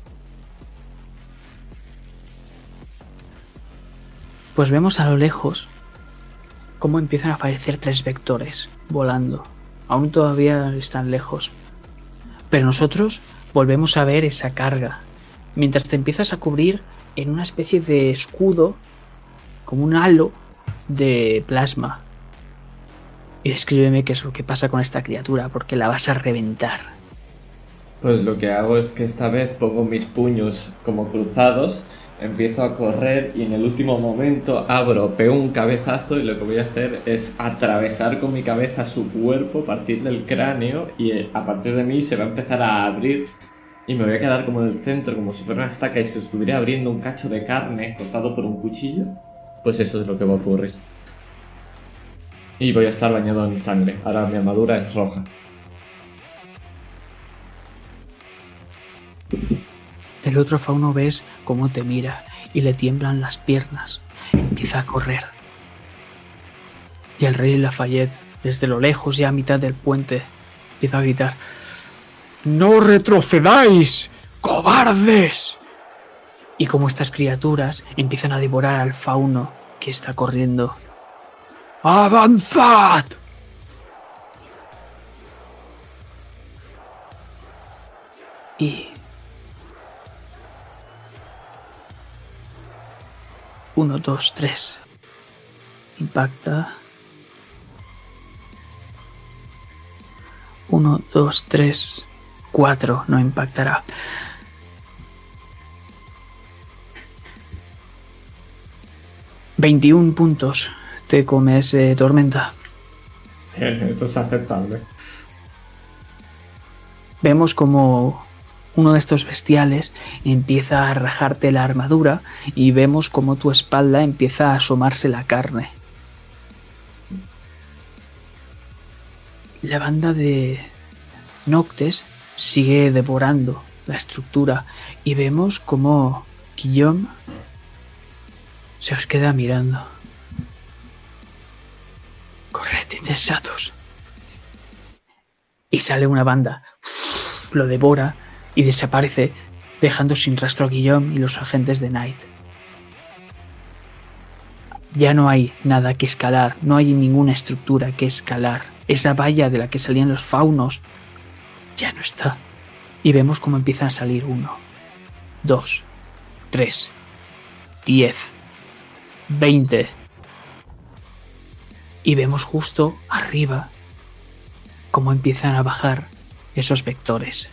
Pues vemos a lo lejos cómo empiezan a aparecer 3 vectores volando. Aún todavía están lejos. Pero nosotros volvemos a ver esa carga. Mientras te empiezas a cubrir en una especie de escudo, como un halo de plasma. Y descríbeme qué es lo que pasa con esta criatura, porque la vas a reventar. Pues lo que hago es que esta vez pongo mis puños como cruzados, empiezo a correr y en el último momento pego un cabezazo y lo que voy a hacer es atravesar con mi cabeza su cuerpo, partirle el cráneo y a partir de mí se va a empezar a abrir y me voy a quedar como en el centro, como si fuera una estaca y se estuviera abriendo un cacho de carne cortado por un cuchillo. Pues eso es lo que va a ocurrir. Y voy a estar bañado en sangre. Ahora mi armadura es roja. El otro fauno ves cómo te mira y le tiemblan las piernas. Empieza a correr. Y el rey Lafayette, desde lo lejos, ya a mitad del puente, empieza a gritar: ¡No retrocedáis, cobardes! Y como estas criaturas empiezan a devorar al fauno que está corriendo. ¡Avanzad! Y... 1, 2, 3. Impacta. 1, 2, 3, 4. No impactará. ...21 puntos te comes, Tormenta. Bien, esto es aceptable. Vemos como uno de estos bestiales empieza a rajarte la armadura y vemos como tu espalda empieza a asomarse la carne. La banda de Noctes sigue devorando la estructura y vemos como Guillaume se os queda mirando. Corred, insensatos. Y sale una banda, lo devora y desaparece, dejando sin rastro a Guillaume y los agentes de Knight. Ya no hay nada que escalar, no hay ninguna estructura que escalar. Esa valla de la que salían los faunos ya no está. Y vemos cómo empiezan a salir 1, 2, 3, 10, 20. Y vemos justo arriba cómo empiezan a bajar esos vectores.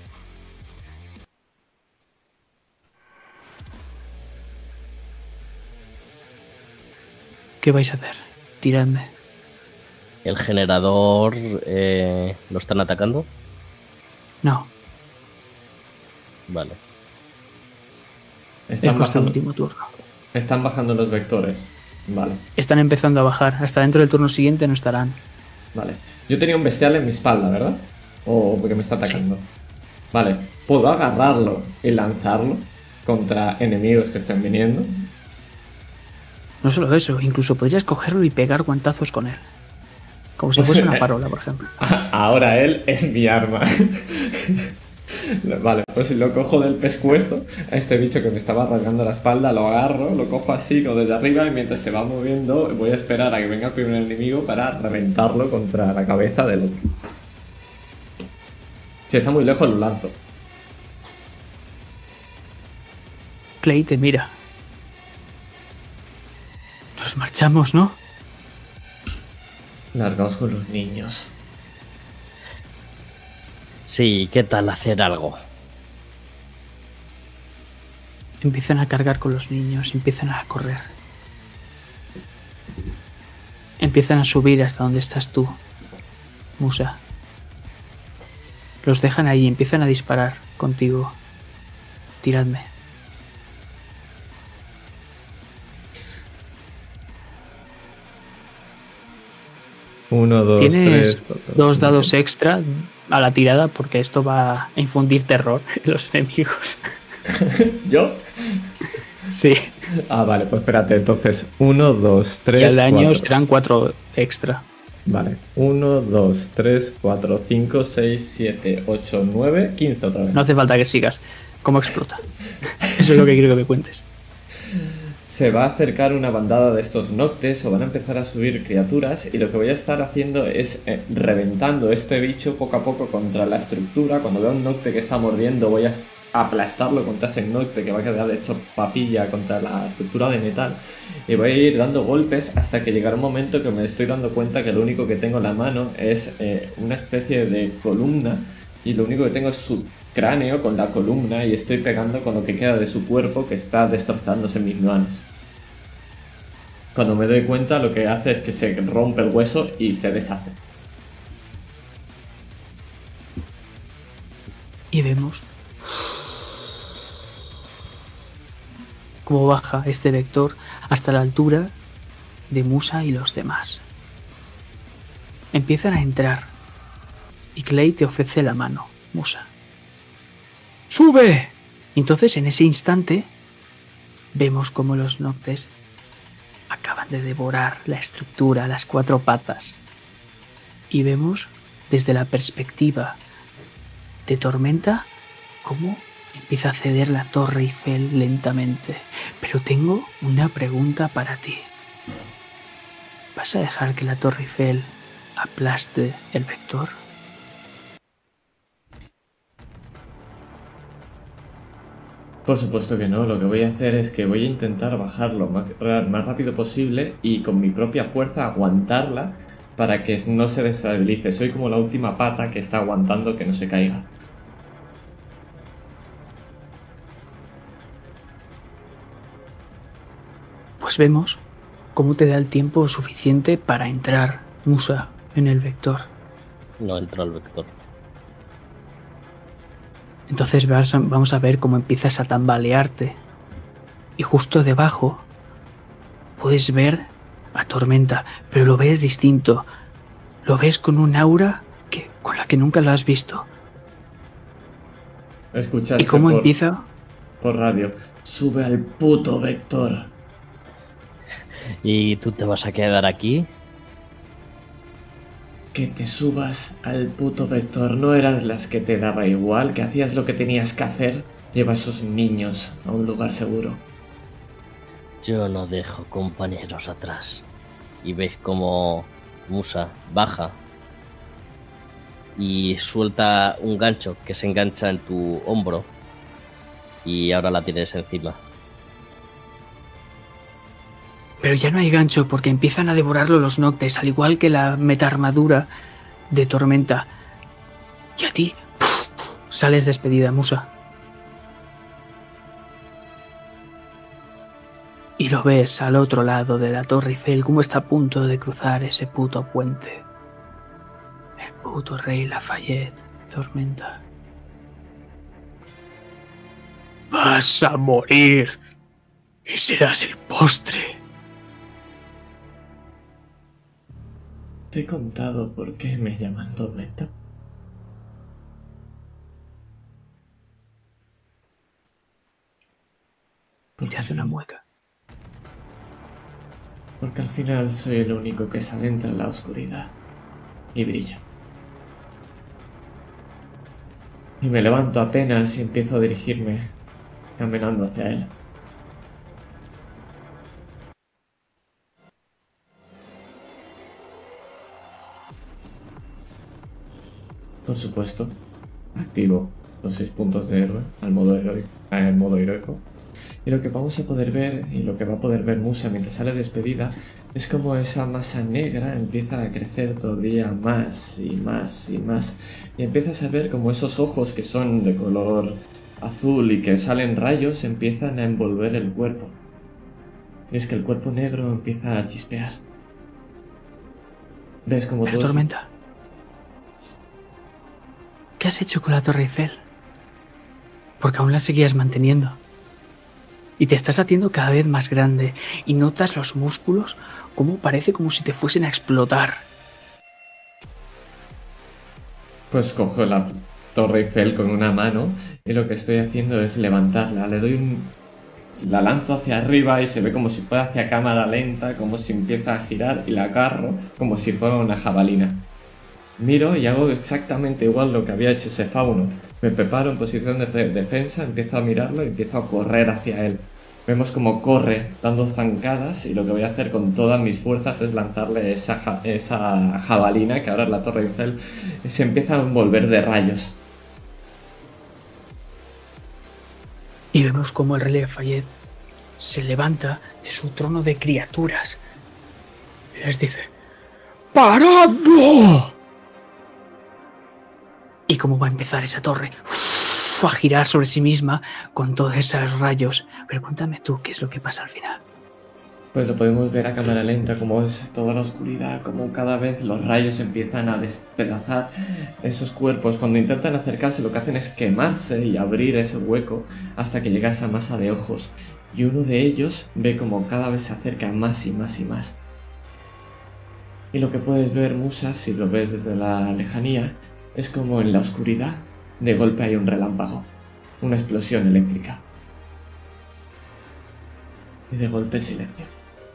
¿Qué vais a hacer? Tiradme. ¿El generador lo están atacando? No, Vale. es Están vuestro bajando, último turno. están bajando los vectores. Vale, Están empezando a bajar. Hasta dentro del turno siguiente no estarán. vale. Yo tenía un bestial en mi espalda, ¿verdad? O porque me está atacando. Vale, puedo agarrarlo y lanzarlo contra enemigos que estén viniendo. No solo eso, incluso podrías cogerlo y pegar guantazos con él. Como si fuese una farola, por ejemplo. Ahora él es mi arma. Vale, pues lo cojo del pescuezo a este bicho que me estaba rasgando la espalda, lo agarro, lo cojo así como desde arriba y mientras se va moviendo voy a esperar a que venga el primer enemigo para reventarlo contra la cabeza del otro. Si está muy lejos, lo lanzo. Clay te mira. Nos marchamos, ¿no? Largaos con los niños. Sí, ¿qué tal hacer algo? Empiezan a cargar con los niños, empiezan a correr. Empiezan a subir hasta donde estás tú, Musa. Los dejan ahí, empiezan a disparar contigo. Tiradme. 1, 2, Tienes 3, 4, 2 5. dados extra a la tirada porque esto va a infundir terror en los enemigos. ¿Yo? Sí. Ah, vale, pues espérate. Entonces, 1, 2, Y 3, al daño 4. serán 4 extra. Vale. 1, 2, 3, 4, 5, 6, 7, 8, 9, 15 otra vez. No hace falta que sigas. ¿Cómo explota? Eso es lo que quiero que me cuentes. Se va a acercar una bandada de estos noctes o van a empezar a subir criaturas y lo que voy a estar haciendo es reventando este bicho poco a poco contra la estructura. Cuando veo un nocte que está mordiendo voy a aplastarlo contra ese nocte que va a quedar hecho papilla contra la estructura de metal y voy a ir dando golpes hasta que llegará un momento que me estoy dando cuenta que lo único que tengo en la mano es una especie de columna y lo único que tengo es su cráneo con la columna y estoy pegando con lo que queda de su cuerpo que está destrozándose en mis manos. Cuando me doy cuenta lo que hace es que se rompe el hueso y se deshace. Y vemos cómo baja este vector hasta la altura de Musa y los demás. Empiezan a entrar y Clay te ofrece la mano, Musa. ¡Sube! Entonces en ese instante vemos cómo los noctes acaban de devorar la estructura, las 4 patas. Y vemos desde la perspectiva de Tormenta cómo empieza a ceder la Torre Eiffel lentamente. Pero tengo una pregunta para ti. ¿Vas a dejar que la Torre Eiffel aplaste el vector? Por supuesto que no, lo que voy a hacer es que voy a intentar bajarlo más rápido posible y con mi propia fuerza aguantarla para que no se desestabilice. Soy como la última pata que está aguantando que no se caiga. Pues vemos cómo te da el tiempo suficiente para entrar, Musa, en el vector. No entra el vector. Entonces vamos a ver cómo empiezas a tambalearte. Y justo debajo puedes ver a Tormenta, pero lo ves distinto. Lo ves con un aura con la que nunca lo has visto. Escuchaste ¿Y cómo empieza? por radio. Sube al puto vector. ¿Y tú te vas a quedar aquí? Que te subas al puto vector. ¿No eras las que te daba igual? ¿Que hacías lo que tenías que hacer? Lleva a esos niños a un lugar seguro. Yo no dejo compañeros atrás. Y ves como Musa baja y suelta un gancho que se engancha en tu hombro y ahora la tienes encima. Pero ya no hay gancho porque empiezan a devorarlo los noctes, al igual que la metaarmadura de Tormenta. Y a ti sales despedida, Musa. Y lo ves al otro lado de la Torre Eiffel, como está a punto de cruzar ese puto puente. El puto rey Lafayette, Tormenta. Vas a morir y serás el postre. ¿Te he contado por qué me llaman Tormenta? Te hace una mueca. Porque al final soy el único que se adentra en la oscuridad y brilla. Y me levanto apenas y empiezo a dirigirme, caminando hacia él. Por supuesto, activo los 6 puntos de héroe al modo heroico. Y lo que vamos a poder ver, y lo que va a poder ver Musa mientras sale despedida, es como esa masa negra empieza a crecer todavía más y más y más. Y empiezas a ver como esos ojos que son de color azul y que salen rayos empiezan a envolver el cuerpo. Y es que el cuerpo negro empieza a chispear. ¿Ves como Pero todo Tormenta, ¿qué has hecho con la Torre Eiffel? Porque aún la seguías manteniendo. Y te estás haciendo cada vez más grande y notas los músculos como parece como si te fuesen a explotar. Pues cojo la Torre Eiffel con una mano y lo que estoy haciendo es levantarla. Le doy la lanzo hacia arriba y se ve como si fuera hacia cámara lenta, como si empieza a girar y la agarro como si fuera una jabalina. Miro y hago exactamente igual lo que había hecho ese fauno. Me preparo en posición de defensa, empiezo a mirarlo y empiezo a correr hacia él. Vemos como corre dando zancadas y lo que voy a hacer con todas mis fuerzas es lanzarle esa jabalina que ahora es la Torre Eiffel. Se empieza a envolver de rayos. Y vemos como el rey Lafayette se levanta de su trono de criaturas y les dice: ¡Paradlo! Y cómo va a empezar esa torre a girar sobre sí misma con todos esos rayos. Pero cuéntame tú, ¿qué es lo que pasa al final? Pues lo podemos ver a cámara lenta, como es toda la oscuridad, como cada vez los rayos empiezan a despedazar esos cuerpos. Cuando intentan acercarse lo que hacen es quemarse y abrir ese hueco hasta que llega esa masa de ojos. Y uno de ellos ve como cada vez se acerca más y más y más. Y lo que puedes ver, Musa, si lo ves desde la lejanía, es como en la oscuridad de golpe hay un relámpago, una explosión eléctrica. Y de golpe silencio.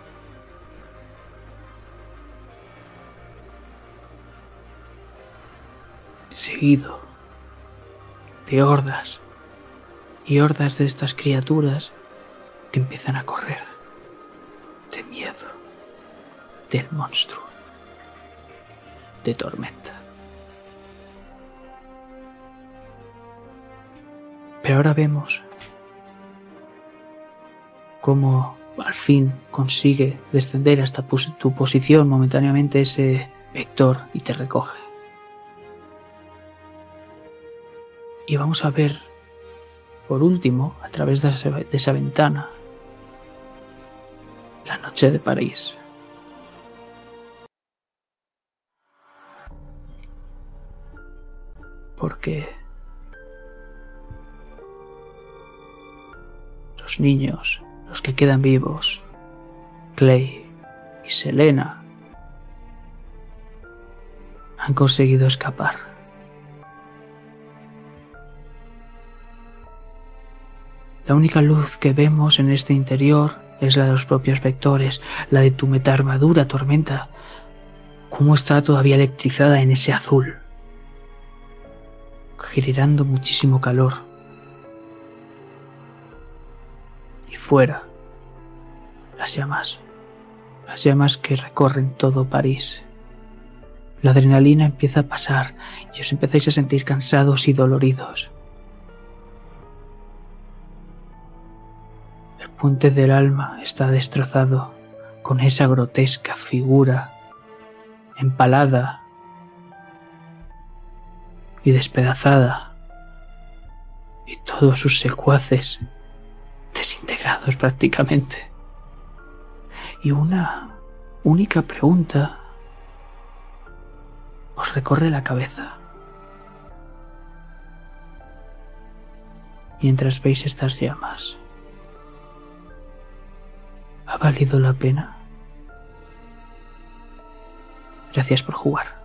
Seguido de hordas y hordas de estas criaturas que empiezan a correr de miedo del monstruo de Tormenta. Pero ahora vemos cómo al fin consigue descender hasta tu posición momentáneamente ese vector y te recoge. Y vamos a ver, por último, a través de esa ventana, la noche de París. Porque los niños, los que quedan vivos, Clay y Selena, han conseguido escapar. La única luz que vemos en este interior es la de los propios vectores, la de tu metaarmadura, Tormenta. Cómo está todavía electrizada en ese azul, generando muchísimo calor. Y fuera, las llamas que recorren todo París. La adrenalina empieza a pasar y os empezáis a sentir cansados y doloridos. El puente del alma está destrozado con esa grotesca figura empalada y despedazada, y todos sus secuaces desintegrados prácticamente. Y una única pregunta os recorre la cabeza mientras veis estas llamas. ¿Ha valido la pena? Gracias por jugar.